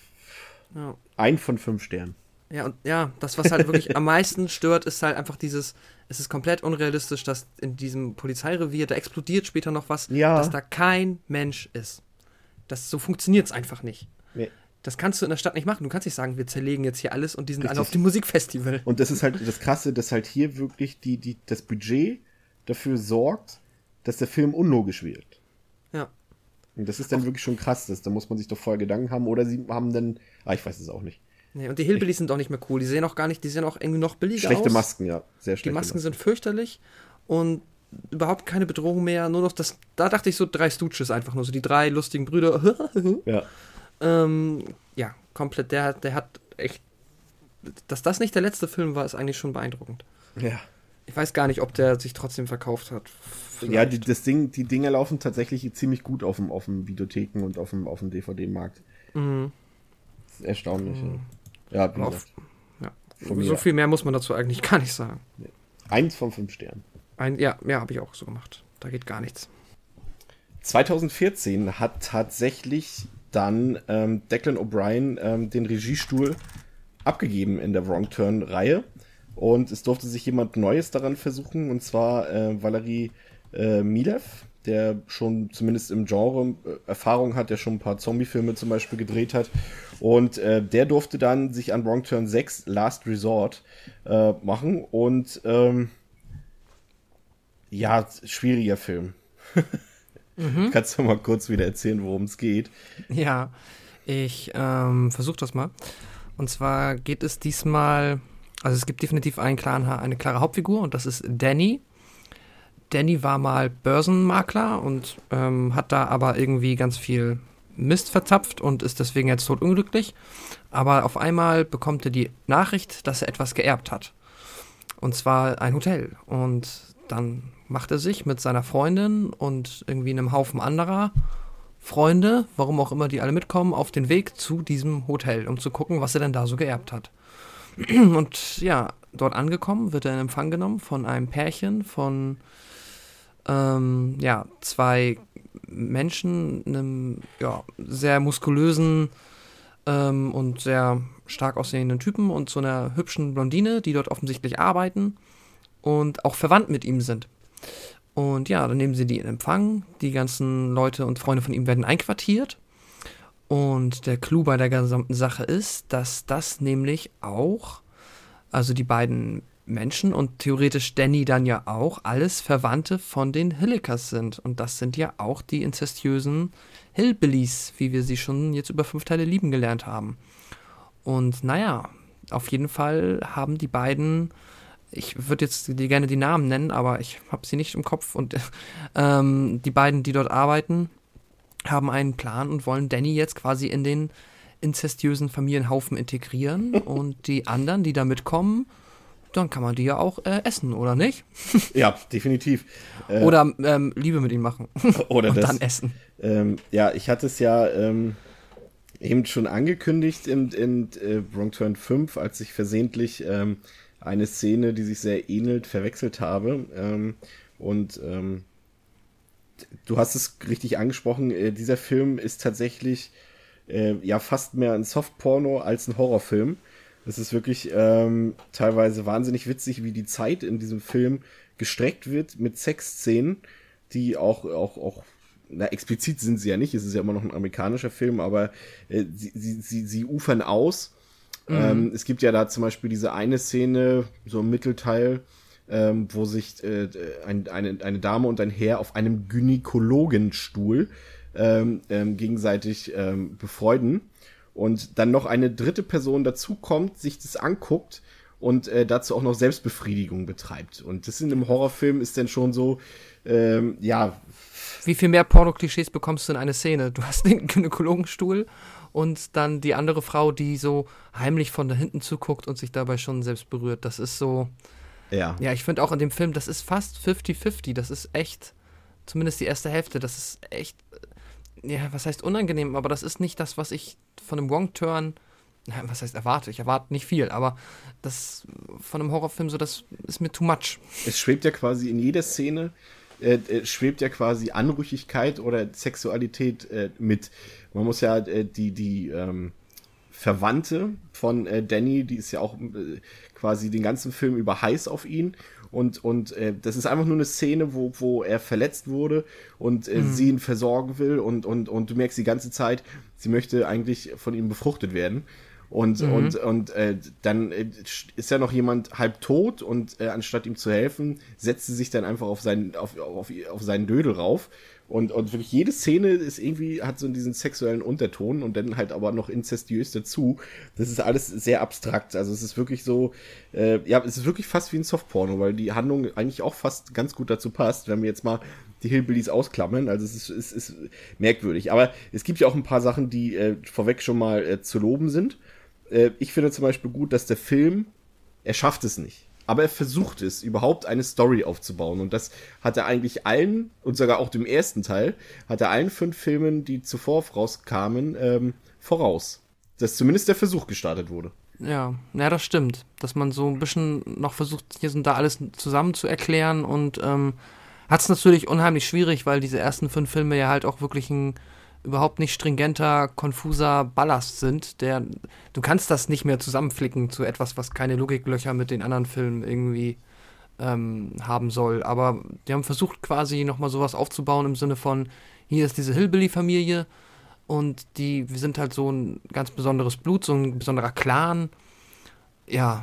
S2: 1 von 5 Sternen.
S3: Ja, und ja, das, was halt wirklich am meisten stört, ist halt einfach es ist komplett unrealistisch, dass in diesem Polizeirevier, da explodiert später noch was, dass da kein Mensch ist. So funktioniert es einfach nicht. Nee. Das kannst du in der Stadt nicht machen. Du kannst nicht sagen, wir zerlegen jetzt hier alles und die sind alle auf dem Musikfestival.
S2: Und das ist halt das Krasse, dass halt hier wirklich das Budget dafür sorgt, dass der Film unlogisch wird.
S3: Ja.
S2: Und das ist dann wirklich schon krass. Da muss man sich doch vorher Gedanken haben. Oder sie haben dann, ich weiß es auch nicht.
S3: Nee, und die Hillbillies sind auch nicht mehr cool. Die sehen auch irgendwie noch billiger aus.
S2: Schlechte Masken, ja. Sehr schlechte
S3: Die Masken sind fürchterlich und überhaupt keine Bedrohung mehr. Nur noch da dachte ich so 3 Stooges einfach nur. So die 3 lustigen Brüder.
S2: Ja.
S3: Ja, komplett. Der hat echt. Dass das nicht der letzte Film war, ist eigentlich schon beeindruckend.
S2: Ja.
S3: Ich weiß gar nicht, ob der sich trotzdem verkauft hat.
S2: Vielleicht. Ja, die Dinger laufen tatsächlich ziemlich gut auf dem Videotheken und auf dem DVD-Markt.
S3: Mhm.
S2: Das ist erstaunlich. Ja, wie gesagt.
S3: So viel mehr muss man dazu eigentlich gar nicht sagen.
S2: 1 von 5 Sternen.
S3: Ja, habe ich auch so gemacht. Da geht gar nichts.
S2: 2014 hat tatsächlich dann Declan O'Brien den Regiestuhl abgegeben in der Wrong Turn-Reihe. Und es durfte sich jemand Neues daran versuchen, und zwar Valery Milev, der schon zumindest im Genre Erfahrung hat, der schon ein paar Zombie-Filme zum Beispiel gedreht hat. Und der durfte dann sich an Wrong Turn 6 Last Resort machen. Und schwieriger Film. Kannst du mal kurz wieder erzählen, worum es geht?
S3: Ja, ich versuche das mal. Und zwar geht es diesmal Also es gibt definitiv eine klare Hauptfigur und das ist Danny. Danny war mal Börsenmakler und hat da aber irgendwie ganz viel Mist verzapft und ist deswegen jetzt todunglücklich. Aber auf einmal bekommt er die Nachricht, dass er etwas geerbt hat. Und zwar ein Hotel. Und dann macht er sich mit seiner Freundin und irgendwie einem Haufen anderer Freunde, warum auch immer die alle mitkommen, auf den Weg zu diesem Hotel, um zu gucken, was er denn da so geerbt hat. Und ja, dort angekommen wird er in Empfang genommen von einem Pärchen von zwei Menschen, einem sehr muskulösen und sehr stark aussehenden Typen und so einer hübschen Blondine, die dort offensichtlich arbeiten und auch verwandt mit ihm sind. Und ja, dann nehmen sie die in Empfang, die ganzen Leute und Freunde von ihm werden einquartiert. Und der Clou bei der gesamten Sache ist, dass das nämlich auch, also die beiden Menschen und theoretisch Danny dann ja auch, alles Verwandte von den Hillikers sind. Und das sind ja auch die inzestiösen Hillbillies, wie wir sie schon jetzt über 5 Teile lieben gelernt haben. Und naja, auf jeden Fall haben die beiden, ich würde jetzt gerne die Namen nennen, aber ich habe sie nicht im Kopf. Und die beiden, die dort arbeiten, haben einen Plan und wollen Danny jetzt quasi in den inzestiösen Familienhaufen integrieren. Und die anderen, die da mitkommen, dann kann man die ja auch essen, oder nicht?
S2: Ja, definitiv.
S3: Oder Liebe mit ihnen machen.
S2: Oder
S3: und
S2: das,
S3: dann essen.
S2: Ich hatte es ja eben schon angekündigt in Wrong Turn 5, als ich versehentlich eine Szene, die sich sehr ähnelt, verwechselt habe. Du hast es richtig angesprochen, dieser Film ist tatsächlich fast mehr ein Softporno als ein Horrorfilm. Es ist wirklich teilweise wahnsinnig witzig, wie die Zeit in diesem Film gestreckt wird mit Sexszenen, die auch explizit sind sie ja nicht, es ist ja immer noch ein amerikanischer Film, aber sie ufern aus. Mhm. Es gibt ja da zum Beispiel diese eine Szene, so im Mittelteil, wo sich eine Dame und ein Herr auf einem Gynäkologenstuhl gegenseitig befreuden. Und dann noch eine dritte Person dazukommt, sich das anguckt und dazu auch noch Selbstbefriedigung betreibt. Und das in einem Horrorfilm ist dann schon so,
S3: Wie viel mehr Porno-Klischees bekommst du in eine Szene? Du hast den Gynäkologenstuhl und dann die andere Frau, die so heimlich von da hinten zuguckt und sich dabei schon selbst berührt. Das ist so, ja, ich finde auch in dem Film, das ist fast 50-50. Das ist echt, zumindest die erste Hälfte, das ist echt, was heißt unangenehm, aber das ist nicht das, was ich von einem Wrong Turn, was heißt erwarte? Ich erwarte nicht viel, aber das von einem Horrorfilm so, das ist mir too much.
S2: Es schwebt ja quasi in jeder Szene, Anrüchigkeit oder Sexualität mit. Man muss ja die Verwandte von Danny, die ist ja auch quasi den ganzen Film über heiß auf ihn. Und das ist einfach nur eine Szene, wo er verletzt wurde und sie ihn versorgen will und du merkst die ganze Zeit, sie möchte eigentlich von ihm befruchtet werden. Und dann ist ja noch jemand halb tot und anstatt ihm zu helfen, setzt sie sich dann einfach auf seinen Dödel rauf. Und wirklich jede Szene ist irgendwie, hat so diesen sexuellen Unterton und dann halt aber noch inzestiös dazu. Das ist alles sehr abstrakt. Also es ist wirklich so, es ist wirklich fast wie ein Softporno, weil die Handlung eigentlich auch fast ganz gut dazu passt, wenn wir jetzt mal die Hillbillies ausklammern. Also es ist merkwürdig. Aber es gibt ja auch ein paar Sachen, die vorweg schon mal zu loben sind. Ich finde zum Beispiel gut, dass der Film, er schafft es nicht. Aber er versucht es, überhaupt eine Story aufzubauen. Und das hat er eigentlich allen, und sogar auch dem ersten Teil, hat er allen 5 Filmen, die zuvor rauskamen, voraus. Dass zumindest der Versuch gestartet wurde.
S3: Ja, das stimmt. Dass man so ein bisschen noch versucht, hier und da alles zusammen zu erklären. Und hat es natürlich unheimlich schwierig, weil diese ersten 5 Filme ja halt auch wirklich ein überhaupt nicht stringenter, konfuser Ballast sind, du kannst das nicht mehr zusammenflicken zu etwas, was keine Logiklöcher mit den anderen Filmen irgendwie haben soll. Aber die haben versucht quasi nochmal sowas aufzubauen im Sinne von, hier ist diese Hillbilly-Familie und wir sind halt so ein ganz besonderes Blut, so ein besonderer Clan. Ja.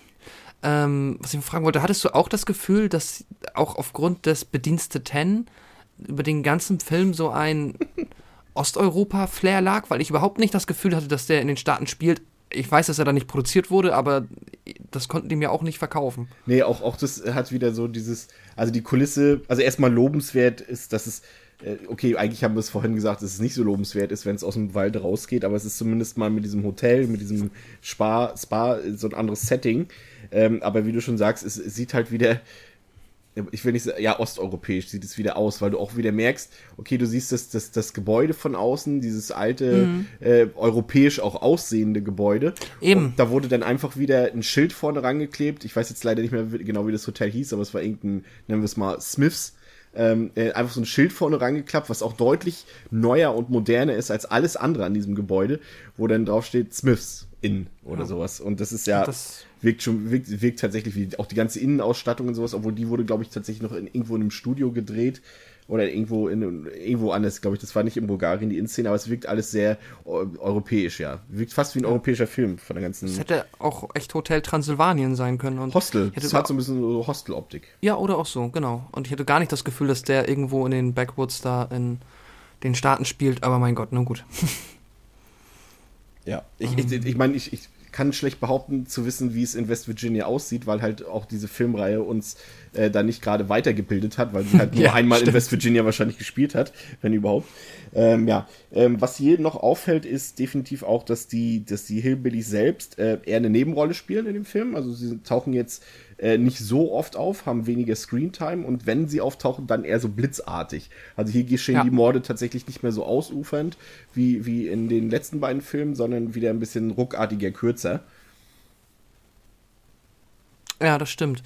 S3: Was ich fragen wollte, hattest du auch das Gefühl, dass auch aufgrund des Bediensteten über den ganzen Film so ein Osteuropa-Flair lag, weil ich überhaupt nicht das Gefühl hatte, dass der in den Staaten spielt. Ich weiß, dass er da nicht produziert wurde, aber das konnten die mir auch nicht verkaufen.
S2: Nee, auch das hat wieder so dieses, also die Kulisse, also erstmal lobenswert ist, dass es, okay, eigentlich haben wir es vorhin gesagt, dass es nicht so lobenswert ist, wenn es aus dem Wald rausgeht, aber es ist zumindest mal mit diesem Hotel, mit diesem Spa so ein anderes Setting. Aber wie du schon sagst, es sieht halt wieder, ich will nicht sagen, ja, osteuropäisch sieht es wieder aus, weil du auch wieder merkst, okay, du siehst das Gebäude von außen, dieses alte, europäisch auch aussehende Gebäude.
S3: Eben.
S2: Und da wurde dann einfach wieder ein Schild vorne rangeklebt. Ich weiß jetzt leider nicht mehr genau, wie das Hotel hieß, aber es war irgendein, nennen wir es mal, Smiths. Einfach so ein Schild vorne rangeklappt, was auch deutlich neuer und moderner ist als alles andere an diesem Gebäude, wo dann drauf steht Smiths Inn oder sowas. Und das ist ja, wirkt tatsächlich wie auch die ganze Innenausstattung und sowas, obwohl die wurde, glaube ich, tatsächlich noch irgendwo in einem Studio gedreht oder irgendwo anders, glaube ich. Das war nicht in Bulgarien die Innenszene, aber es wirkt alles sehr europäisch, ja. Wirkt fast wie ein europäischer Film von der ganzen.
S3: Es hätte auch echt Hotel Transsilvanien sein können. Und
S2: Hostel. Das hat so ein bisschen so Hostel-Optik.
S3: Ja, oder auch so, genau. Und ich hätte gar nicht das Gefühl, dass der irgendwo in den Backwoods da in den Staaten spielt, aber mein Gott, nun gut.
S2: Ja, ich meine, ich kann schlecht behaupten, zu wissen, wie es in West Virginia aussieht, weil halt auch diese Filmreihe uns da nicht gerade weitergebildet hat, weil sie halt nur einmal in West Virginia wahrscheinlich gespielt hat, wenn überhaupt. Was hier noch auffällt, ist definitiv auch, dass die Hillbillies selbst eher eine Nebenrolle spielen in dem Film. Also sie tauchen jetzt nicht so oft auf, haben weniger Screentime und wenn sie auftauchen, dann eher so blitzartig. Also hier geschehen die Morde tatsächlich nicht mehr so ausufernd wie in den letzten beiden Filmen, sondern wieder ein bisschen ruckartiger, kürzer.
S3: Ja, das stimmt.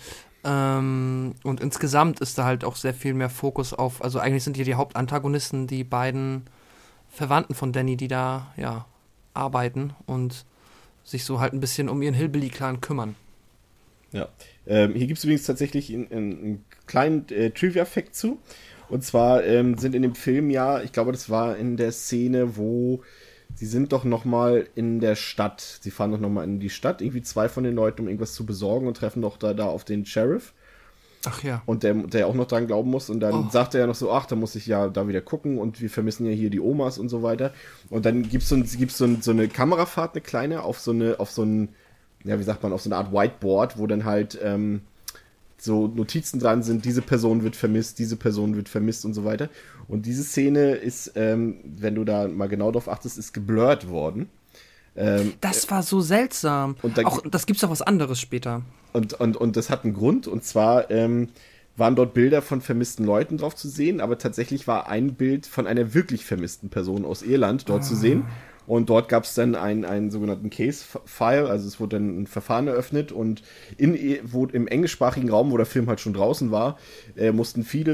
S3: Und insgesamt ist da halt auch sehr viel mehr Fokus auf, also eigentlich sind hier die Hauptantagonisten die beiden Verwandten von Danny, die da arbeiten und sich so halt ein bisschen um ihren Hillbilly-Clan kümmern.
S2: Ja, hier gibt es übrigens tatsächlich einen kleinen Trivia-Fact zu. Und zwar sind in dem Film ich glaube, das war in der Szene, wo sie sind doch nochmal in der Stadt. Sie fahren doch nochmal in die Stadt, irgendwie 2 von den Leuten, um irgendwas zu besorgen und treffen doch da auf den Sheriff.
S3: Ach ja.
S2: Und der auch noch dran glauben muss. Und dann sagt er ja noch so, ach, da muss ich ja da wieder gucken und wir vermissen ja hier die Omas und so weiter. Und dann gibt's so eine Kamerafahrt, eine kleine, auf so ein, ja, wie sagt man, auf so eine Art Whiteboard, wo dann halt so Notizen dran sind, diese Person wird vermisst und so weiter. Und diese Szene ist, wenn du da mal genau drauf achtest, ist geblurrt worden.
S3: Das war so seltsam. Und das gibt's auch was anderes später.
S2: Und das hat einen Grund, und zwar waren dort Bilder von vermissten Leuten drauf zu sehen, aber tatsächlich war ein Bild von einer wirklich vermissten Person aus Irland dort zu sehen. Und dort gab es dann einen sogenannten Case-File, also es wurde dann ein Verfahren eröffnet und im englischsprachigen Raum, wo der Film halt schon draußen war, mussten viele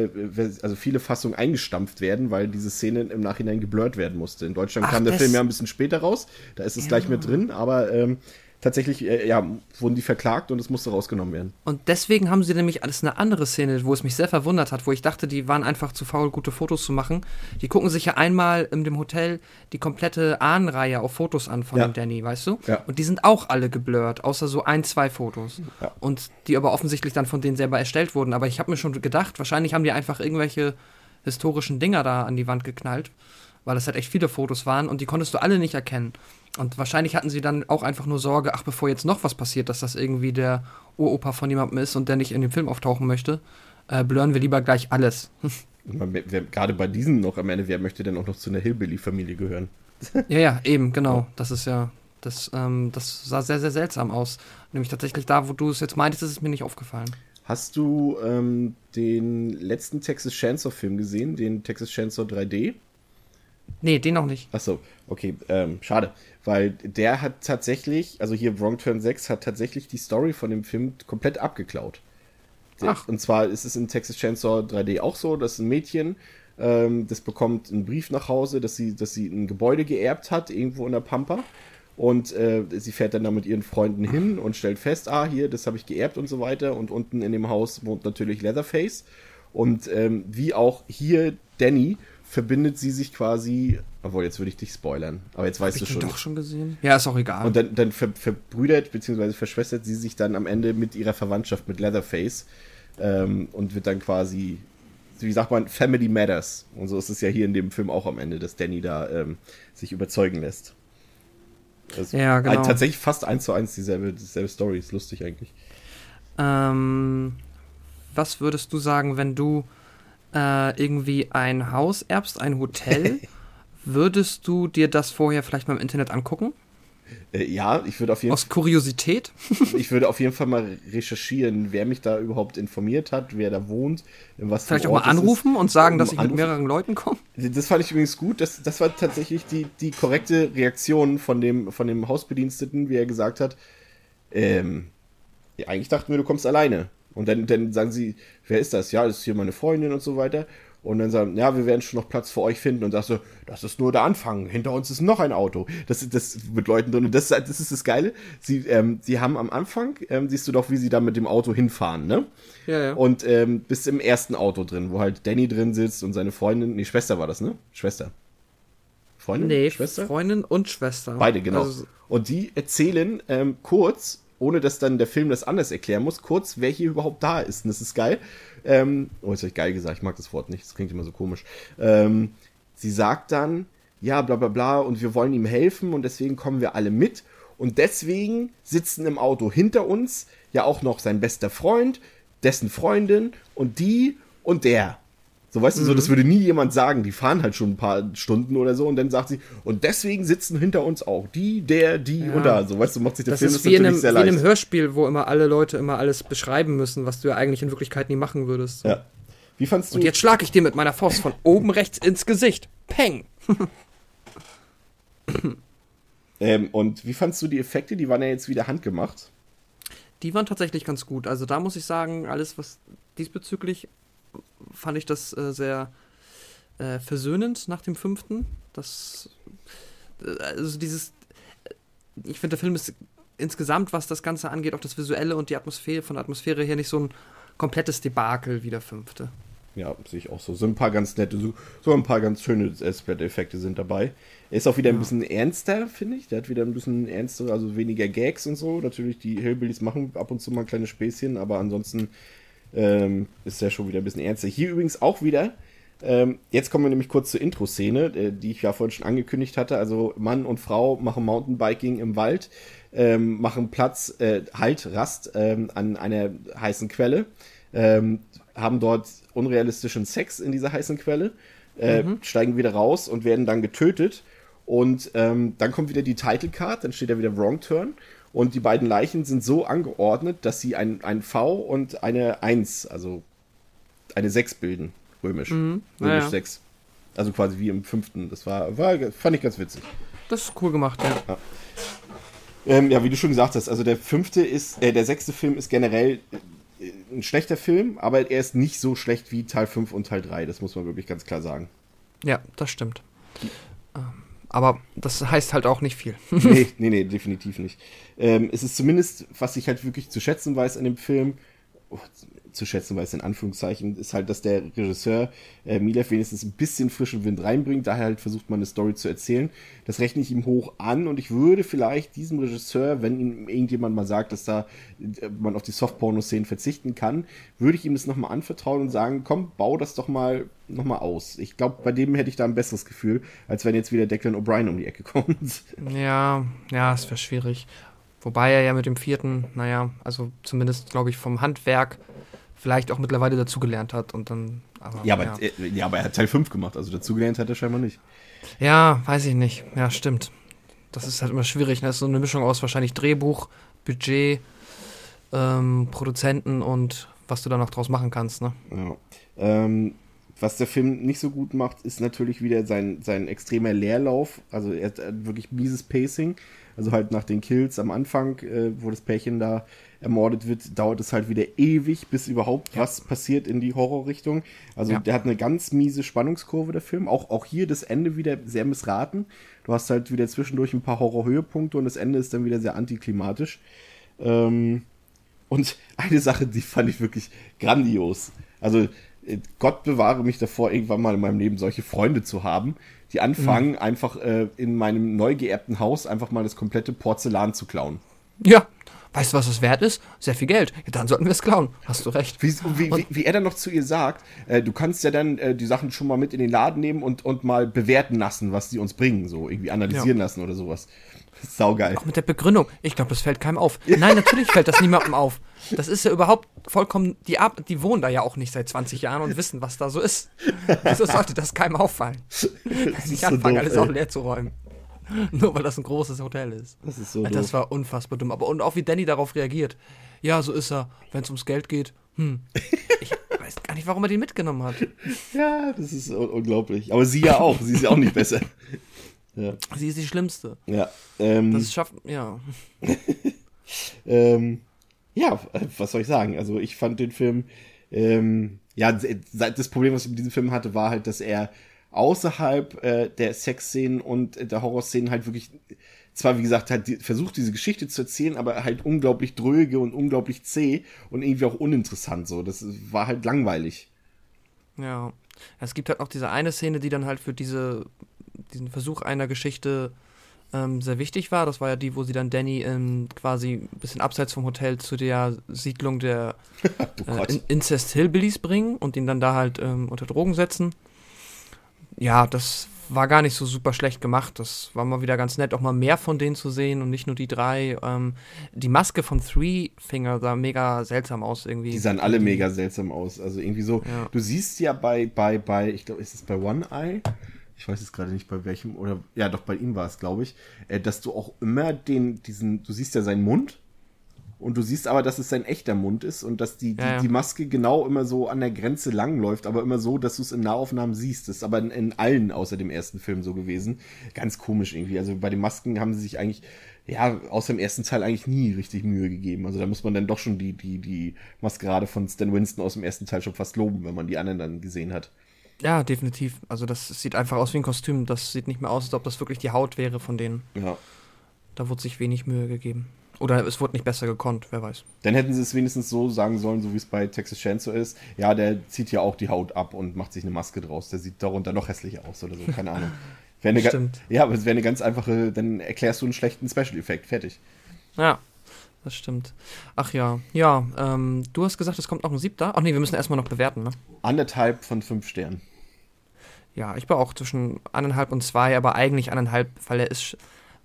S2: Fassungen eingestampft werden, weil diese Szene im Nachhinein geblurrt werden musste. In Deutschland kam der Film ja ein bisschen später raus, da ist es gleich mit drin, aber tatsächlich wurden die verklagt und es musste rausgenommen werden.
S3: Und deswegen haben sie nämlich alles eine andere Szene, wo es mich sehr verwundert hat, wo ich dachte, die waren einfach zu faul, gute Fotos zu machen. Die gucken sich ja einmal in dem Hotel die komplette Ahnenreihe auf Fotos an von dem Danny, weißt du?
S2: Ja.
S3: Und die sind auch alle geblurrt, außer so 1-2 Fotos. Ja. Und die aber offensichtlich dann von denen selber erstellt wurden. Aber ich habe mir schon gedacht, wahrscheinlich haben die einfach irgendwelche historischen Dinger da an die Wand geknallt, weil das halt echt viele Fotos waren und die konntest du alle nicht erkennen. Und wahrscheinlich hatten sie dann auch einfach nur Sorge, bevor jetzt noch was passiert, dass das irgendwie der Uropa von jemandem ist und der nicht in dem Film auftauchen möchte, blurren wir lieber gleich alles.
S2: Gerade bei diesen noch am Ende, wer möchte denn auch noch zu einer Hillbilly-Familie gehören?
S3: Ja, eben, genau. Das ist ja, das sah sehr, sehr seltsam aus. Nämlich tatsächlich da, wo du es jetzt meintest, ist es mir nicht aufgefallen.
S2: Hast du den letzten Texas Chainsaw-Film gesehen, den Texas Chainsaw 3D?
S3: Nee, den noch nicht.
S2: Achso, okay, schade. Weil der hat tatsächlich, also hier Wrong Turn 6 hat tatsächlich die Story von dem Film komplett abgeklaut. Und zwar ist es in Texas Chainsaw 3D auch so, dass ein Mädchen, das bekommt einen Brief nach Hause, dass sie ein Gebäude geerbt hat, irgendwo in der Pampa. Und sie fährt dann da mit ihren Freunden hin und stellt fest, hier, das habe ich geerbt und so weiter. Und unten in dem Haus wohnt natürlich Leatherface. Und wie auch hier Danny verbindet sie sich quasi, obwohl jetzt würde ich dich spoilern, aber jetzt weißt du schon.
S3: Hab ich den doch schon gesehen? Ja, ist auch egal.
S2: Und dann verbrüdert bzw. verschwestert sie sich dann am Ende mit ihrer Verwandtschaft mit Leatherface und wird dann quasi, wie sagt man, Family Matters. Und so ist es ja hier in dem Film auch am Ende, dass Danny da sich überzeugen lässt.
S3: Ja, genau.
S2: Tatsächlich fast 1:1 dieselbe Story. Ist lustig eigentlich.
S3: Was würdest du sagen, wenn du irgendwie ein Haus erbst, ein Hotel, würdest du dir das vorher vielleicht mal im Internet angucken?
S2: Ja, ich würde
S3: Aus Kuriosität?
S2: Ich würde auf jeden Fall mal recherchieren, wer mich da überhaupt informiert hat, wer da wohnt, was
S3: vielleicht auch mal anrufen und sagen, dass ich mit mehreren Leuten komme?
S2: Das fand ich übrigens gut. Das war tatsächlich die korrekte Reaktion von dem Hausbediensteten, wie er gesagt hat, ja, eigentlich dachten wir, du kommst alleine. Und dann sagen sie, wer ist das? Ja, das ist hier meine Freundin und so weiter. Und dann sagen, ja, wir werden schon noch Platz für euch finden. Und sagst so, das ist nur der Anfang. Hinter uns ist noch ein Auto. Das mit Leuten drin. Und das ist das Geile. Sie haben am Anfang, siehst du doch, wie sie da mit dem Auto hinfahren, ne?
S3: Ja.
S2: Und bist im ersten Auto drin, wo halt Danny drin sitzt und seine Freundin, nee, Schwester war das, ne? Schwester. Freundin?
S3: Nee,
S2: Schwester?
S3: Freundin und Schwester.
S2: Beide, genau.
S3: Also,
S2: und die erzählen kurz, ohne dass dann der Film das anders erklären muss, kurz, wer hier überhaupt da ist. Und das ist geil. Jetzt habe ich geil gesagt, ich mag das Wort nicht, das klingt immer so komisch. Sie sagt dann, ja, bla bla bla, und wir wollen ihm helfen und deswegen kommen wir alle mit. Und deswegen sitzen im Auto hinter uns ja auch noch sein bester Freund, dessen Freundin und die und der. So, weißt du, so, das würde nie jemand sagen. Die fahren halt schon ein paar Stunden oder so und dann sagt sie, und deswegen sitzen hinter uns auch die, der, die und da. So, weißt du, macht sich der Film
S3: ist wie natürlich sehr leicht. Wie in einem Hörspiel, wo immer alle Leute immer alles beschreiben müssen, was du ja eigentlich in Wirklichkeit nie machen würdest. So.
S2: Ja. Wie fandst du?
S3: Und jetzt schlage ich dir mit meiner Faust von oben rechts ins Gesicht. Peng!
S2: Und wie fandst du die Effekte? Die waren ja jetzt wieder handgemacht.
S3: Die waren tatsächlich ganz gut. Also da muss ich sagen, alles, was diesbezüglich fand ich das sehr versöhnend nach dem 5. Ich finde, der Film ist insgesamt, was das Ganze angeht, auch das Visuelle und die Atmosphäre, von der Atmosphäre her nicht so ein komplettes Debakel wie der 5.
S2: Ja, sehe ich auch so. So ein paar ganz nette, so ein paar ganz schöne Splatter-Effekte sind dabei. Er ist auch wieder ein bisschen ernster, finde ich. Der hat wieder ein bisschen ernster, also weniger Gags und so. Natürlich, die Hillbillies machen ab und zu mal kleine Späßchen, aber ansonsten ist ja schon wieder ein bisschen ernster. Hier übrigens auch wieder, jetzt kommen wir nämlich kurz zur Intro-Szene, die ich ja vorhin schon angekündigt hatte. Also Mann und Frau machen Mountainbiking im Wald, machen Platz, Rast an einer heißen Quelle, haben dort unrealistischen Sex in dieser heißen Quelle, steigen wieder raus und werden dann getötet. Und dann kommt wieder die Title Card, dann steht da wieder Wrong Turn. Und die beiden Leichen sind so angeordnet, dass sie ein V und eine 1, also eine 6 bilden. Römisch. Römisch 6. Also quasi wie im 5. Das fand ich ganz witzig.
S3: Das ist cool gemacht, ja.
S2: Ja, wie du schon gesagt hast, also der 6. Film ist generell ein schlechter Film, aber er ist nicht so schlecht wie Teil 5 und Teil 3. Das muss man wirklich ganz klar sagen.
S3: Ja, das stimmt. Aber das heißt halt auch nicht viel.
S2: Nee, definitiv nicht. Es ist zumindest, was ich halt wirklich zu schätzen weiß an dem Film, zu schätzen weiß in Anführungszeichen, ist halt, dass der Regisseur Milev wenigstens ein bisschen frischen Wind reinbringt, daher halt versucht man eine Story zu erzählen. Das rechne ich ihm hoch an und ich würde vielleicht diesem Regisseur, wenn ihm irgendjemand mal sagt, dass da man auf die Softporno-Szenen verzichten kann, würde ich ihm das nochmal anvertrauen und sagen, komm, bau das doch mal nochmal aus. Ich glaube, bei dem hätte ich da ein besseres Gefühl, als wenn jetzt wieder Declan O'Brien um die Ecke kommt.
S3: Ja, es wäre schwierig. Wobei er ja mit dem 4., also zumindest, glaube ich, vom Handwerk vielleicht auch mittlerweile dazugelernt hat und dann. Aber
S2: er hat Teil 5 gemacht, also dazugelernt hat er scheinbar nicht.
S3: Ja, weiß ich nicht. Ja, stimmt. Das ist halt immer schwierig. Das ist so eine Mischung aus wahrscheinlich Drehbuch, Budget, Produzenten und was du da noch draus machen kannst, ne?
S2: Ja. Was der Film nicht so gut macht, ist natürlich wieder sein extremer Leerlauf. Also er hat wirklich mieses Pacing. Also halt nach den Kills am Anfang, wo das Pärchen da ermordet wird, dauert es halt wieder ewig, bis überhaupt was passiert in die Horrorrichtung. Also der hat eine ganz miese Spannungskurve, der Film. Auch hier das Ende wieder sehr missraten. Du hast halt wieder zwischendurch ein paar Horrorhöhepunkte und das Ende ist dann wieder sehr antiklimatisch. Und eine Sache, die fand ich wirklich grandios. Also Gott bewahre mich davor, irgendwann mal in meinem Leben solche Freunde zu haben, die anfangen, einfach in meinem neu geerbten Haus einfach mal das komplette Porzellan zu klauen.
S3: Ja, weißt du, was das wert ist? Sehr viel Geld. Ja, dann sollten wir es klauen. Hast du recht.
S2: Wie er dann noch zu ihr sagt, du kannst ja dann die Sachen schon mal mit in den Laden nehmen und mal bewerten lassen, was die uns bringen, so irgendwie analysieren lassen oder sowas. Saugeil.
S3: Auch mit der Begründung. Ich glaube, das fällt keinem auf. Nein, natürlich fällt das niemandem auf. Das ist ja überhaupt vollkommen, die wohnen da ja auch nicht seit 20 Jahren und wissen, was da so ist. Wieso sollte das keinem auffallen? Ich anfange, alles auch leer zu räumen. Nur weil das ein großes Hotel ist.
S2: Das ist so
S3: Das
S2: doof.
S3: war unfassbar dumm. Aber und auch wie Danny darauf reagiert. Ja, so ist er. Wenn es ums Geld geht. Ich weiß gar nicht, warum er den mitgenommen hat.
S2: Ja, das ist unglaublich. Aber sie ja auch. Sie ist ja auch nicht besser. Ja.
S3: Sie ist die Schlimmste.
S2: Ja.
S3: Das schafft, ja.
S2: Ja, was soll ich sagen? Also ich fand den Film, das Problem, was ich mit diesem Film hatte, war halt, dass er außerhalb der Sexszenen und der Horrorszenen halt wirklich, zwar wie gesagt, halt versucht, diese Geschichte zu erzählen, aber halt unglaublich dröge und unglaublich zäh und irgendwie auch uninteressant so. Das war halt langweilig.
S3: Ja. Es gibt halt noch diese eine Szene, die dann halt für diesen Versuch einer Geschichte sehr wichtig war. Das war ja die, wo sie dann Danny quasi ein bisschen abseits vom Hotel zu der Siedlung der Incest Hillbillies bringen und ihn dann da halt unter Drogen setzen. Ja, das war gar nicht so super schlecht gemacht. Das war mal wieder ganz nett, auch mal mehr von denen zu sehen und nicht nur die 3. Die Maske von Three Finger sah mega seltsam aus irgendwie.
S2: Die sahen alle mega seltsam aus. Also irgendwie so,
S3: ja.
S2: Du siehst ja bei, ich glaube, ist es bei One Eye? Ich weiß jetzt gerade nicht bei welchem, oder, ja doch, bei ihm war es, glaube ich, dass du auch immer du siehst ja seinen Mund und du siehst aber, dass es sein echter Mund ist und dass die Maske genau immer so an der Grenze langläuft, aber immer so, dass du es in Nahaufnahmen siehst. Das ist aber in allen außer dem ersten Film so gewesen. Ganz komisch irgendwie. Also bei den Masken haben sie sich eigentlich, ja, außer dem ersten Teil eigentlich nie richtig Mühe gegeben. Also da muss man dann doch schon die Maskerade von Stan Winston aus dem ersten Teil schon fast loben, wenn man die anderen dann gesehen hat.
S3: Ja, definitiv. Also das sieht einfach aus wie ein Kostüm. Das sieht nicht mehr aus, als ob das wirklich die Haut wäre von denen.
S2: Ja.
S3: Da wurde sich wenig Mühe gegeben. Oder es wurde nicht besser gekonnt, wer weiß.
S2: Dann hätten sie es wenigstens so sagen sollen, so wie es bei Texas Chainsaw ist. Ja, der zieht ja auch die Haut ab und macht sich eine Maske draus. Der sieht darunter noch hässlicher aus oder so, keine Ahnung.
S3: Stimmt.
S2: Ja, aber es wäre eine ganz einfache, dann erklärst du einen schlechten Special-Effekt, fertig.
S3: Ja, das stimmt. Ach ja, ja, du hast gesagt, es kommt noch ein 7. Ach nee, wir müssen erstmal noch bewerten, ne?
S2: 1,5 von 5 Sternen.
S3: Ja, ich war auch zwischen 1,5 und 2, aber eigentlich 1,5, weil es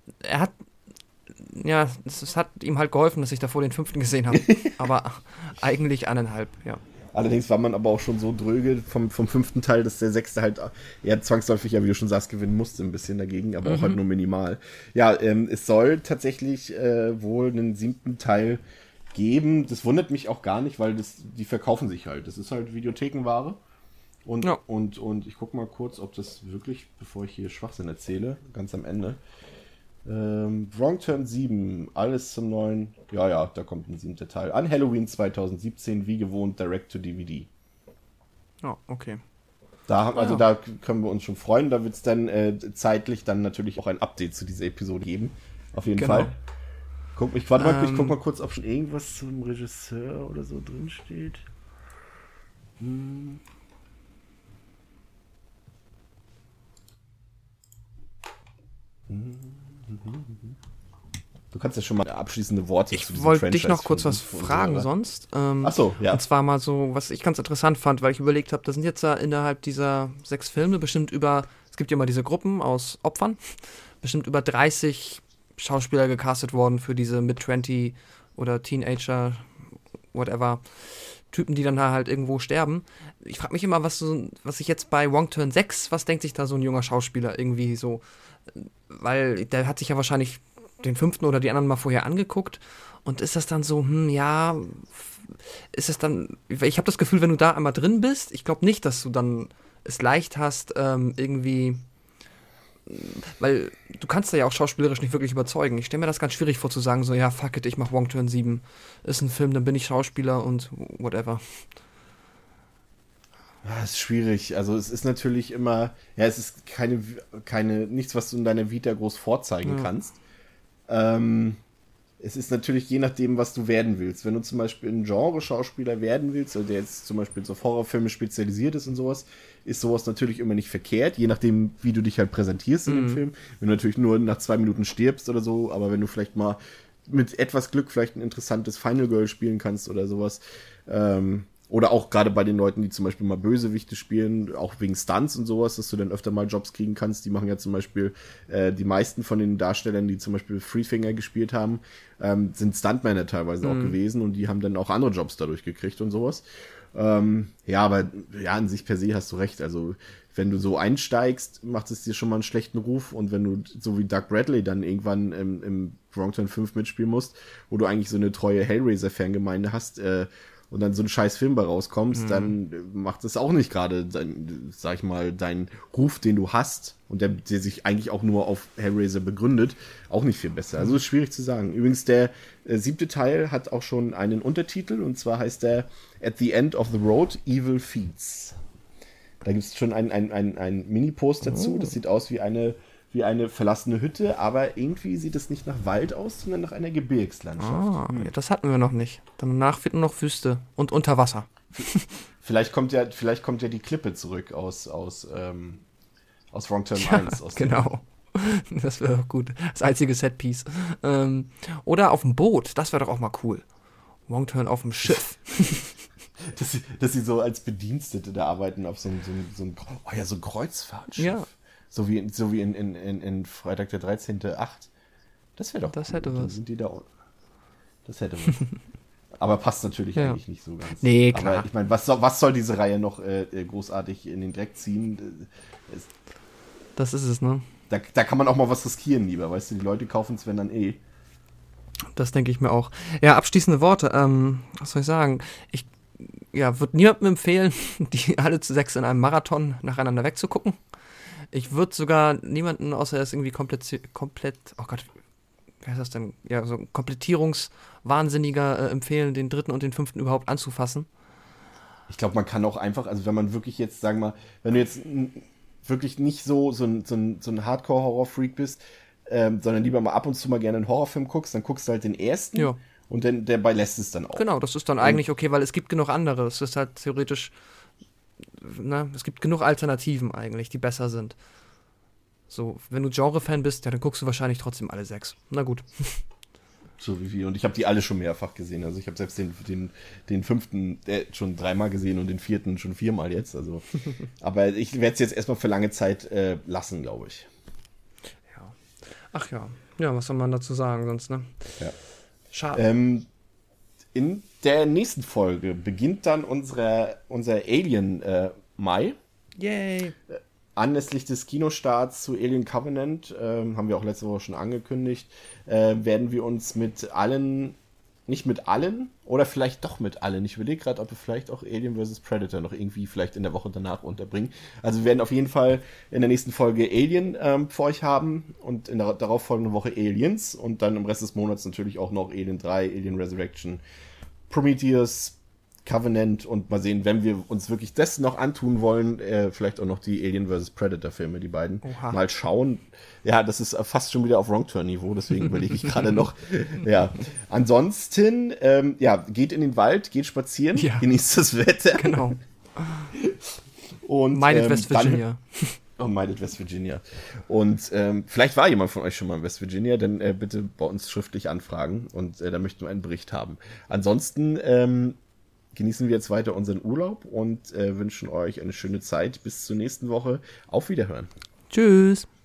S3: hat ihm halt geholfen, dass ich davor den 5. gesehen habe. Aber eigentlich 1,5, ja.
S2: Allerdings war man aber auch schon so dröge vom 5. Teil, dass der 6. halt eher zwangsläufig, ja, wie du schon sagst, gewinnen musste ein bisschen dagegen, aber auch halt nur minimal. Ja, es soll tatsächlich wohl einen 7. Teil geben. Das wundert mich auch gar nicht, weil die verkaufen sich halt. Das ist halt Videothekenware. Und ich guck mal kurz, ob das wirklich, bevor ich hier Schwachsinn erzähle, ganz am Ende. Wrong Turn 7, alles zum neuen. Ja, da kommt ein 7. Teil. An Halloween 2017, wie gewohnt, direct to DVD.
S3: Oh, okay.
S2: Da können wir uns schon freuen. Da wird es dann zeitlich dann natürlich auch ein Update zu dieser Episode geben. Auf jeden Fall. Ich guck mal kurz, ob schon irgendwas zum Regisseur oder so drin steht. Du kannst ja schon mal abschließende Worte zu diesem
S3: Ich wollte dich noch kurz was fragen sonst.
S2: Ach so, ja.
S3: Und zwar mal so, was ich ganz interessant fand, weil ich überlegt habe, da sind jetzt da innerhalb dieser 6 Filme bestimmt es gibt ja immer diese Gruppen aus Opfern, bestimmt über 30 Schauspieler gecastet worden für diese Mid-20 oder Teenager, whatever, Typen, die dann halt irgendwo sterben. Ich frage mich immer, was ich jetzt bei Wrong Turn 6, was denkt sich da so ein junger Schauspieler irgendwie so, weil der hat sich ja wahrscheinlich den 5. oder die anderen mal vorher angeguckt und ist das dann so, ist es dann, ich habe das Gefühl, wenn du da einmal drin bist, ich glaube nicht, dass du dann es leicht hast, irgendwie, weil du kannst da ja auch schauspielerisch nicht wirklich überzeugen. Ich stelle mir das ganz schwierig vor zu sagen, so, ja, fuck it, ich mach Wrong Turn 7, ist ein Film, dann bin ich Schauspieler und whatever.
S2: Ja, ist schwierig. Also es ist natürlich immer, ja, es ist nichts, was du in deiner Vita groß vorzeigen kannst. Es ist natürlich je nachdem, was du werden willst. Wenn du zum Beispiel ein Genre-Schauspieler werden willst, oder der jetzt zum Beispiel auf Horrorfilme spezialisiert ist und sowas, ist sowas natürlich immer nicht verkehrt, je nachdem, wie du dich halt präsentierst in dem Film. Wenn du natürlich nur nach 2 Minuten stirbst oder so, aber wenn du vielleicht mal mit etwas Glück vielleicht ein interessantes Final Girl spielen kannst oder sowas, Oder auch gerade bei den Leuten, die zum Beispiel mal Bösewichte spielen, auch wegen Stunts und sowas, dass du dann öfter mal Jobs kriegen kannst. Die machen ja zum Beispiel, die meisten von den Darstellern, die zum Beispiel Three Finger gespielt haben, sind Stuntmänner teilweise auch gewesen und die haben dann auch andere Jobs dadurch gekriegt und sowas. Ja, aber ja, an sich per se hast du recht. Also wenn du so einsteigst, macht es dir schon mal einen schlechten Ruf. Und wenn du so wie Doug Bradley dann irgendwann im Wrongturn 5 mitspielen musst, wo du eigentlich so eine treue Hellraiser-Fangemeinde hast, und dann so ein scheiß Film bei rauskommst, dann macht es auch nicht gerade, sag ich mal, deinen Ruf, den du hast und der sich eigentlich auch nur auf Hellraiser begründet, auch nicht viel besser. Also ist schwierig zu sagen. Übrigens, der 7. Teil hat auch schon einen Untertitel und zwar heißt der At the End of the Road, Evil Feeds. Da gibt es schon ein Mini-Post dazu, das sieht aus wie eine verlassene Hütte, aber irgendwie sieht es nicht nach Wald aus, sondern nach einer Gebirgslandschaft.
S3: Ja, das hatten wir noch nicht. Danach wird nur noch Wüste und unter Wasser.
S2: Vielleicht kommt ja die Klippe zurück aus Wrong Turn 1.
S3: Genau. Das wäre doch gut. Das einzige Setpiece. Oder auf dem Boot, das wäre doch auch mal cool. Wrong Turn auf dem Schiff.
S2: Dass sie so als Bedienstete da arbeiten auf so ein Kreuzfahrtschiff.
S3: Ja.
S2: So wie in Freitag der 13.8. Das wäre doch
S3: Das
S2: cool.
S3: hätte
S2: Dann
S3: was.
S2: sind die da. Das hätte was. Aber passt natürlich eigentlich nicht so ganz.
S3: Nee, klar.
S2: Aber ich meine, was soll diese Reihe noch großartig in den Dreck ziehen?
S3: Das ist es, ne?
S2: Da kann man auch mal was riskieren lieber, weißt du? Die Leute kaufen es, wenn dann eh.
S3: Das denke ich mir auch. Ja, abschließende Worte. Was soll ich sagen? Ich würde niemandem empfehlen, die alle zu 6 in einem Marathon nacheinander wegzugucken. Ich würde sogar niemanden, außer er ist irgendwie komplett, oh Gott, wer ist das denn? Ja, so ein Komplettierungswahnsinniger empfehlen, den 3. und den 5. überhaupt anzufassen.
S2: Ich glaube, man kann auch einfach, also wenn man wirklich jetzt, sagen wir mal, wenn du jetzt wirklich nicht so ein Hardcore-Horror-Freak bist, sondern lieber mal ab und zu mal gerne einen Horrorfilm guckst, dann guckst du halt den ersten und dann dabei lässt es dann auch.
S3: Genau, das ist dann eigentlich okay, weil es gibt genug andere. Es ist halt theoretisch, es gibt genug Alternativen eigentlich, die besser sind. So, wenn du Genre-Fan bist, ja, dann guckst du wahrscheinlich trotzdem alle 6. Na gut.
S2: So wie wir. Und ich habe die alle schon mehrfach gesehen. Also ich habe selbst den 5. schon 3-mal gesehen und den 4. schon 4-mal jetzt. Also. Aber ich werde es jetzt erstmal für lange Zeit lassen, glaube ich.
S3: Ja. Ach ja. Ja, was soll man dazu sagen sonst, ne?
S2: Ja.
S3: Schade.
S2: In der nächsten Folge beginnt dann unser Alien Mai.
S3: Yay!
S2: Anlässlich des Kinostarts zu Alien Covenant, haben wir auch letzte Woche schon angekündigt, werden wir uns nicht mit allen, oder vielleicht doch mit allen. Ich überlege gerade, ob wir vielleicht auch Alien vs. Predator noch irgendwie vielleicht in der Woche danach unterbringen. Also wir werden auf jeden Fall in der nächsten Folge Alien für euch haben und in der darauffolgenden Woche Aliens und dann im Rest des Monats natürlich auch noch Alien 3, Alien Resurrection, Prometheus, Covenant und mal sehen, wenn wir uns wirklich das noch antun wollen, vielleicht auch noch die Alien vs. Predator Filme, die beiden.
S3: Oha.
S2: Mal schauen. Ja, das ist fast schon wieder auf Wrong Turn Niveau, deswegen überlege ich gerade noch. Ja, ansonsten, geht in den Wald, geht spazieren, genießt das Wetter.
S3: Genau.
S2: Und
S3: Meidet West Virginia.
S2: Meidet West Virginia. Und vielleicht war jemand von euch schon mal in West Virginia, dann bitte bei uns schriftlich anfragen und da möchten wir einen Bericht haben. Ansonsten genießen wir jetzt weiter unseren Urlaub und wünschen euch eine schöne Zeit. Bis zur nächsten Woche. Auf Wiederhören.
S3: Tschüss.